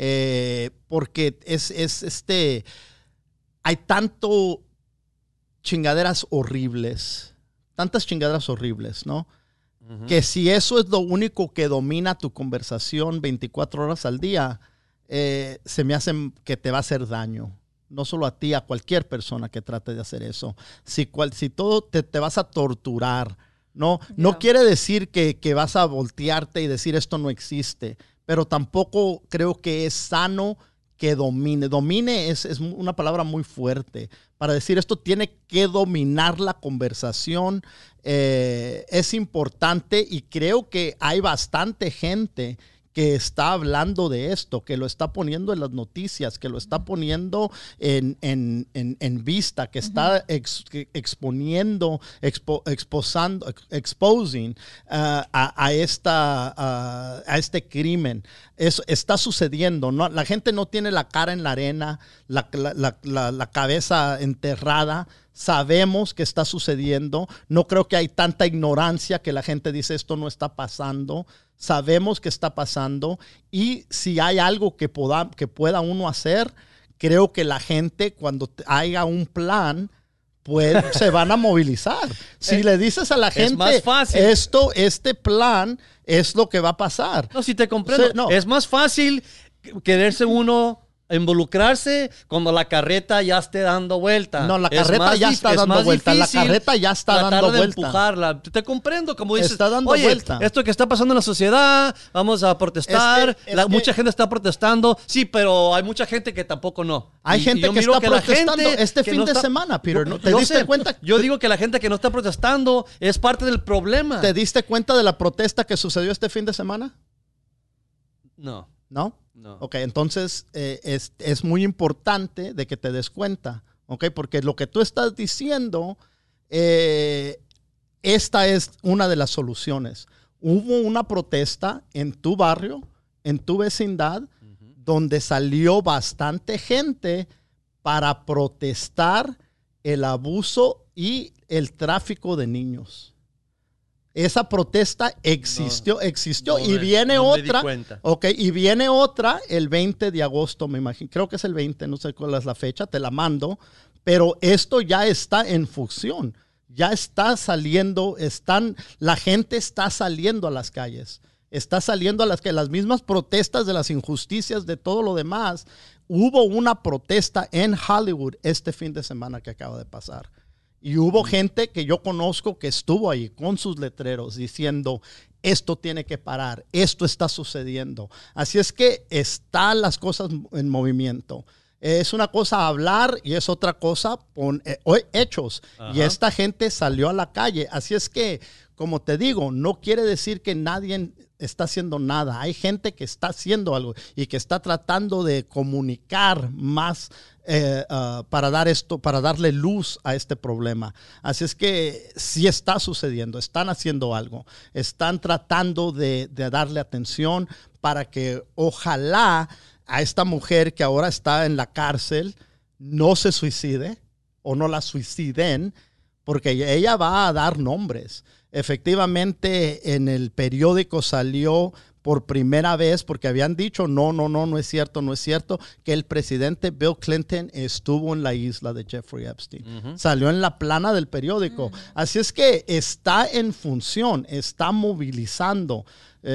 Porque hay tantas chingaderas horribles, ¿no? Uh-huh. Que si eso es lo único que domina tu conversación 24 horas al día, se me hace que te va a hacer daño. No solo a ti, a cualquier persona que trate de hacer eso. Si todo te vas a torturar, no quiere decir que vas a voltearte y decir esto no existe, pero tampoco creo que es sano que domine. Domine es una palabra muy fuerte. Para decir esto tiene que dominar la conversación. Es importante y creo que hay bastante gente que está hablando de esto, que lo está poniendo en las noticias, que lo está poniendo en vista, que está exposing a este crimen. Eso está sucediendo, ¿no? La gente no tiene la cara en la arena, la cabeza enterrada. Sabemos que está sucediendo. No creo que hay tanta ignorancia que la gente dice esto no está pasando. Sabemos que está pasando y si hay algo que pueda uno hacer, creo que la gente cuando haya un plan se van a movilizar. Si le dices a la gente, más fácil. Este plan es lo que va a pasar. No, si te comprendo. Es más fácil quererse uno involucrarse cuando la carreta ya esté dando vuelta. No, la carreta ya está dando vuelta. La carreta ya está dando vuelta. Empujarla. Te comprendo, como dices. Está dando vuelta. Esto que está pasando en la sociedad, vamos a protestar. Mucha gente está protestando. Sí, pero hay mucha gente que tampoco no. Hay gente que está protestando este fin de semana, Peter. ¿Te diste cuenta? Yo digo que la gente que no está protestando es parte del problema. ¿Te diste cuenta de la protesta que sucedió este fin de semana? No. ¿No? No. Ok, entonces es muy importante de que te des cuenta, ok, porque lo que tú estás diciendo, esta es una de las soluciones. Hubo una protesta en tu barrio, en tu vecindad, donde salió bastante gente para protestar el abuso y el tráfico de niños. Esa protesta existió y viene otra. Ok, y viene otra el 20 de agosto, me imagino. Creo que es el 20, no sé cuál es la fecha, te la mando. pero esto ya está en función. Ya está saliendo, la gente está saliendo a las calles. Está saliendo a las mismas protestas de las injusticias, de todo lo demás. Hubo una protesta en Hollywood este fin de semana que acaba de pasar. Y hubo gente que yo conozco que estuvo ahí con sus letreros diciendo, esto tiene que parar, esto está sucediendo. Así es que están las cosas en movimiento. Es una cosa hablar y es otra cosa con hechos. Ajá. Y esta gente salió a la calle. Así es que, como te digo, no quiere decir que nadie está haciendo nada. Hay gente que está haciendo algo y que está tratando de comunicar más para darle luz a este problema. Así es que sí está sucediendo, están haciendo algo, están tratando de darle atención para que ojalá a esta mujer que ahora está en la cárcel no se suicide o no la suiciden, porque ella va a dar nombres. Efectivamente, en el periódico salió por primera vez, porque habían dicho, no es cierto, que el presidente Bill Clinton estuvo en la isla de Jeffrey Epstein. Uh-huh. Salió en la plana del periódico. Uh-huh. Así es que está en función, está movilizando.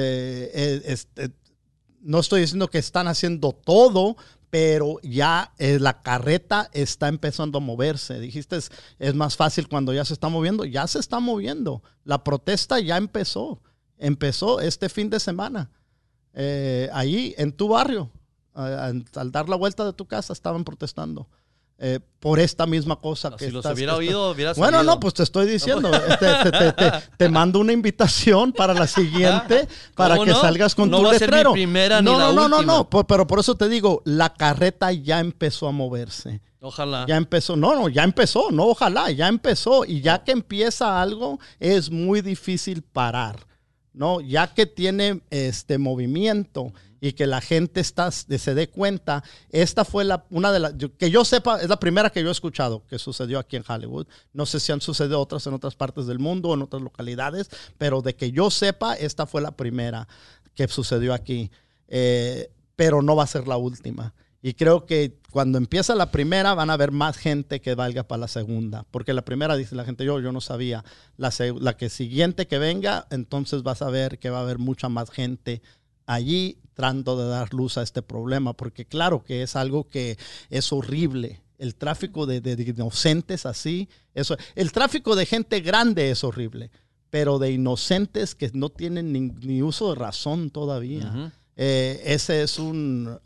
No estoy diciendo que están haciendo todo, pero ya la carreta está empezando a moverse. Dijiste, es más fácil cuando ya se está moviendo. Ya se está moviendo. La protesta ya empezó. Empezó este fin de semana. Ahí en tu barrio, al dar la vuelta de tu casa, estaban protestando. Por esta misma cosa. Si los hubiera oído, hubiera salido. Bueno, no, pues te estoy diciendo. Te mando una invitación para la siguiente, para que salgas con tu letrero. No va a ser mi primera ni la última. No, pero por eso te digo, la carreta ya empezó a moverse. Ojalá. Ya empezó, ya empezó, no ojalá, ya empezó. Y ya que empieza algo, es muy difícil parar, ¿no? Ya que tiene movimiento y que la gente se dé cuenta. Esta fue una de las, que yo sepa, es la primera que yo he escuchado que sucedió aquí en Hollywood. No sé si han sucedido otras en otras partes del mundo, en otras localidades, pero de que yo sepa, esta fue la primera que sucedió aquí. Pero no va a ser la última. Y creo que cuando empieza la primera van a haber más gente que valga para la segunda. Porque la primera, dice la gente, yo no sabía. La que siguiente que venga, entonces vas a ver que va a haber mucha más gente allí tratando de dar luz a este problema, porque claro que es algo que es horrible. El tráfico de inocentes así, el tráfico de gente grande es horrible, pero de inocentes que no tienen ni uso de razón todavía. Uh-huh. Ese es un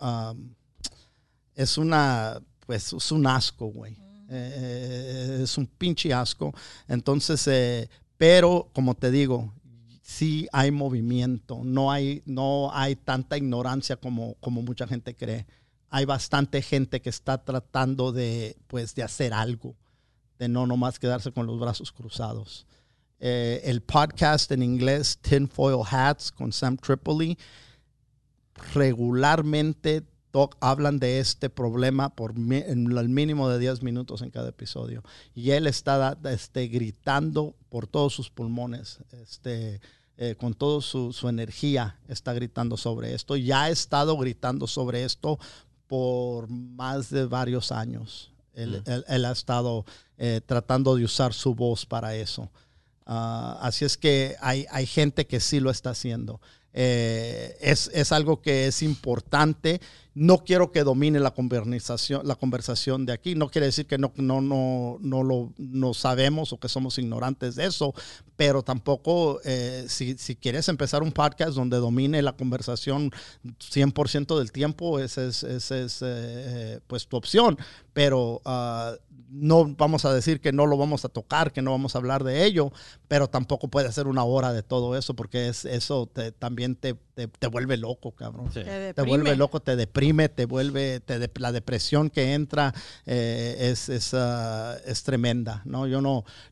asco, güey. Es un pinche asco. Entonces, pero como te digo, sí hay movimiento, no hay tanta ignorancia como mucha gente cree. Hay bastante gente que está tratando de hacer algo, de no nomás quedarse con los brazos cruzados. El podcast en inglés, Tinfoil Hats, con Sam Tripoli, regularmente hablan de este problema en el mínimo de 10 minutos en cada episodio. Y él está gritando por todos sus pulmones, con toda su energía está gritando sobre esto. Ya ha estado gritando sobre esto por más de varios años. Él ha estado tratando de usar su voz para eso. Así es que hay gente que sí lo está haciendo. Es algo que es importante. No quiero que domine la conversación de aquí. No quiere decir que no sabemos o que somos ignorantes de eso, pero tampoco si quieres empezar un podcast donde domine la conversación 100% del tiempo, esa es pues tu opción. Pero no vamos a decir que no lo vamos a tocar, que no vamos a hablar de ello, pero tampoco puede ser una hora de todo eso, porque eso también te vuelve loco, cabrón. Sí. Te vuelve loco, te deprime, la depresión que entra es tremenda, ¿no? Yo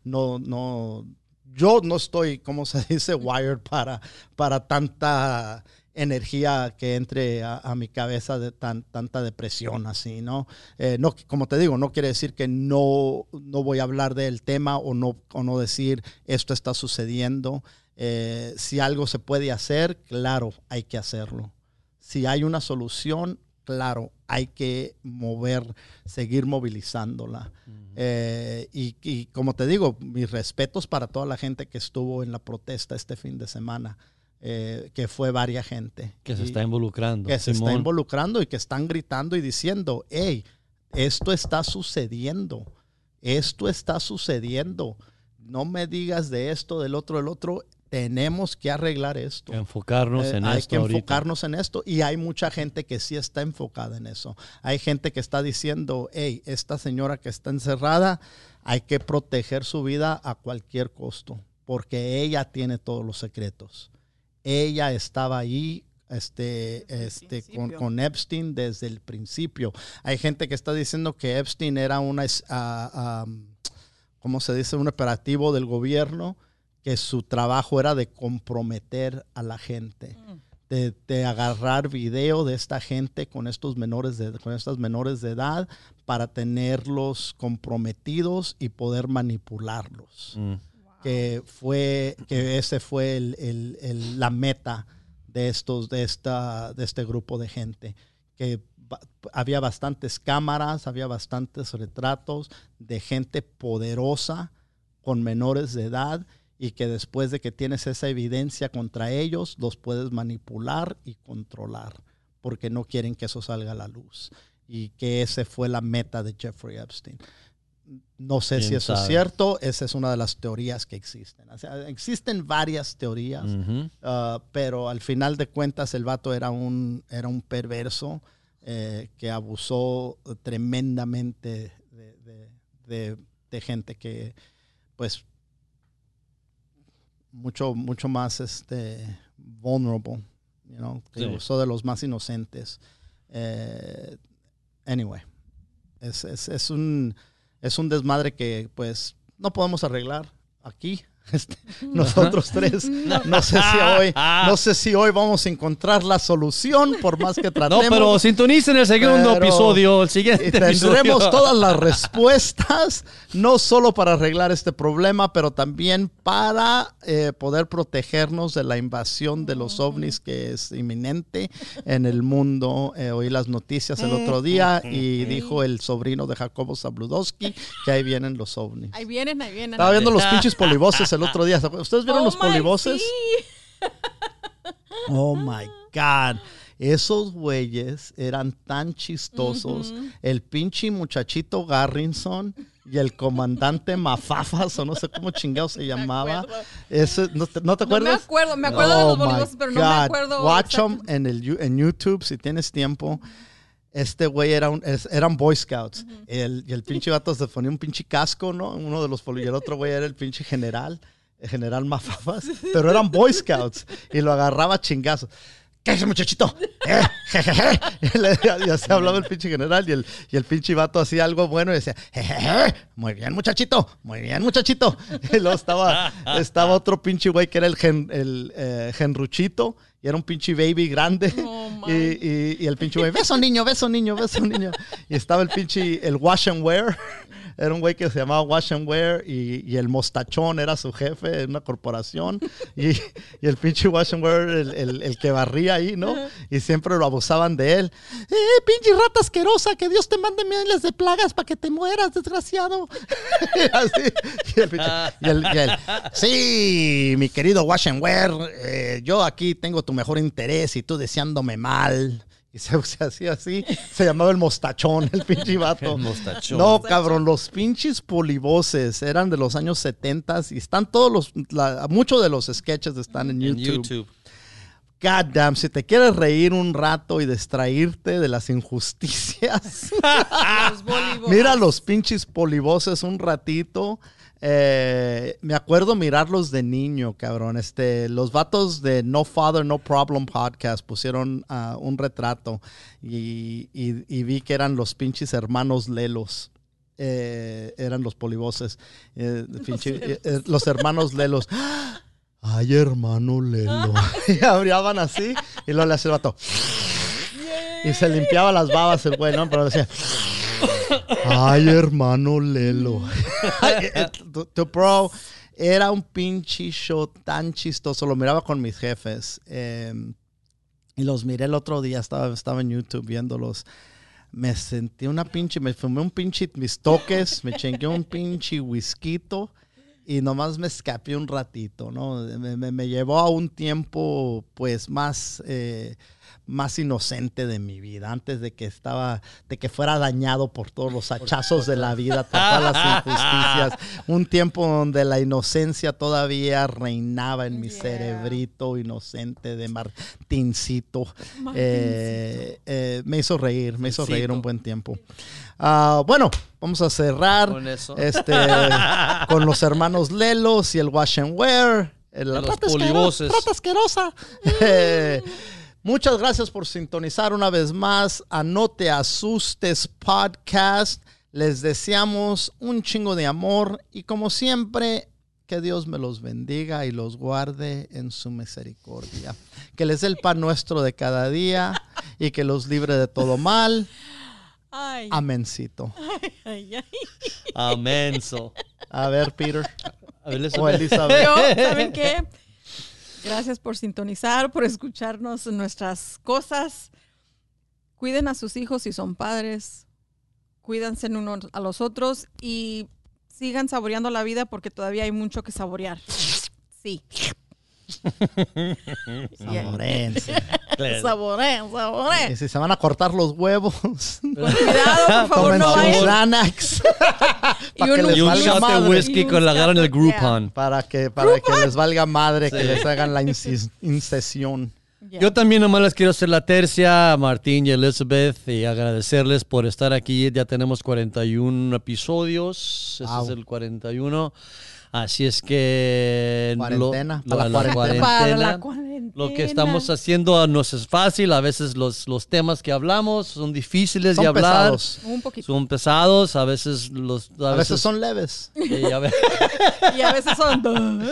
no estoy, ¿cómo se dice? Wired para tanta energía que entre a mi cabeza de tanta depresión así, ¿no? No, como te digo, no quiere decir que no voy a hablar del tema o no decir esto está sucediendo. Si algo se puede hacer, claro, hay que hacerlo. Si hay una solución, claro, hay que seguir movilizándola. Y como te digo, mis respetos para toda la gente que estuvo en la protesta este fin de semana, que fue varias gente. Que se está involucrando. Que se Simón. está involucrando y que están gritando y diciendo, hey, esto está sucediendo. Esto está sucediendo. No me digas de esto, del otro. Tenemos que arreglar esto. Que enfocarnos en Hay esto que ahorita. enfocarnos en esto. Y hay mucha gente que sí está enfocada en eso. Hay gente que está diciendo, hey, esta señora que está encerrada, hay que proteger su vida a cualquier costo. Porque ella tiene todos los secretos. Ella estaba ahí con Epstein desde el principio. Hay gente que está diciendo que Epstein era ¿cómo se dice? Un operativo del gobierno, que su trabajo era de comprometer a la gente, de agarrar video de esta gente con estas menores de edad para tenerlos comprometidos y poder manipularlos. Que ese fue la meta de este grupo de gente, que había bastantes cámaras, había bastantes retratos de gente poderosa con menores de edad, y que después de que tienes esa evidencia contra ellos, los puedes manipular y controlar, porque no quieren que eso salga a la luz. Y que ese fue la meta de Jeffrey Epstein. No sé si eso es cierto. Esa es una de las teorías que existen. O sea, existen varias teorías, pero al final de cuentas el vato era un perverso que abusó tremendamente de gente que, pues, mucho más vulnerable, que abusó de los más inocentes. Anyway, es un desmadre que, pues, no podemos arreglar aquí. Nosotros tres. No sé si hoy vamos a encontrar la solución, por más que tratemos. No, pero sintonicen el segundo episodio, el siguiente y tendremos episodio. todas las respuestas, no solo para arreglar este problema, pero también para poder protegernos de la invasión de los ovnis que es inminente en el mundo. Oí las noticias el otro día y dijo el sobrino de Jacobo Zabludowski que ahí vienen los ovnis. Ahí vienen. Estaba viendo los pinches polivoces el otro día. ¿Ustedes vieron los polivoces? Sí. Oh my God. Esos güeyes eran tan chistosos. El pinche muchachito Garrison y el comandante Mafafas, o no sé cómo chingado se llamaba. ¿No te acuerdas? Me acuerdo de los bolivosos, pero no me acuerdo. Watch them en YouTube si tienes tiempo. Este güey eran Boy Scouts. Y el pinche vato se ponía un pinche casco, ¿no? Uno de los y el otro güey era el pinche general Mafafas, pero eran Boy Scouts y lo agarraba a chingazos. ¿Qué es ese muchachito? Jejeje. Y así hablaba el pinche general y el pinche vato hacía algo bueno y decía, jejeje, muy bien muchachito. Y luego estaba otro pinche güey que era el Genruchito y era un pinche baby grande. Y el pinche güey, beso niño. Y estaba el Wash and Wear. Era un güey que se llamaba Wash and Wear y el Mostachón era su jefe en una corporación y el pinche Wash and Wear, el que barría ahí, ¿no? Y siempre lo abusaban de él. Pinche rata asquerosa, que Dios te mande miles de plagas para que te mueras, desgraciado. Así. Y él, sí, mi querido Wash and Wear, yo aquí tengo tu mejor interés y tú deseándome mal. Y se hacía así, se llamaba el Mostachón, el pinche vato. El Mostachón. No, cabrón, los pinches polivoces eran de los años 70 y están muchos de los sketches están en YouTube. God damn, si te quieres reír un rato y distraerte de las injusticias, mira los pinches polivoces un ratito. Me acuerdo mirarlos de niño, cabrón. Los vatos de No Father, No Problem podcast pusieron un retrato y vi que eran los pinches hermanos Lelos. Eran los polivoces. Los hermanos Lelos. Ay, hermano Lelo. Y abriaban así y luego le hacía el vato. Y se limpiaba las babas el güey, ¿no? Pero decía... Ay, hermano Lelo. Bro, era un pinche show tan chistoso. Lo miraba con mis jefes. Y los miré el otro día. Estaba en YouTube viéndolos. me sentí me fumé un pinche mis toques, me chingué un pinche whiskito y nomás me escapé un ratito, ¿no? Me llevó a un tiempo, pues, más inocente de mi vida, antes de que fuera dañado por todos los hachazos de la vida, por todas las injusticias. Un tiempo donde la inocencia todavía reinaba en mi cerebrito inocente de Martincito. Me hizo reír un buen tiempo. Bueno, vamos a cerrar con eso. Con los hermanos Lelos y el Wash and Wear. La los polivoces. Rata asquerosa. Muchas gracias por sintonizar una vez más a No Te Asustes Podcast. Les deseamos un chingo de amor y como siempre, que Dios me los bendiga y los guarde en su misericordia. Que les dé el pan nuestro de cada día y que los libre de todo mal. Ay. Amencito. Ay. Amenso. A ver, Peter. A ver, O Elizabeth. Yo, ¿saben qué? Gracias por sintonizar, por escucharnos en nuestras cosas. Cuiden a sus hijos si son padres. Cuídense unos a los otros y sigan saboreando la vida porque todavía hay mucho que saborear. Sí. Saborense. Saboreen. Y si se van a cortar los huevos, Con cuidado, por favor, no tómense un vayan. Xanax. Y un shot de whisky con la agarran el Groupon. Para que les valga madre, que les hagan la incesión. Yeah. Yo también nomás les quiero hacer la tercia a Martín y Elizabeth y agradecerles por estar aquí. Ya tenemos 41 episodios. Este es el 41. Así es que Cuarentena. la Para cuarentena. la cuarentena. Lo que estamos haciendo no es fácil. A veces los temas que hablamos son difíciles de hablar. Pesados. Un poquito. Son pesados. A veces A veces son leves. y a veces Y a veces son...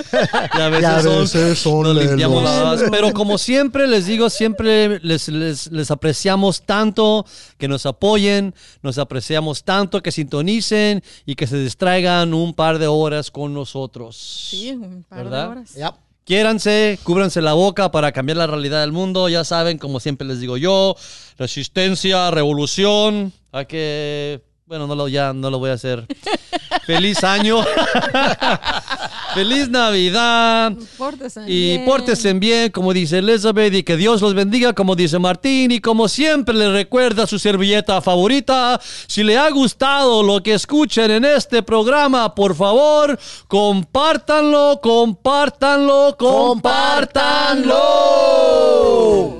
nos limpiamos las babas. Pero como siempre les digo, siempre les apreciamos tanto que nos apoyen, nos apreciamos tanto que sintonicen y que se distraigan un par de horas con nosotros. Sí, un par ¿verdad? de horas. Yep. Quiéranse, cúbranse la boca para cambiar la realidad del mundo. Ya saben, como siempre les digo yo, resistencia, revolución. Hay que... Bueno, ya no lo voy a hacer. ¡Feliz año! ¡Feliz Navidad! Pórtense bien, como dice Elizabeth, y que Dios los bendiga, como dice Martín. Y como siempre le recuerda su servilleta favorita. Si le ha gustado lo que escuchen en este programa, por favor, compártanlo.